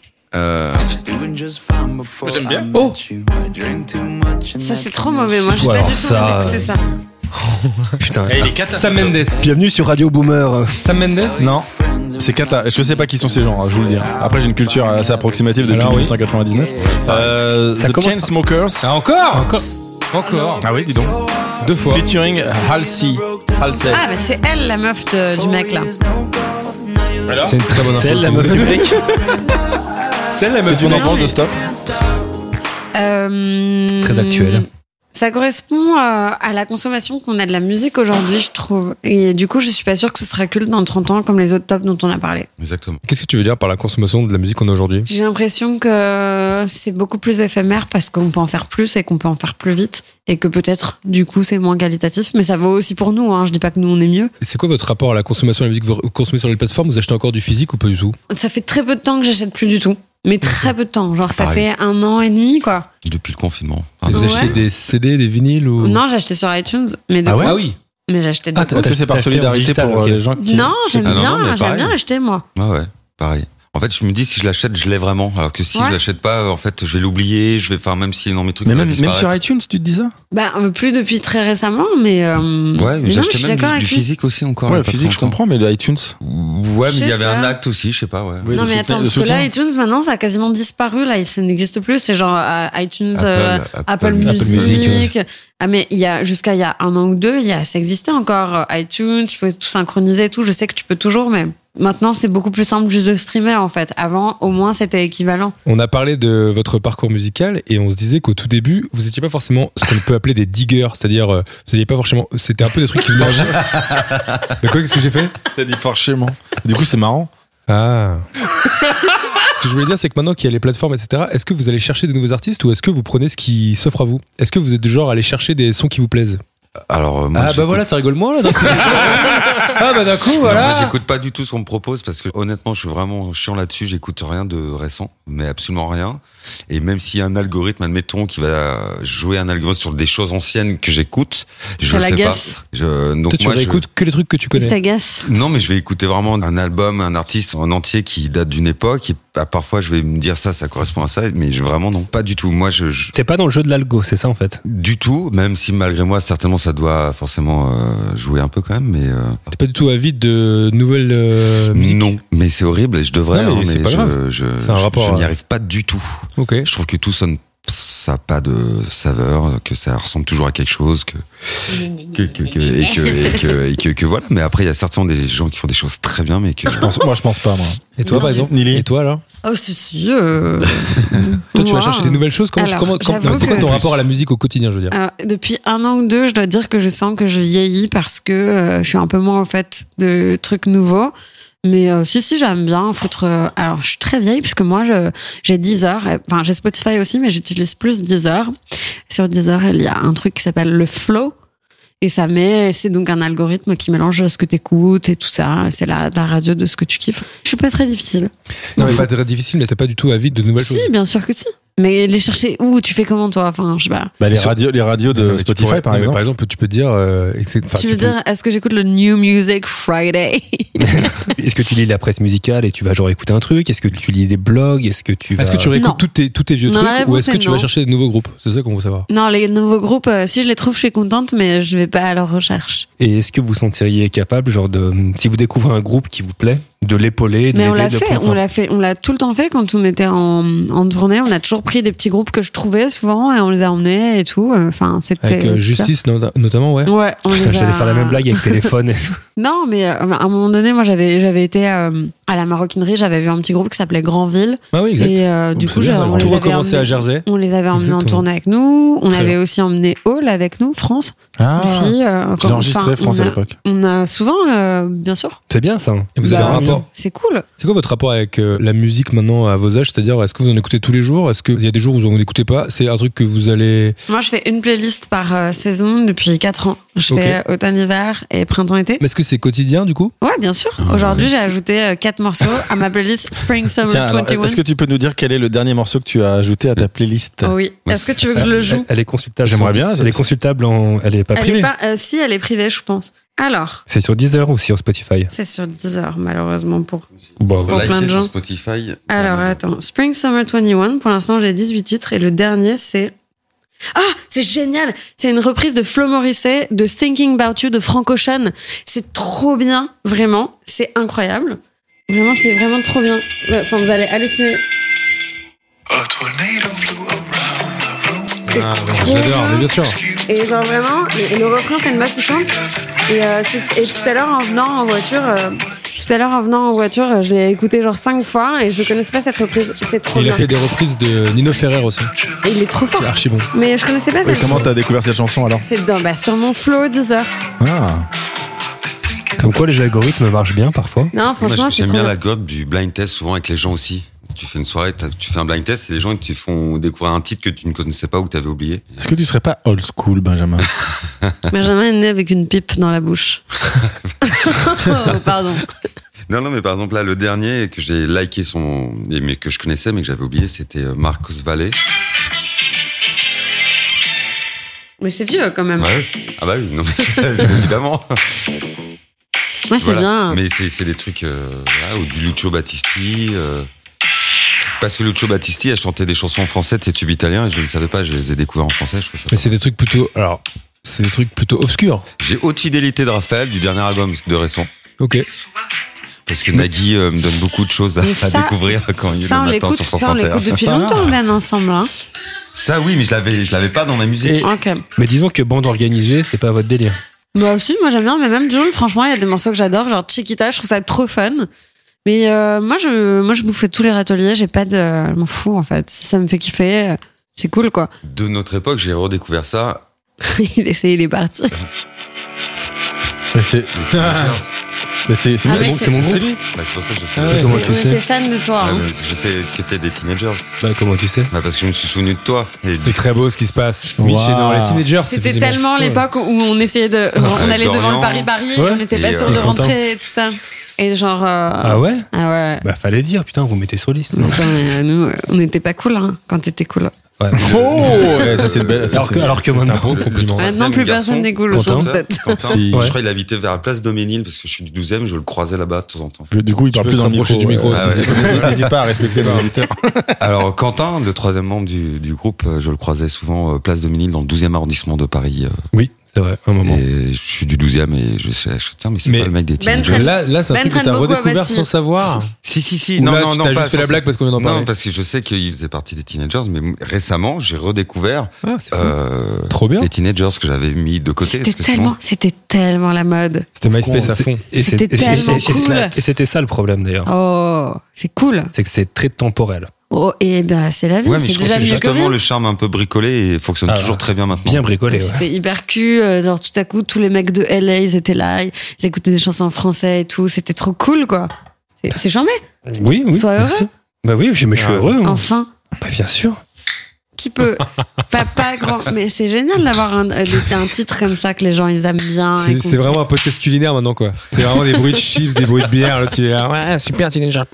J'aime bien. Oh. Ça, c'est trop mauvais. Moi, j'ai Ou pas alors du tout ça, envie d'écouter ça. Putain. il est Sam Mendes. Bienvenue sur Radio Boomer. Sam Mendes? Non. C'est cata. Je sais pas qui sont ces gens, je vous le dis. Après, j'ai une culture assez approximative depuis Alors, oui. 1999. Ça The commence par- Chainsmokers. Ah, encore? Encore. Ah oui, dis donc. Deux fois. Featuring Halsey. Halsey. Ah, bah c'est elle, la meuf du mec, là. C'est une très bonne info. C'est elle la meuf du mec. C'est elle la meuf Qu'est-ce du qu'on en mec. pense de Stop? Très actuel. Ça correspond à la consommation qu'on a de la musique aujourd'hui, je trouve. Et du coup, je suis pas sûre que ce sera culte dans 30 ans comme les autres tops dont on a parlé. Exactement. Qu'est-ce que tu veux dire par la consommation de la musique qu'on a aujourd'hui? J'ai l'impression que c'est beaucoup plus éphémère parce qu'on peut en faire plus et qu'on peut en faire plus vite et que peut-être, du coup, c'est moins qualitatif. Mais ça vaut aussi pour nous, hein. Je dis pas que nous, on est mieux. Et c'est quoi votre rapport à la consommation de la musique? Vous consommez sur les plateformes? Vous achetez encore du physique ou pas du tout? Ça fait très peu de temps que j'achète plus du tout. Mais très peu de temps. Genre, ça Pareil. fait 1 an et demi, quoi. Depuis le confinement. Vous Ouais. achetez des CD, des vinyles ou... Non, j'ai acheté sur iTunes. Mais de Ah ouais ouf. Ah oui. Mais j'ai acheté de Ah, ouf. Est-ce que c'est par T'as acheté en solidarité digital, pour ok. les gens qui. Non, j'aime Ah non, non, mais bien, j'aime pareil. bien acheter, moi. Ah ouais, pareil. En fait, je me dis si je l'achète, je l'ai vraiment. Alors que si Ouais. je l'achète pas, en fait, je vais l'oublier. Je vais faire même si dans mes trucs. Mais ça va même sur disparaître. iTunes, tu te dis ça? Bah, plus depuis très récemment, mais. Ouais, mais non, je j'achetais suis même d'accord du avec lui. physique aussi encore. il y Ouais, a pas physique, je longtemps. comprends, mais le iTunes. Ouais, mais il y Je avait sais un pas. acte aussi, je sais pas, ouais. Oui, Non, le mais soutien- attends, le parce que soutien. là, iTunes, maintenant, ça a quasiment disparu, là, ça n'existe plus. C'est genre iTunes, Apple Apple Music, Music. Ah, mais jusqu'à il y a 1 an ou 2, ça existait encore. iTunes, tu pouvais tout synchroniser et tout. Je sais que tu peux toujours, mais maintenant, c'est beaucoup plus simple juste de streamer, en fait. Avant, au moins, c'était équivalent. On a parlé de votre parcours musical et on se disait qu'au tout début, vous étiez pas forcément ce qu'on peut appeler des diggers, c'est-à-dire vous n'aviez pas forcément, c'était un peu des trucs qui venaient. Mais quoi, qu'est-ce que j'ai fait? T'as dit forcément. Du coup, c'est marrant. Ah. Ce que je voulais dire, c'est que maintenant qu'il y a les plateformes, etc., est-ce que vous allez chercher de nouveaux artistes ou est-ce que vous prenez ce qui s'offre à vous? Est-ce que vous êtes du genre à aller chercher des sons qui vous plaisent? Alors, moi, Ah bah j'écoute- voilà, ça rigole moins là. d'un coup. Ah bah d'un coup, Non, moi, voilà. j'écoute pas du tout ce qu'on me propose parce que honnêtement, je suis vraiment chiant là-dessus. J'écoute rien de récent, mais absolument rien. Et même s'il y a un algorithme, admettons, qui va jouer un algorithme sur des choses anciennes que j'écoute, je Ça le fais pas. l'agace. Donc Toi, tu moi, réécoutes que les trucs que tu Il connais. s'agace. Non, mais je vais écouter vraiment un album, un artiste en entier qui date d'une époque. Et parfois, je vais me dire ça correspond à ça, mais vraiment non, pas du tout. Moi, T'es pas dans le jeu de l'algo, c'est ça en fait. du tout. Même si malgré moi, certainement, ça doit forcément jouer un peu quand même, mais T'es pas du tout avide de nouvelles musiques. non. Mais c'est horrible et je devrais. Non, mais hein, c'est pas grave. C'est un rapport je n'y à- arrive pas du tout. Ok. Je trouve que tout sonne, ça a pas de saveur, que ça ressemble toujours à quelque chose, que voilà. Mais après, il y a certainement des gens qui font des choses très bien, mais que Moi, je pense pas, moi. Et toi, Non, par exemple? Nili. Et toi alors? Oh, si. Toi, tu vas chercher des nouvelles choses. Alors, j'avoue c'est quoi que- ton rapport à la musique au quotidien, je veux dire? Depuis 1 an ou 2, je dois dire que je sens que je vieillis parce que je suis un peu moins au fait de trucs nouveaux. Mais si, j'aime bien foutre. Alors, je suis très vieille parce que moi, j'ai Deezer. Enfin, j'ai Spotify aussi, mais j'utilise plus Deezer. Sur Deezer, il y a un truc qui s'appelle le Flow. Et c'est donc un algorithme qui mélange ce que t'écoutes et tout ça. C'est la radio de ce que tu kiffes. Je suis pas très difficile. Non, mais pas très difficile, mais c'est pas du tout avide de nouvelles choses. Si, bien sûr que si. Mais les chercher où? Tu fais comment, toi? Enfin, je sais pas. Bah, les radios de Spotify, par exemple. Par exemple, tu peux dire, tu veux dire, est-ce que j'écoute le New Music Friday? Est-ce que tu lis la presse musicale et tu vas genre écouter un truc? Est-ce que tu lis des blogs? Est-ce que tu réécoutes tous tes vieux Non, trucs? ou Ou est-ce que tu vas chercher des nouveaux groupes? C'est ça qu'on veut savoir. Non, les nouveaux groupes, si je les trouve, je suis contente, mais je vais pas à leur recherche. Et est-ce que vous sentiriez capable, genre si vous découvrez un groupe qui vous plaît, de l'épauler, de mais l'aider, on l'a tout le temps fait quand on était en tournée. On a toujours pris des petits groupes que je trouvais souvent et on les a emmenés et tout. Enfin, c'était avec Justice notamment, ouais. Ouais, j'allais faire la même blague avec téléphone. Et tout. Non, mais à un moment donné, moi j'avais été à la maroquinerie, j'avais vu un petit groupe qui s'appelait Grandville. Ah oui, exact. Et du coup, on tout recommencé à Jersey. On les avait emmenés en tournée avec nous. On avait aussi emmené Hall avec nous, France. Ah, une fille. j'ai enregistré France à l'époque. On a souvent, bien sûr. C'est bien ça. Et vous avez un rapport. C'est cool. C'est quoi votre rapport avec la musique maintenant à vos âges? C'est-à-dire, est-ce que vous en écoutez tous les jours? Est-ce qu'il y a des jours où vous en écoutez pas? C'est un truc que vous allez... Moi, je fais une playlist par saison depuis 4 ans. Je fais automne-hiver et printemps-été. Mais est-ce que c'est quotidien du coup? Ouais, bien sûr. Aujourd'hui, j'ai ajouté 4 morceaux à ma playlist Spring Summer 21. Alors, est-ce que tu peux nous dire quel est le dernier morceau que tu as ajouté à ta playlist? Oui. Est-ce que tu veux que je le joue? Elle est consultable. J'aimerais bien. Elle est consultable elle est pas privée. Si, elle est privée, je pense. Alors. C'est sur Deezer ou sur Spotify? C'est sur Deezer, malheureusement pour plein de gens. Sur Spotify. Alors, attends. Spring Summer 21, pour l'instant, j'ai 18 titres et le dernier, c'est... Ah, c'est génial! C'est une reprise de Flo Morrissey de Thinking About You de Frank Ocean. C'est trop bien, vraiment. C'est incroyable. Vraiment, c'est vraiment trop bien. Enfin, vous allez halluciner. J'adore, mais bien sûr. Et genre vraiment, et le refrain, c'est une meuf qui chante. Et tout à l'heure, en venant en voiture, je l'ai écouté genre 5 fois et je connaissais pas cette reprise. C'est trop bien. Il a fait des reprises de Nino Ferrer aussi. Et il est trop fort. C'est archi bon. Mais je connaissais pas cette Comment t'as découvert cette chanson alors? C'est sur mon flow Deezer. Ah. Comme quoi les algorithmes marchent bien parfois. Non, franchement, c'est j'aime trop bien bien. l'algorithme du blind test souvent avec les gens aussi. Tu fais une soirée, tu fais un blind test et les gens te font découvrir un titre que tu ne connaissais pas ou que tu avais oublié. Est-ce que tu serais pas old school, Benjamin? Benjamin est né avec une pipe dans la bouche. Oh, pardon. Non, mais par exemple là, le dernier que j'ai liké mais que je connaissais mais que j'avais oublié, c'était Marcos Valle. Mais c'est vieux quand même. Ouais. Ah bah oui, non mais évidemment. Ouais, c'est bien. Mais c'est des trucs ou du Lucio Battisti. Parce que Lucio Battisti a chanté des chansons en français de ses tubes italiens et je ne le savais pas, je les ai découverts en français. Je trouve ça mais c'est des trucs plutôt obscurs. J'ai Haute Fidélité de Raphaël du dernier album de récent. Ok. Parce que Nagui me donne beaucoup de choses à découvrir quand il est le matin sur France Inter. Ça, on l'écoute depuis longtemps, Ben, ensemble. Hein. Ça, oui, mais je l'avais pas dans ma musique. Okay. Mais disons que bande organisée, c'est pas votre délire. Bah aussi, moi j'aime bien, mais même Jul, franchement, il y a des morceaux que j'adore, genre Chiquita, je trouve ça trop fun. Mais moi, je bouffe tous les râteliers, j'ai pas de... Je m'en fous, en fait. Si ça me fait kiffer, c'est cool, quoi. De notre époque, j'ai redécouvert ça. Il est parti. Mais c'est mon groupe. Bah, c'est pour ça que j'ai fait. Comment tu sais? J'étais fan de toi. Hein. Je sais que t'es des teenagers. Bah, comment tu sais? Bah, parce que je me suis souvenu de toi. C'est très beau ce qui se passe. Wow. Mitch est dans les teenagers. C'était tellement l'époque où on essayait de... on allait devant le Paris-Paris, on n'était pas sûr de rentrer et tout ça. Et genre... Ah ouais? Ah ouais. Bah, fallait dire, putain, vous mettez sur liste. Attends, mais nous, on n'était pas cool hein, quand t'étais cool. Ouais, ça c'est une belle. Alors que maintenant, bon compliment. Maintenant, plus personne n'est cool autour de cette. Quentin, Si. je crois qu'il habitait vers la place Doménil parce que je suis du 12e, je le croisais là-bas de temps en temps. Du coup, il parle plus dans le micro. Du micro Ah aussi. N'hésite pas à respecter nos auditeurs. Alors Quentin, le 3e membre du groupe, je le croisais souvent place Doménil dans le 12e arrondissement de Paris. Oui, c'est vrai, un moment. Et je suis du 12e et je sais, tiens, mais c'est Mais pas le mec des Ben teenagers. Là, c'est un Ben truc que traîne t'as beaucoup à redécouvert Bastille. sans savoir. Si. Ou Non, là, non, tu non, t'as pas. juste fait la blague parce qu'on vient d'en Non, parler. parce que je sais qu'il faisait partie des teenagers, mais récemment, j'ai redécouvert Ah, c'est cool. Trop bien. les teenagers que j'avais mis de côté. C'était tellement la mode. C'était MySpace à fond. C'était tellement cool. Et c'était ça le problème d'ailleurs. Oh, c'est cool. C'est que c'est très temporel. Oh, et ben c'est la vie, Ouais, mais c'est je trouve déjà que mieux que justement rien. le charme un peu bricolé et fonctionne toujours très bien maintenant. Bien bricolé, ouais. C'était hyper cul, genre tout à coup tous les mecs de LA ils étaient là, ils écoutaient des chansons en français et tout, c'était trop cool quoi. C'est charmé. Oui, oui. Sois heureux. Merci. Bah oui, je suis heureux. Hein. Enfin. Bah bien sûr. Qui peut pas grand, mais c'est génial d'avoir un titre comme ça que les gens ils aiment bien. C'est vraiment un podcast culinaire maintenant quoi. C'est vraiment des bruits de chips, des bruits de bière. L'autre il est là, ouais super, tu es déjà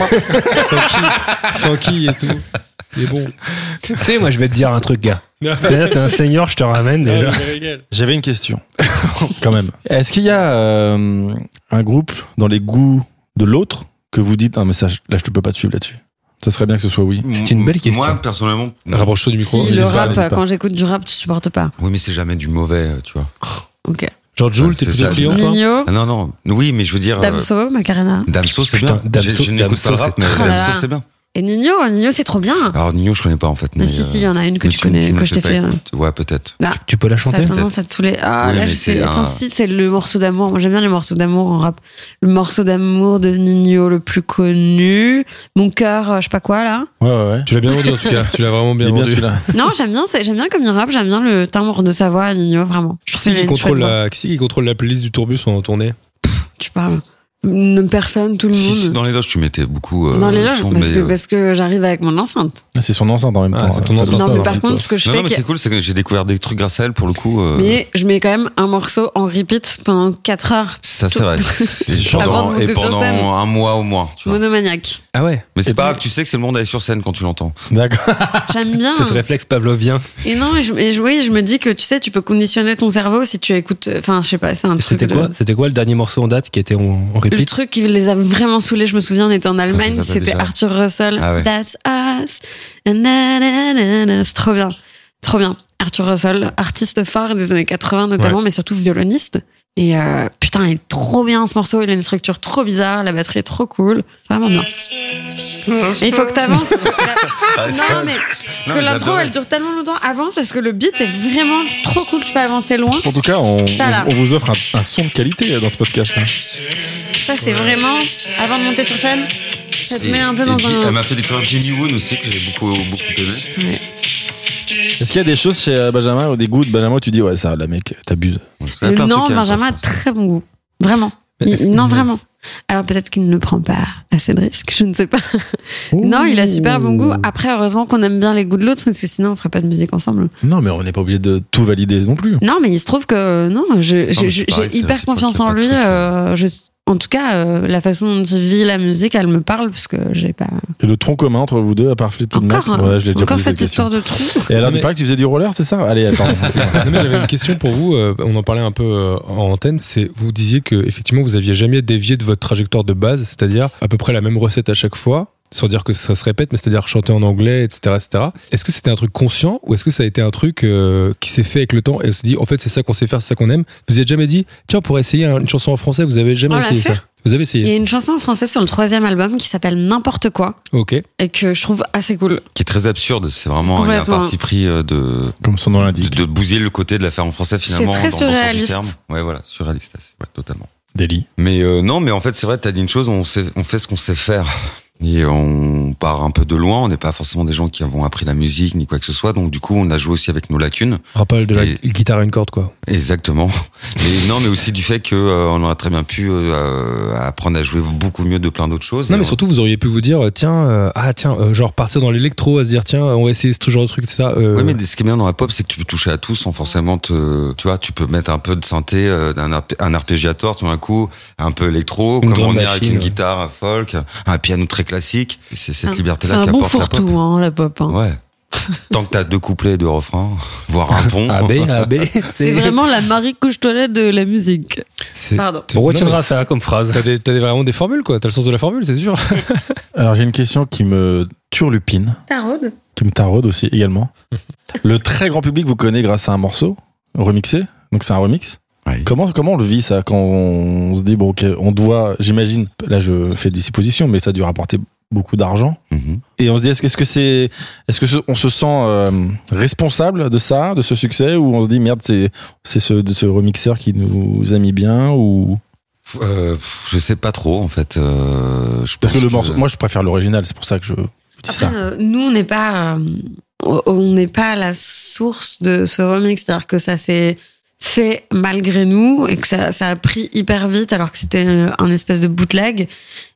sans qui et tout. Il est bon. Tu sais, moi je vais te dire un truc, gars. T'es un seigneur, je te ramène déjà. J'avais une question, quand même. Est-ce qu'il y a un groupe dans les goûts de l'autre que vous dites, ah mais ça, là je te peux pas te suivre là-dessus? Ça serait bien que ce soit oui. C'est une belle question. Moi, personnellement, rapproche-toi du micro. Si le rap, quand j'écoute du rap, tu supportes pas. Oui, mais c'est jamais du mauvais, tu vois. Ok. Genre Jul, t'es plutôt client, toi? Nino. Ah, non. Oui, mais je veux dire. Damso, Macarena. Damso, c'est bien. Je n'écoute pas le rap, mais Damso, c'est bien. Et Nino, c'est trop bien. Alors Nino, je connais pas en fait. Mais si, il y en a une que tu connais, que je t'ai fait. Ouais, peut-être. Là, tu peux la chanter? Ça a tendance à te saouler. Ah, oui, là, je sais. Attends, si, c'est le morceau d'amour. Moi, j'aime bien les morceaux d'amour en rap. Le morceau d'amour de Nino, le plus connu. Mon cœur, je sais pas quoi, là. Ouais. Tu l'as bien vendu en tout cas. Tu l'as vraiment bien vendu. Non, j'aime bien comme il rappe. J'aime bien le timbre de sa voix à Nino, vraiment. Qui c'est qui contrôle la playlist du tourbus en tournée? Tu parles. Personne, tout le monde. Si, dans les loges, tu mettais beaucoup. Dans les loges, parce que j'arrive avec mon enceinte. Ah, c'est son enceinte en même temps. C'est ton enceinte. Non, mais par contre, ce que je fais. Non, mais c'est cool, c'est que j'ai découvert des trucs grâce à elle pour le coup. Mais je mets quand même un morceau en repeat pendant 4 heures. Ça, c'est vrai. Et pendant un mois au moins. Tu vois. Monomaniaque. Ah ouais. Mais c'est pas grave, tu sais que c'est le monde aller sur scène quand tu l'entends. D'accord. J'aime bien. C'est ce réflexe pavlovien. Et non, je me dis que tu sais, tu peux conditionner ton cerveau si tu écoutes. Enfin, je sais pas, c'est un truc. C'était quoi le dernier morceau en date qui était en repeat? Le truc qui les a vraiment saoulés, je me souviens, on était en Allemagne, c'était Arthur Russell. Ah ouais. That's us. C'est trop bien. Trop bien. Arthur Russell, artiste phare des années 80 notamment, mais surtout violoniste. Et putain, il est trop bien ce morceau, il a une structure trop bizarre, la batterie est trop cool. C'est vraiment bien. Et il faut que t'avances. Non, mais parce que l'intro, elle dure tellement longtemps. Avance, parce que le beat, c'est vraiment trop cool, tu peux avancer loin. En tout cas, on vous offre un son de qualité dans ce podcast. Ça, c'est vraiment, avant de monter sur scène, ça te met un peu dans un... Elle m'a fait découvrir Jimmy Woon aussi, que j'ai beaucoup aimé. Ouais. Est-ce qu'il y a des choses chez Benjamin ou des goûts de Benjamin où tu dis ouais ça la mec t'abuses? Non, Benjamin a très bon goût, vraiment. Non, vraiment. Alors peut-être qu'il ne prend pas assez de risques, je ne sais pas. Non, il a super bon goût. Après, heureusement qu'on aime bien les goûts de l'autre, parce que sinon on ferait pas de musique ensemble. Non, mais on n'est pas obligé de tout valider non plus. Non, mais il se trouve que j'ai hyper confiance en lui. En tout cas, la façon dont il vit la musique, elle me parle parce que j'ai pas. Et le tronc commun entre vous deux, à part Fleetwood Mac, ouais, je l'ai déjà posé cette histoire de tronc. Et alors, il paraît que tu faisais du roller, c'est ça? Allez, attends. J'avais une question pour vous. On en parlait un peu en antenne. C'est vous disiez que effectivement vous aviez jamais dévié de votre trajectoire de base, c'est-à-dire à peu près la même recette à chaque fois. Sans dire que ça se répète, mais c'est-à-dire chanter en anglais, etc., etc. Est-ce que c'était un truc conscient ou est-ce que ça a été un truc qui s'est fait avec le temps et on s'est dit en fait c'est ça qu'on sait faire, c'est ça qu'on aime? Vous y êtes jamais dit tiens on pourrait essayer une chanson en français? Vous avez jamais essayé ça? Vous avez essayé? Il y a une chanson en français sur le 3e album qui s'appelle N'importe quoi. Ok. Et que je trouve assez cool. Qui est très absurde. C'est vraiment un parti pris de. Comme son nom l'indique. De bousiller le côté de la faire en français finalement. C'est très surréaliste. Dans le sens du terme. Ouais, voilà, surréaliste. Ouais, totalement. Délit. Mais non, mais en fait, c'est vrai, t'as dit une chose, on fait ce qu'on sait faire. Et on part un peu de loin, on n'est pas forcément des gens qui avons appris la musique ni quoi que ce soit, donc du coup on a joué aussi avec nos lacunes. Rappel de la guitare à une corde quoi. Exactement. Et non, mais aussi du fait que on aurait très bien pu apprendre à jouer beaucoup mieux de plein d'autres choses. Non, mais surtout vous auriez pu vous dire genre partir dans l'électro, à se dire tiens on va essayer ce genre de truc, etc. Oui, mais ce qui est bien dans la pop, c'est que tu peux toucher à tout sans forcément tu vois, tu peux mettre un peu de synthé, un arpégiatoire tout d'un coup, un peu électro, comme on est avec une guitare folk, un piano très classique. C'est cette liberté-là qui apporte la pop. C'est un bon fourre-tout, la pop. Ouais. Tant que t'as 2 couplets et 2 refrains, voire un pont. AB, c'est vraiment la Marie Couche-Toilette de la musique. Pardon. On retiendra ça comme phrase. T'as vraiment des formules, quoi. T'as le sens de la formule, c'est sûr. Alors, j'ai une question qui me turlupine. Taraude. Qui me taraude aussi, également. Le très grand public vous connaît grâce à un morceau remixé. Donc, c'est un remix. Oui. Comment on le vit, ça, quand on se dit, bon, ok, on doit, j'imagine, là, je fais des suppositions, mais ça a dû rapporter beaucoup d'argent. Mm-hmm. Et on se dit, est-ce que on se sent responsable de ça, de ce succès, ou on se dit, merde, c'est ce remixeur qui nous a mis bien, ou... je sais pas trop, en fait. Parce que le morceau, moi, je préfère l'original, c'est pour ça que je dis ça. Nous, on n'est pas à la source de ce remix, c'est-à-dire que ça s'est fait malgré nous et que ça a pris hyper vite alors que c'était un espèce de bootleg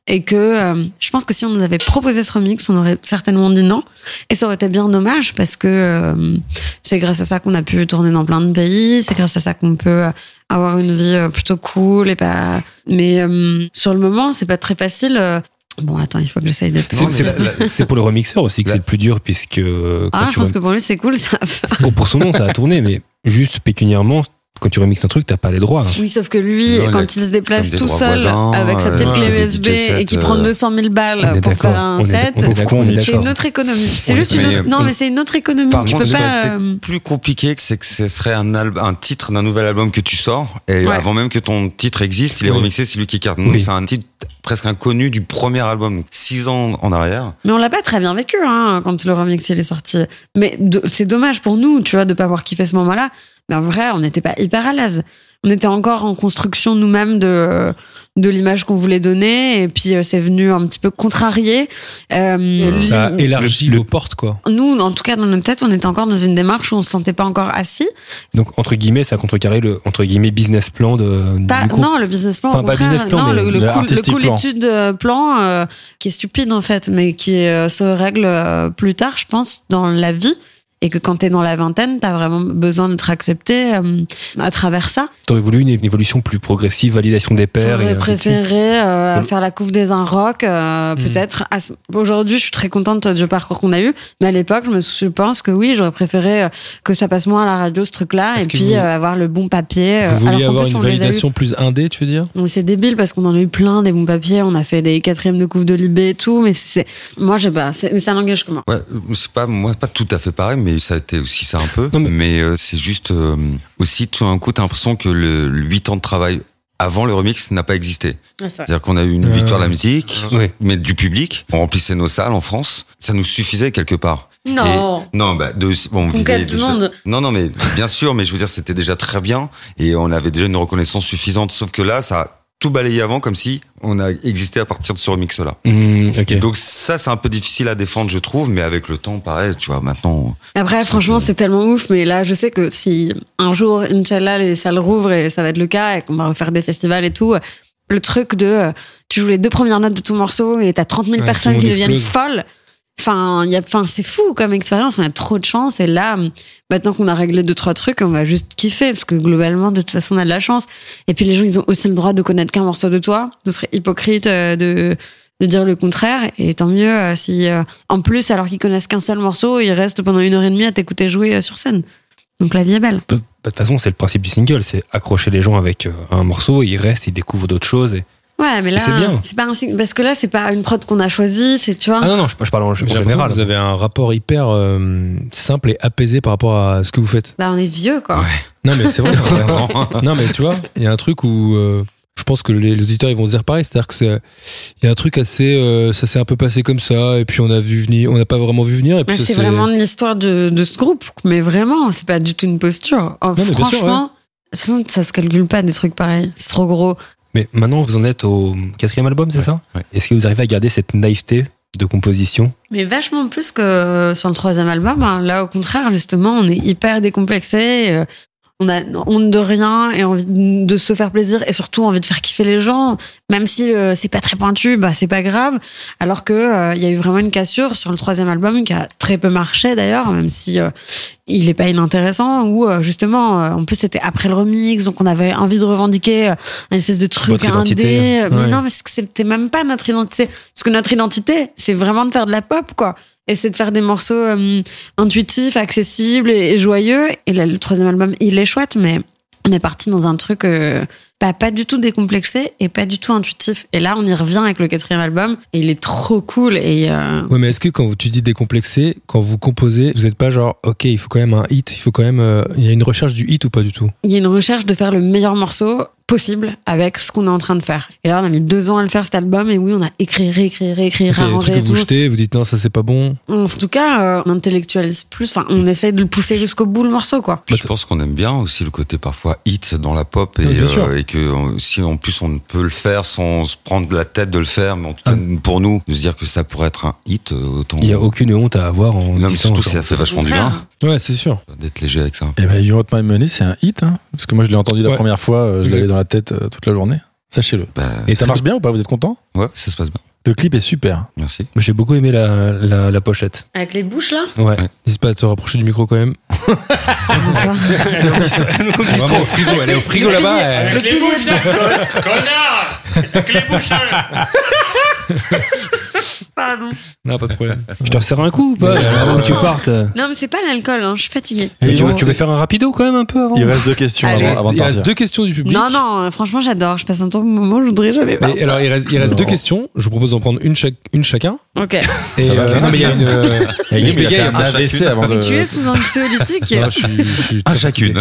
et que je pense que si on nous avait proposé ce remix, on aurait certainement dit non. Et ça aurait été bien dommage parce que c'est grâce à ça qu'on a pu tourner dans plein de pays, c'est grâce à ça qu'on peut avoir une vie plutôt cool et pas. Mais sur le moment, c'est pas très facile. Bon, attends, il faut que j'essaye d'être. C'est pour le remixeur aussi que c'est le plus dur puisque. Je pense que pour lui c'est cool ça. Bon, pour son nom, ça a tourné, mais juste pécuniairement. Quand tu remixes un truc, t'as pas les droits. Oui, sauf que lui, quand il se déplace tout seul avec sa petite clé USB et qu'il prend 200 000 balles pour faire un set, c'est une autre économie. C'est juste mais c'est une autre économie. Par tu contre, peux pas. C'est plus compliqué, c'est que ce serait un titre d'un nouvel album que tu sors et avant même que ton titre existe, il est remixé, c'est lui qui carte. Nous, c'est un titre presque inconnu du premier album, 6 ans en arrière. Mais on l'a pas très bien vécu quand le remix il est sorti. Mais c'est dommage pour nous, tu vois, de pas avoir kiffé ce moment-là. Mais en vrai, on n'était pas hyper à l'aise. On était encore en construction nous-mêmes de l'image qu'on voulait donner. Et puis, c'est venu un petit peu contrarier. Ça a élargi vos portes, quoi. Nous, en tout cas, dans notre tête, on était encore dans une démarche où on se sentait pas encore assis. Donc, entre guillemets, ça a contrecarré le, entre guillemets, business plan du groupe. Non, le business plan, au contraire. Pas business plan, mais le cool étude plan, qui est stupide, en fait, mais qui se règle plus tard, je pense, dans la vie. Et que quand t'es dans la vingtaine, t'as vraiment besoin d'être accepté à travers ça. T'aurais voulu une évolution plus progressive, validation des pairs. J'aurais préféré faire la couve des rock, peut-être. Aujourd'hui, je suis très contente du parcours qu'on a eu, mais à l'époque, je pense que oui, j'aurais préféré que ça passe moins à la radio, ce truc-là, et puis avoir le bon papier. Vous vouliez avoir une validation plus indé, tu veux dire? C'est débile parce qu'on en a eu plein des bons papiers, on a fait des 4e de couve de Libé et tout, mais moi, j'ai pas, c'est un langage commun. Ouais, c'est pas, moi, pas tout à fait pareil, mais ça a été aussi ça un peu. Non, mais c'est juste aussi tout d'un coup, t'as l'impression que le 8 ans de travail avant le remix n'a pas existé. C'est-à-dire qu'on a eu une victoire de la musique, mais du public. On remplissait nos salles en France. Ça nous suffisait quelque part. Non. Non, on vivait. Non, mais bien sûr, mais je veux dire, c'était déjà très bien et on avait déjà une reconnaissance suffisante. Sauf que là, ça a tout balayé avant comme si on a existé à partir de ce remix-là. Donc ça, c'est un peu difficile à défendre, je trouve, mais avec le temps, pareil, tu vois, maintenant... Après, franchement, c'est tellement ouf, mais là, je sais que si un jour, Inch'Allah, les salles rouvrent, et ça va être le cas, et qu'on va refaire des festivals et tout, le truc de... tu joues les 2 premières notes de ton morceau, et t'as 30 000 personnes qui deviennent folles. Enfin, c'est fou comme expérience, on a trop de chance, et là, maintenant qu'on a réglé 2-3 trucs, on va juste kiffer, parce que globalement, de toute façon, on a de la chance. Et puis les gens, ils ont aussi le droit de connaître qu'un morceau de toi. Ce serait hypocrite de dire le contraire, et tant mieux si, en plus, alors qu'ils connaissent qu'un seul morceau, ils restent pendant 1h30 à t'écouter jouer sur scène. Donc la vie est belle. De toute façon, c'est le principe du single, c'est accrocher les gens avec un morceau, ils restent, ils découvrent d'autres choses, et... Ouais, mais là, c'est pas parce que là, c'est pas une prod qu'on a choisie, c'est, tu vois. Ah non, je parle en général. Vous avez un rapport hyper simple et apaisé par rapport à ce que vous faites. Bah, on est vieux, quoi. Ouais. Non, mais c'est vrai. Non, mais tu vois, il y a un truc où je pense que les auditeurs, ils vont se dire pareil. C'est-à-dire que il y a un truc assez, ça s'est un peu passé comme ça, et puis on n'a pas vraiment vu venir, et puis c'est vraiment l'histoire de ce groupe, mais vraiment, c'est pas du tout une posture. Non, franchement, ça se calcule pas des trucs pareils. C'est trop gros. Mais maintenant, vous en êtes au 4e album, c'est ça? Est-ce que vous arrivez à garder cette naïveté de composition? Mais vachement plus que sur le 3e album. Là, au contraire, justement, on est hyper décomplexé. On a honte de rien et envie de se faire plaisir et surtout envie de faire kiffer les gens. Même si c'est pas très pointu, c'est pas grave. Alors que il y a eu vraiment une cassure sur le 3e album qui a très peu marché d'ailleurs, même si il est pas inintéressant. Où justement, en plus c'était après le remix, donc on avait envie de revendiquer une espèce de truc indé. Mais non, mais c'était même pas notre identité. Parce que notre identité, c'est vraiment de faire de la pop, quoi. Et c'est de faire des morceaux intuitifs, accessibles et joyeux. Et là, le 3e album, il est chouette, mais on est parti dans un truc pas du tout décomplexé et pas du tout intuitif. Et là, on y revient avec le 4e album et il est trop cool. Et Ouais, mais est-ce que quand tu dis décomplexé, quand vous composez, vous n'êtes pas genre, ok, il faut quand même un hit, il faut quand même, il y a une recherche du hit ou pas du tout? Il y a une recherche de faire le meilleur morceau possible avec ce qu'on est en train de faire. Et là, on a mis 2 ans à le faire, cet album, et oui, on a écrit, réécrit, arrangé. Que vous jetez, vous dites non, ça c'est pas bon. En tout cas, on intellectualise plus, on essaye de le pousser jusqu'au bout, le morceau, quoi. Je pense qu'on aime bien aussi le côté parfois hit dans la pop, et que si en plus on peut le faire sans se prendre la tête de le faire, mais en tout cas pour nous, de se dire que ça pourrait être un hit, autant. Il n'y a aucune honte à avoir en non, mais surtout ça fait vachement du bien. Ouais, c'est sûr. D'être léger avec ça. Et You Want My Money, c'est un hit, parce que moi je l'ai entendu la première fois, je l'avais dans la tête toute la journée. Sachez-le. Bah, Et ça marche bien ou pas? Vous êtes content? ouais, ça se passe bien. Le clip est super. Merci. J'ai beaucoup aimé la pochette. Avec les bouches là. Ouais. N'hésite pas à te rapprocher du micro quand même. Bonsoir. Vraiment au frigo, elle est au frigo là-bas. Le pilier de- Connard. Avec les bouches. Pardon. Non, pas de problème. Je te resserre un coup ou pas avant que tu partes. Non, mais c'est pas l'alcool, hein, je suis fatiguée. Mais tu veux faire un rapido quand même un peu avant? Il reste 2 questions Allez. avant de Il reste partir. 2 questions du public. Non, non, franchement, j'adore. Je passe un temps moment, je voudrais jamais Mais partir. alors, il reste Non. 2 questions. Je vous propose d'en prendre une chacun. Ok. Et Ça va, non, mais il y a une. Et je il a bégaye, fait hein. un AVC avant de. Et tu es sous anxiolytique. Non, je suis Ah, très chacune.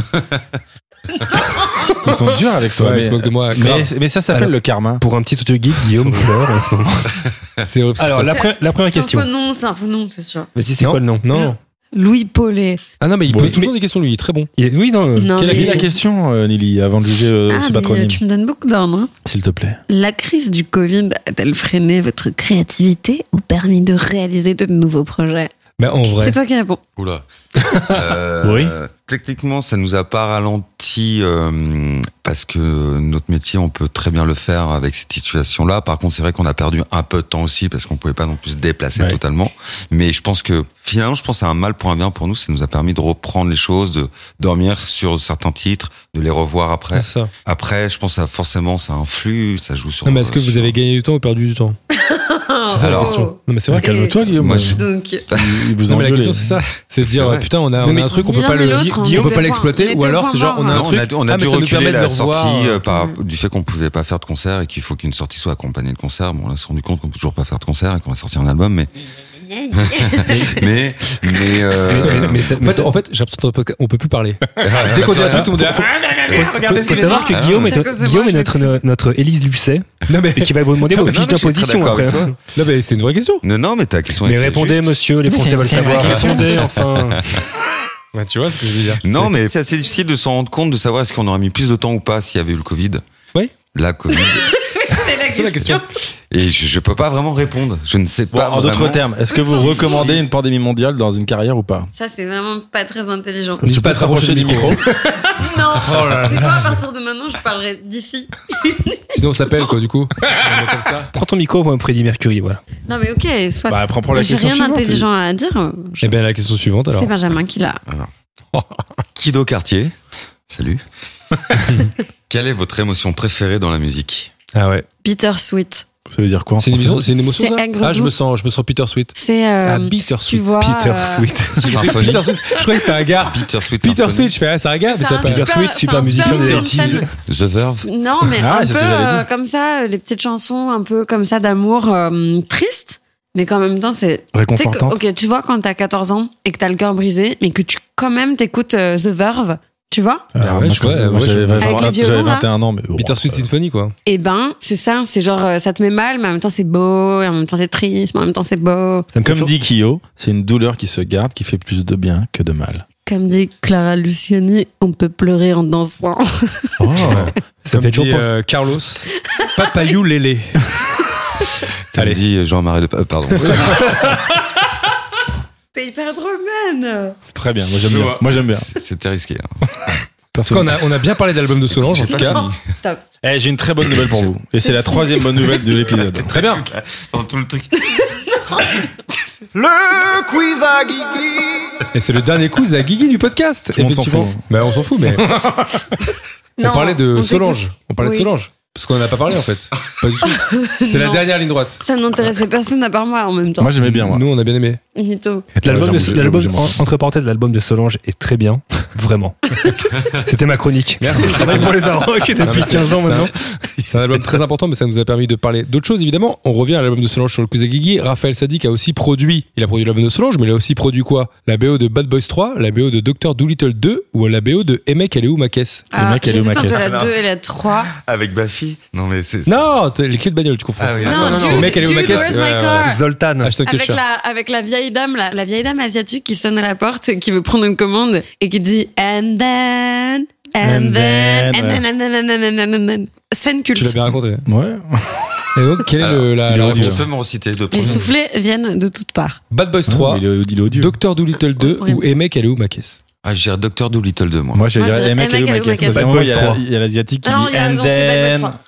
Ils sont durs avec toi. Ouais, ils se moquent de moi. Grave. Mais ça s'appelle Alors, le karma. Pour un petit autoguide, Guillaume pleure en ce moment. C'est horrible. Alors, la première question. C'est un faux nom, c'est sûr. Mais si, c'est Non, quoi le nom? Non. Louis Paulet. Ah non, mais il Bon, pose toujours des questions, lui. Il est très bon. Oui, non. Non, Quelle mais- est la question, Nelly, avant de juger ce mais patronyme? tu me donnes beaucoup d'ordre. Hein. S'il te plaît. La crise du Covid a-t-elle freiné votre créativité ou permis de réaliser de nouveaux projets? Mais en vrai. C'est toi qui réponds. Oula. Oui. Techniquement, ça nous a pas ralenti parce que notre métier, on peut très bien le faire avec cette situation-là. Par contre, c'est vrai qu'on a perdu un peu de temps aussi parce qu'on pouvait pas non plus se déplacer Ouais. totalement. Mais je pense que finalement, je pense que c'est un mal pour un bien pour nous. Ça nous a permis de reprendre les choses, de dormir sur certains titres, de les revoir après. C'est ça. Après, je pense que forcément, ça influe, ça joue sur. Non, mais est-ce que vous sur- avez gagné du temps ou perdu du temps? C'est ça la Alors- question. Non, mais c'est vrai. Calme-toi, Guillaume. Moi, je- Donc, Il vous Non, mais la engueule. question, c'est ça. C'est de C'est dire, vrai. putain, on a mais un truc, on peut l'un pas et le. l'autre, on On peut était pas au l'exploiter. point- Ou alors, c'est genre, on a un Non, truc. on a ah, dû mais ça nous reculer permet de la le revoir. sortie du fait qu'on pouvait pas faire de concert et qu'il faut qu'une sortie soit accompagnée de concert. Bon, on s'est rendu compte qu'on peut toujours pas faire de concert et qu'on va sortir un album, mais Mais En fait, j'ai l'impression qu'on peut plus parler. Dès qu'on dit un truc, on dit. faut savoir que Guillaume C'est à cause de Guillaume moi, est je m'excuse. notre Élise Lucet Non, mais. et qui va vous demander vos Non, fiches mais je suis très d'imposition d'accord après. avec toi. Non, mais c'est une vraie question. non, mais ta question Mais était répondez, juste. monsieur, les Français veulent savoir. Répondez, enfin. Ouais, tu vois ce que je veux dire. Non, mais c'est assez difficile de s'en rendre compte, de savoir est-ce qu'on aurait mis plus de temps ou pas s'il y avait eu le Covid. Oui. La Covid. C'est la question. Et je peux pas vraiment répondre. Je ne sais Bon, pas. en d'autres vraiment. termes, est-ce que vous recommandez une pandémie mondiale dans une carrière ou pas? ça, c'est vraiment pas très intelligent. N'hésite pas à te rapprocher du micro. Non, c'est quoi, à partir de maintenant, je parlerai d'ici. Sinon, on s'appelle quoi, du coup? On est comme ça. Prends ton micro pour un Freddie Mercury, voilà. Non, mais ok, soit. Bah, prends la J'ai question rien suivante. d'intelligent à dire. Eh bien, la question suivante, alors. C'est Benjamin qui l'a. Kido Cartier. Salut. Quelle est votre émotion préférée dans la musique? Ah ouais. Bittersweet. Ça veut dire quoi en C'est une français? émotion, c'est une émotion, C'est ça? aigre Ah, doux. je me sens Peter Sweet. C'est. Ah, tu Bittersweet. vois. Peter Sweet. Symphonie. Peter Sweet. Je croyais que c'était un gars. Peter Sweet. Peter Symphonie. Sweet, je fais, ah, c'est un gars, mais C'est ça un pas. Peter Sweet, super musicien des 80s. The Verve. Non, mais Ah, un c'est peu ce que j'allais dire. comme ça, les petites chansons un peu comme ça d'amour tristes, mais qu'en même temps, c'est. Réconfortante. Ok, tu vois, quand t'as 14 ans et que t'as le cœur brisé, mais que tu quand même t'écoutes The Verve, tu vois Ah, ouais, moi, je vois, moi, ouais, j'avais Avec les violons, j'avais là. 21 ans, mais bon, Peter Sweet Symphony, quoi. Et ben, c'est ça, c'est genre, ça te met mal, mais en même temps, c'est beau, et en même temps, c'est triste, mais en même temps, c'est beau. Ça me fait Comme dit Kyo, c'est une douleur qui se garde, qui fait plus de bien que de mal. Comme dit Clara Luciani, on peut pleurer en dansant. Oh. Ça me fait toujours dit, penser. Carlos. Papayou Lélé. Comme Allez. dit Jean-Marie Le pardon. T'es hyper drôle, man. C'est très bien, moi j'aime bien. Moi j'aime bien. C'était risqué. Hein. Parce qu'on a, on a bien parlé d'album de Solange, en tout cas. Stop. Eh, j'ai une très bonne nouvelle pour vous. Et c'est la 3e bonne nouvelle de l'épisode. Très bien. Dans tout le truc. Le quiz à Guigui. Et c'est le dernier quiz à Guigui du podcast. Tout le monde s'en Effectivement. fout. Bah, on s'en fout, mais. Non, on parlait de on Solange. t'écoute. On parlait de Oui. Solange. Parce qu'on n'en a pas parlé, en fait. Pas du tout. C'est la Non. dernière ligne droite. Ça n'intéressait personne à part moi en même temps. Moi j'aimais bien, moi. Nous, on a bien aimé. Mytho. L'album, Ouais, j'avoue, l'album j'avoue, entre parenthèses, l'album de Solange est très bien. Vraiment. C'était ma chronique. Merci. Je travaille pour les Arocs depuis 15 ans maintenant. C'est un album très important, mais ça nous a permis de parler d'autres choses, évidemment. On revient à l'album de Solange sur le quiz à Guigui. Raphaël Sadik a aussi produit, il a produit l'album de Solange, mais il a aussi produit quoi? La BO de Bad Boys 3, la BO de Dr. Dolittle 2 ou la BO de Mec, elle est où ma caisse? mec, elle est où, ma j'hésite entre caisse la 2 et la 3. Avec Baffy. Non mais c'est. Non, les clés de bagnole, tu confonds. Ah oui. Non, Le mec, elle est où ma dude, caisse? where's my Ouais, ouais, car? Zoltan. Ashton Kutcher. Avec la vieille dame, la vieille dame asiatique qui sonne à la porte, qui veut prendre une commande et qui dit and then, and then, and then, and then, and then, and then. Scène Tu l'as culte. bien raconté. Ouais. Et donc, quelle est Alors, la il est réponse? Tu peux me reciter deux Les premiers. soufflets viennent de toutes parts. Bad Boys 3, Il est odieux. Dr. Dolittle 2 Oui. ou Mec, elle est où ma caisse? Ah, je dirais Dr. Dolittle 2, moi. Moi, je Moi, je dirais, dirais, mec, elle est où ma caisse? Bad Parce qu'à un Boys moment, 3. il y a l'asiatique qui Ah non, dit il a and raison, c'est Bad Boys then, 3.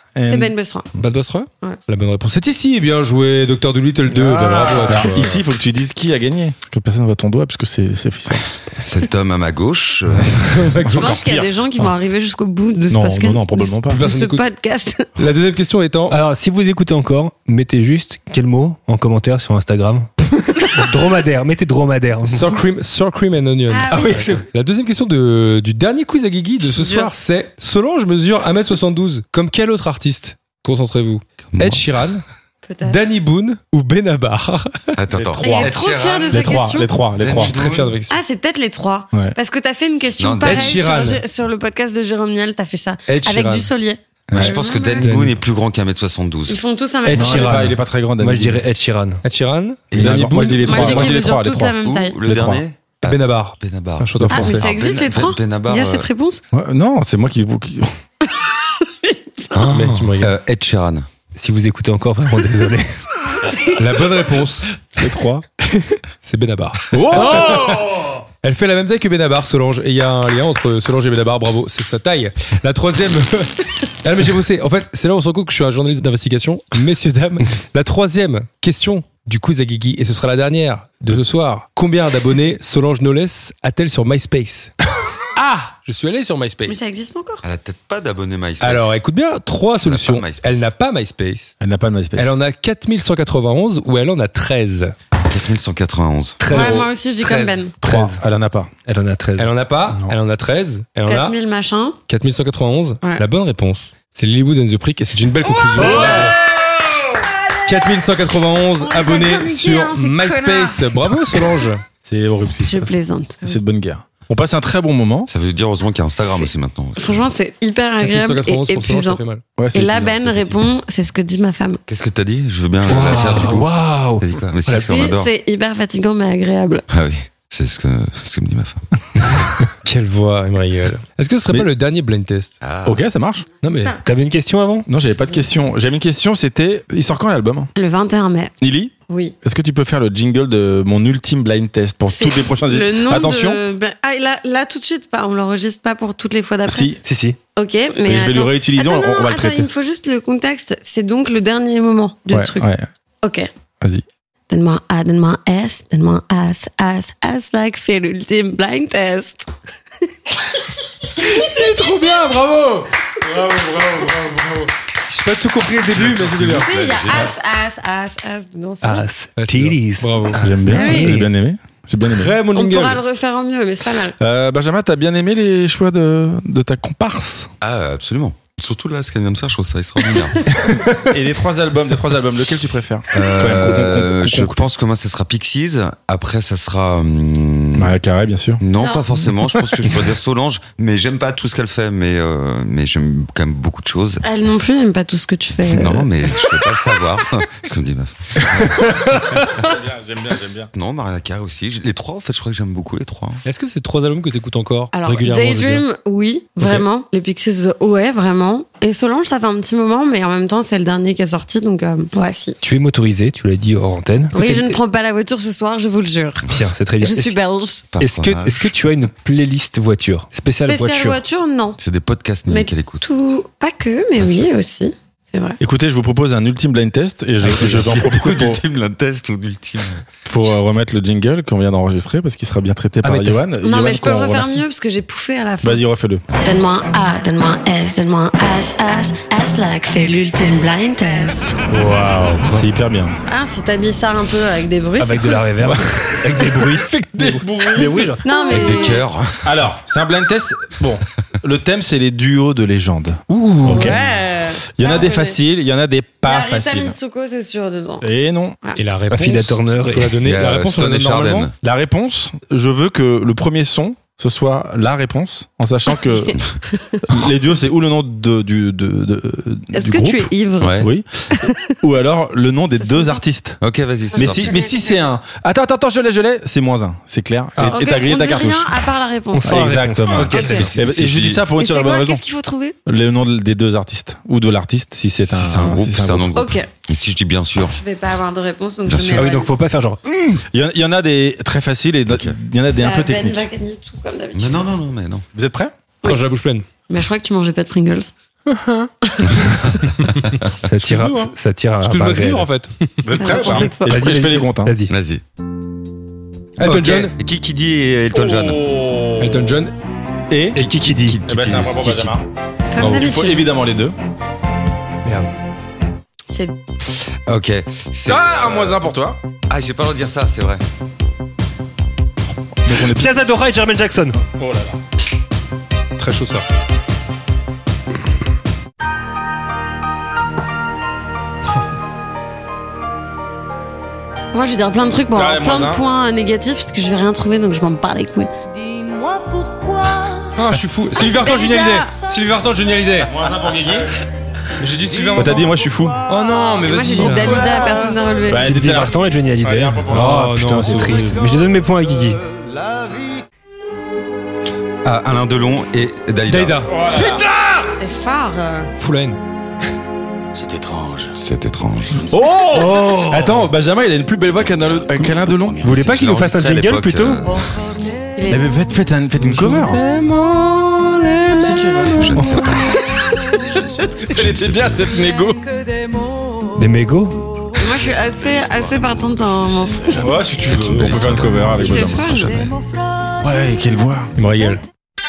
C'est Ben Boss 3. Bad Boss 3 Ouais. La bonne réponse c'est ici. Bien joué, Dr. Dolittle 2. Bravo à Alors, toi. ici, il faut que tu dises qui a gagné. Parce que personne ne voit ton doigt, puisque c'est officiel. Cet homme à ma gauche. Je pense qu'il y a des gens qui vont arriver jusqu'au bout de ce Non, podcast. non, non, probablement pas. De Personne ce n'écoute. podcast. La deuxième question étant. Alors, si vous écoutez encore, mettez juste quel mot en commentaire sur Instagram. Dromadaire, mettez dromadaire. Sour cream and onion. Ah oui. c'est La deuxième question du dernier quiz à Guigui de ce Dur. soir, c'est Solange mesure 1m72. Comme quel autre artiste? Concentrez-vous. Moi. Ed Sheeran, Peut-être. Danny Boone ou Benabar? Attends. Il est trop fier de sa question. Les trois. Je suis très fier de ma question. Ah, c'est peut-être les trois. Ouais. Parce que t'as fait une question Non, pareille Ed Sheeran. sur le podcast de Jérôme Niel, t'as fait ça. Ed Avec Sheeran. du Solier. Ouais, je pense que Dan Ouais. Boone est plus grand qu'1m72. Ils font tous un Ed mètre. Non, Sheeran. il est pas très grand. Moi, je dirais Ed Sheeran. Ed Sheeran, Et Danny Moi, je dis les Moi, trois. je dis Moi, je qu'ils dis les trois. mesurent tous la même taille. Ou le Les trois. dernier Benabar. Benabar. C'est un chanteur Ah, mais français. ça existe les trois Benabar, Il y a cette réponse Non, c'est moi qui. Ah, mec, tu me regardes. Ed Sheeran. Si vous écoutez encore, vraiment désolé. La bonne réponse, Les trois. c'est Benabar. Elle fait la même taille que Benabar, Solange. Et il y a un lien entre Solange et Benabar, bravo, c'est sa taille. La troisième... Ah, mais j'ai bossé. En fait, c'est là où on se rend compte que je suis un journaliste d'investigation. Messieurs, dames, la troisième question du quiz à Guigui, et ce sera la dernière de ce soir. Combien d'abonnés Solange Knowles a-t-elle sur MySpace? Ah, je suis allé sur Mais MySpace. ça existe encore. Elle a peut-être pas d'abonnés MySpace. Alors, écoute bien, trois n'a solutions. pas MySpace. Elle n'a pas MySpace. Elle n'a pas de MySpace. Elle en a 4191 ou elle en a 13. 4191. Ouais, moi aussi, je dis comme Ben. 13. Elle en a pas. Elle en a 13. Elle en a pas, Non. elle en a 13, elle en a 4000 machin. 4191. Ouais. La bonne réponse, c'est Lilywood and the Prick et c'est une belle conclusion. 4191 Oh, les abonnés a sur chroniqués, hein, ces MySpace. Bravo Solange. C'est horrible. ce qui se Je passe. plaisante. C'est de bonne guerre. On passe un très bon moment. Ça veut dire heureusement qu'il y a Instagram aussi maintenant. Franchement, c'est hyper agréable 4191 et pour Solange, ça épuisant. fait mal. Ouais, c'est Et là, épuisant, Ben c'est répond, c'est ce que dit ma femme. Qu'est-ce que t'as dit? Je veux bien la faire du coup. Waouh. T'as dit quoi? Mais c'est Je ce qu'on dis, adore. c'est hyper fatigant mais agréable. Ah oui, c'est ce que me dit ma femme. Quelle voix, il me régale. Est-ce que ce serait Mais- pas le dernier blind test? Ah. Ok, ça marche. Non mais T'avais une question avant? Non, j'avais pas de question. J'avais une question, c'était. Il sort quand l'album? Le 21 mai. Lily, Oui. est-ce que tu peux faire le jingle de mon ultime blind test pour C'est toutes les prochaines Le nom Attention. de... Ah, là, tout de suite, pas. On l'enregistre pas pour toutes les fois d'après. Si. Si. Ok, mais Et je vais le attends. réutiliser, Attends, on va le attends, traiter. il me faut juste le contexte. C'est donc le dernier moment du Ouais, truc. ouais. Ok. Vas-y. Donne-moi A, donne-moi S, donne-moi as like fait l'ultime blind test. trop bien, bravo. Bravo. J'ai pas tout compris au début, mais c'était bien. Tu sais, il y a as dedans. c'est vrai. As. Ouais, c'est bien. Titties. Bravo. J'aime bien. Ah oui. J'ai bien aimé. J'ai bien aimé. Très bon On pourra le jingle. refaire en mieux, mais c'est pas mal. Benjamin, t'as bien aimé les choix de ta comparse? Ah, absolument. Surtout là, ce qu'elle vient de faire, je trouve ça extraordinaire. Et les trois albums, lequel tu préfères? Je pense que moi, ça sera Pixies. Après, ça sera. Ouais, Carré, bien sûr. Non, Non. pas forcément. Je pense que je pourrais dire Solange, mais j'aime pas tout ce qu'elle fait, mais j'aime quand même beaucoup de choses. Elle non plus n'aime pas tout ce que tu fais. Non, mais je peux pas le savoir. Ce que me dit ma femme. J'aime bien. Non, Mariah Carey aussi. Les trois, en fait, je crois que j'aime beaucoup les trois. Est-ce que c'est trois albums que t'écoutes encore Alors, régulièrement? je veux dire Daydream, oui, vraiment. Les Pixies, ouais, vraiment. Et Solange, ça fait un petit moment, mais en même temps, c'est le dernier qui est sorti, donc ouais, si. Tu es motorisé, tu l'as dit hors antenne. Oui, je ne prends pas la voiture ce soir, je vous le jure. Bien, c'est très bien. Je suis belge. Est-ce que tu as une playlist voiture spéciale Spéciale voiture? voiture, non. C'est des podcasts Mais qu'elle écoute. tout, pas que, mais oui aussi. C'est vrai. Écoutez, je vous propose un ultime blind test et je vais en profiter d'ultime test ou d'ultime. pour remettre le jingle qu'on vient d'enregistrer parce qu'il sera bien traité par mais Johan. Non, Johan, mais je peux le qu'on refaire remercie. mieux parce que j'ai pouffé à la fin. Vas-y, refais-le. Donne-moi un A, donne-moi un S, donne-moi un as like fait l'ultime blind test. Waouh, c'est hyper bien. Ah, si t'as mis ça un peu avec des bruits, Avec c'est de cool. la reverb, avec des bruits. Des bruits, genre. Non, mais. Avec des cœurs. Alors, c'est un blind test. Bon, le thème, c'est les duos de légende. Ok. Ouais. Il y en a Ça, des ouais. faciles, il y en a des pas Rita faciles. Mitsuko, c'est sûr, dedans. Et non. Et la réponse, Affida Turner il faut la donner. et, La réponse, on la Stone donne et Chardin. normalement. La réponse, je veux que le premier son, ce soit la réponse, en sachant que les duos, c'est ou le nom du Est-ce du que groupe, tu es ivre? Ouais. oui, ou alors le nom des deux artistes. Ok, vas-y. Mais sorti. si c'est un... Attends, je l'ai, c'est -1, c'est clair. Et t'as grillé on ta dit cartouche. rien à part la réponse. On sent la Exactement. réponse. Ok, très bien. Et je dis ça pour Et une seule c'est bonne quoi? raison. Qu'est-ce qu'il faut trouver? Le nom des deux artistes. Ou de l'artiste, si c'est Si c'est un groupe, c'est un nom de groupe. Ok, Et si je dis bien sûr. je vais pas avoir de réponse, donc Bien je sûr. Ah oui, mets donc faut pas faire genre. Il y en a des très faciles et il y en a des un peu techniques. Ben va gagner tout comme d'habitude. Mais non. Vous êtes prêts? Quand j'ai la bouche pleine. Mais je crois que tu mangeais pas de Pringles. Ça tire à Ce que je balles veux dire réelles. en fait. Vous êtes prêts ou pas Cette fois. Et je fais les comptes. Hein. Vas-y. Vas-y. Elton Ok. John. Qui dit Elton John? Elton John. Et qui dit Eh ben, c'est un point pour Benjamin. Comme Donc, il faut d'habitude. évidemment les deux. Merde. C'est Ok. C'est- Ah, un moins un pour toi. Ah, j'ai pas le droit de dire ça, c'est vrai. Piazza Dora et Jermaine Jackson. Oh là là. Très chaud ça. Moi, je vais dire plein de trucs pour Ouais, avoir plein moins de un. points négatifs parce que je vais rien trouver, donc je m'en bats les couilles. Dis-moi pourquoi. Ah, je suis fou. Sylvie Vartan, Johnny Hallyday. Sylvie Vartan, Johnny Hallyday. Moins un pour Guigui. J'ai dit Sylvie Bah, Vartan. t'as dit, moi je suis fou. Oh non, mais Moi, j'ai vas-y. dit Dalida, personne n'a relevé. Ouais, Sylvie Vartan et Johnny Hallyday. Ouais, un point pour Oh moi. putain, Non, c'est c'est triste. horrible. Mais je donne mes points à Guigui. Ah, Alain Delon et Dalida. Dalida. T'es fort. Full haine. C'est étrange. Oh, Attends, Benjamin, il a une plus belle voix qu'Alain Delon. Vous voulez pas qu'il nous fasse un jingle plutôt Il est- Eh ben, faites une cover. Si tu veux. Je ne sais pas. Elle était bien cette négo. Des mégots. Moi, je suis assez partante en m'en fous. Ouais, si tu veux, on peut faire une cover avec C'est Benjamin. ça, Ouais, quelle voix. Il me régale.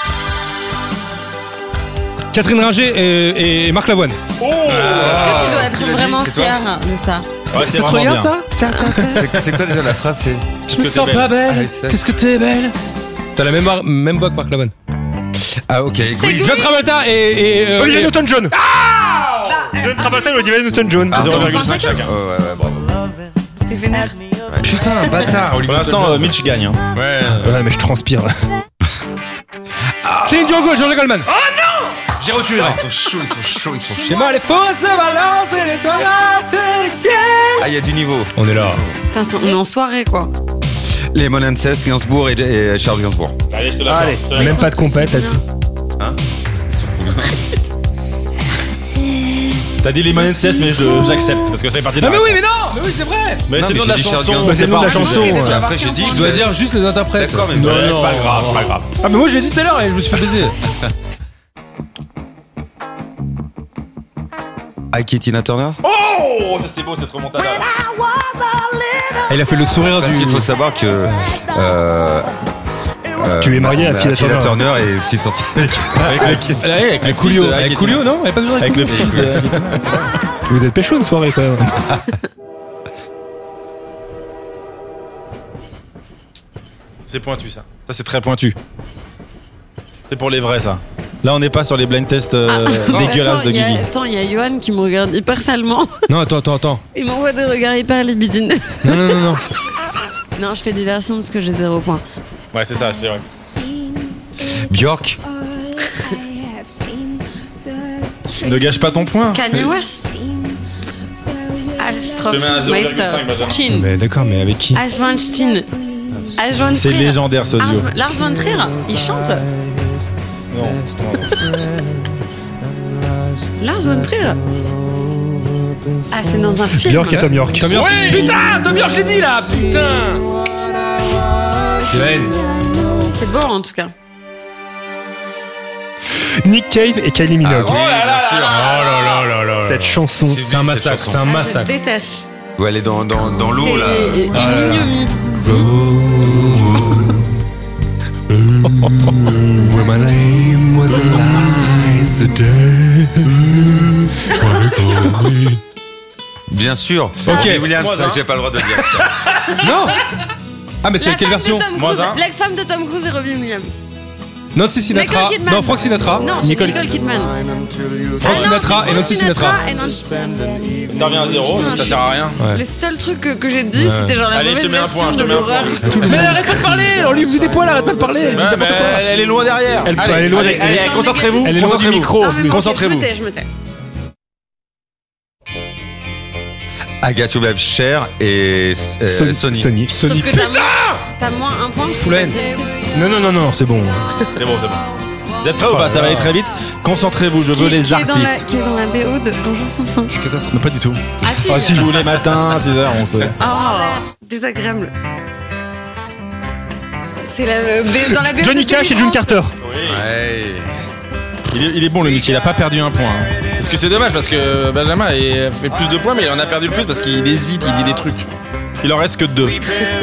Catherine Ringer et Marc Lavoine. Est-ce que tu dois être Qui l'a dit, vraiment c'est toi fier de ça? Ouais, c'est vraiment bien. C'est quoi déjà la phrase? C'est. Qu'est-ce que t'es belle. Ah, belle. c'est- Qu'est-ce que t'es belle. T'as la même voix que Marc Lavoine. Ah, ok. Oui, John Travolta et Olivier Newton-John. John Travolta et Olivier Newton-John. Ah, 0,5 chacun. ouais, bravo. T'es vénère. Putain, bâtard. Pour l'instant, Mitch gagne. Hein. Ouais, mais je transpire. Céline Dion, George Goldman. Oh non. J'ai reçu le reste. Ils sont chauds. Chez moi, les fausses balances et les tomates et le ciel. Ah, il y a du niveau. On est là. Putain, on est en soirée, quoi. Les Monenses, Gainsbourg et Charles Gainsbourg. Allez, je te Allez, même pas de compète. Hein? T'as dit les Monenses, mais j'accepte parce que ça fait partie de la. mais oui, mais non. Mais oui, c'est vrai. Mais Non, c'est mais le nom de la j'ai dit Charles chanson. Gainsbourg. C'est le nom de la chanson. Et après, j'ai dit. Je dois dire juste les interprètes. D'accord, mais Non, c'est pas grave, c'est pas grave. Ah, mais moi, je l'ai dit tout à l'heure et je me suis fait baiser. Ike et Tina Turner? Oh, ça c'est beau cette remontada. Et il a fait le sourire Parce du. qu'il faut savoir que. Tu es marié à Phil Tina Turner. Turner et 6 cm. Avec le Coolio. fils de Avec Coolio, non? Avec pas besoin Avec le fils de. Vous êtes pécho une soirée quand même. C'est pointu ça. Ça c'est très pointu. C'est pour les vrais ça. Là on n'est pas sur les blind tests dégueulasses de Guigui. Attends, il y a Johan qui me regarde hyper salement. Non, attends. Il m'envoie des regards hyper libidineux. Non. Non, je fais diversion parce que j'ai 0 point. Ouais c'est ça, je dirais. Björk. Ne gâche pas ton point. Kanye West. Alstroff Je te mets un 0,5, Meister. Benjamin. Steen. Mais d'accord, mais avec qui? As van Steen. As van C'est Trier. légendaire ce duo. Lars von Trier, il chante. Non. Lars von Trier. Ah, c'est dans un film. Björk et Tom York. Tom York. Putain, Tom York, je l'ai dit là. Putain. Joël. C'est beau en tout cas. Nick Cave et Kylie Minogue. Oh là là. Cette chanson. C'est un massacre, c'est un Je massacre. déteste. Où elle est dans l'eau C'est là. une ignominie. Where my name was Eliza Day. Bien sûr. Ok. Mais Williams, Moi, ça, hein. j'ai pas le droit de le dire. Non. Ah, mais c'est La quelle femme version? de Tom Moins Cruise, un. l'ex-femme de Tom Cruise et Robin Williams. Nancy Sinatra. Nicole Kidman. Non, Frank Sinatra. Non, c'est Nicole Kidman. Frank Sinatra et Nancy Sinatra. Et Nancy. Ça revient à 0, donc ça sert à rien. Les seuls trucs que j'ai dit, c'était genre la Allez, je te mauvaise mets un version point, je te de mets un l'horreur. Mais elle arrête pas de parler. On lui fout des poils, elle arrête pas de parler. Elle dit Ouais, mais n'importe quoi. elle est loin derrière. Elle est loin Allez, derrière. allez, concentrez-vous. Elle est loin du concentrez-vous. micro. Ah, mais bon, Concentrez-vous. ok, je me tais. Agathe Webb, Cher et Sony. Sauf que t'as moins un point. Full haine. Non, c'est bon. C'est bon. Vous êtes prêts ou pas? Ça va aller très vite. Concentrez-vous, je veux les artistes. Qui est dans la BO de Un jour sans fin. Non, pas du tout. Ah si. Tous les matins, 6h, on sait. Ah, désagréable. C'est dans la BO Johnny de Cash et June Délivrance. Carter. Ouais. Il est bon le Mitch, il a pas perdu un point. Hein. Parce que c'est dommage parce que Benjamin a fait plus de points mais il en a perdu le plus parce qu'il hésite, il dit des trucs. Il en reste que 2.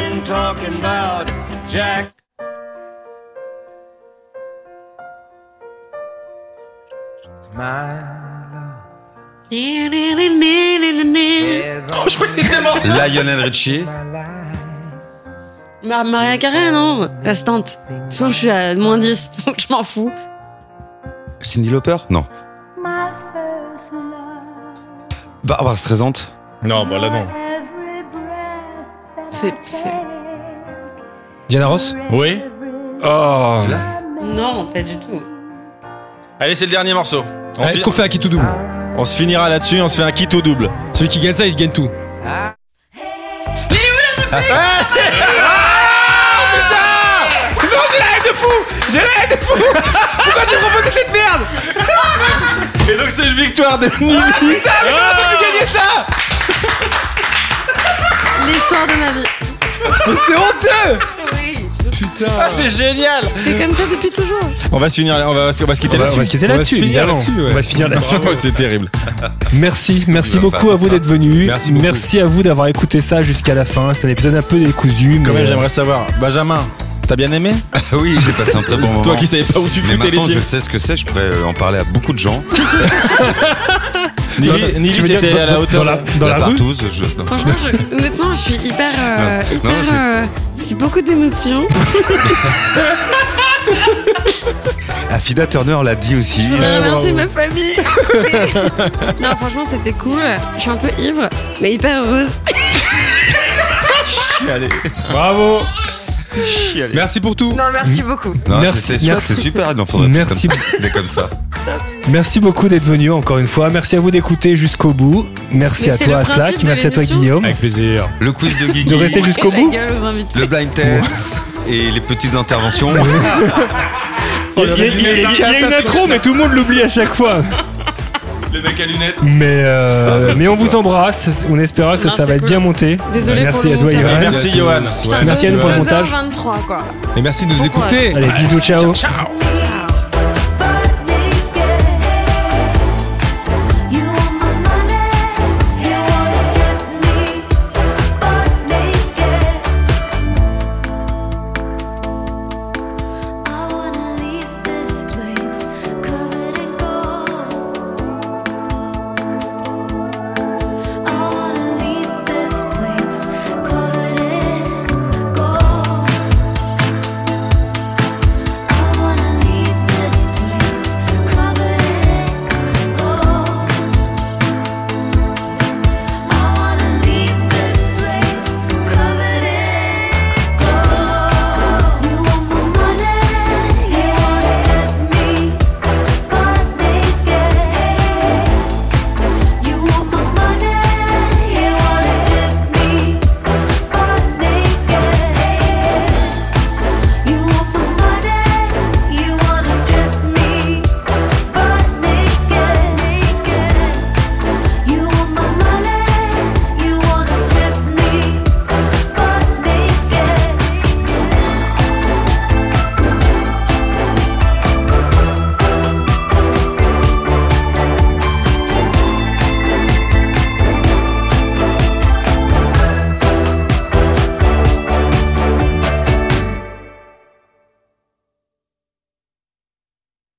Je crois que c'était mort. Lionel Richie. Maria Carey, non? Ça se tente. Sinon, je suis à moins 10, donc je m'en fous. Cyndi Lauper? Non. Barbara Streisand? Non, bah là non. C'est... Diana Ross? Oui. Oh. Non, pas du tout. Allez, c'est le dernier morceau. Est-ce qu'on fait un kit ou double? On se finira là-dessus, on se fait un kit au double. Celui qui gagne ça, il gagne tout. Ah, c'est... Non, j'ai la haine de fou! J'ai la haine de fou! Pourquoi j'ai proposé cette merde? Et donc c'est une victoire de Nili. Putain, mais comment t'as pu gagner ça? L'histoire de ma vie. Mais c'est honteux! Oui. Putain! Ah, c'est génial. C'est comme ça depuis toujours. On va se finir, on va se quitter là-dessus. On va se quitter là-dessus, évidemment. On va se finir là-dessus. C'est terrible. Merci beaucoup à vous d'être venus. Merci beaucoup. Merci à vous d'avoir écouté ça jusqu'à la fin. C'est un épisode un peu décousu, Quand mais même, j'aimerais savoir, Benjamin, t'as bien aimé? Oui, j'ai passé un très bon moment. Toi qui savais pas où tu Mais foutais les maintenant, pieds. je sais ce que c'est, je pourrais en parler à beaucoup de gens. Nili, tu veux dire c'était à la hauteur. dans la rue? partouze, Franchement, honnêtement, je suis hyper... Non, c'est beaucoup d'émotions. Afida Turner l'a dit aussi. Je voudrais remercier ma famille. Non, franchement, c'était cool. Je suis un peu ivre, mais hyper heureuse. Chialé. Bravo! Chialé. Merci pour tout. Non, merci beaucoup. Non, Merci, c'est chouette, merci. c'est super, il en faudrait Merci. plus comme ça. Merci beaucoup d'être venu encore une fois. Merci à vous d'écouter jusqu'au bout. Merci Mais à c'est toi le Aslak. principe de Merci à toi l'émission. Guillaume. Avec plaisir. Le quiz de De Guigui, rester jusqu'au La bout. gueule aux invités. le blind test et les petites interventions. Il y a une intro, mais tout le monde l'oublie à chaque fois. Le mec à lunettes. Mais on vous embrasse. On espère que Non, ça va c'est être cool. bien monté. Désolé pour Merci le à toi, montage. Johan. Merci, Johan. Putain, Merci à nous pour le montage. 2h23, quoi. Et merci de nous Bon courage. écouter. Allez, bisous, ciao. Ciao.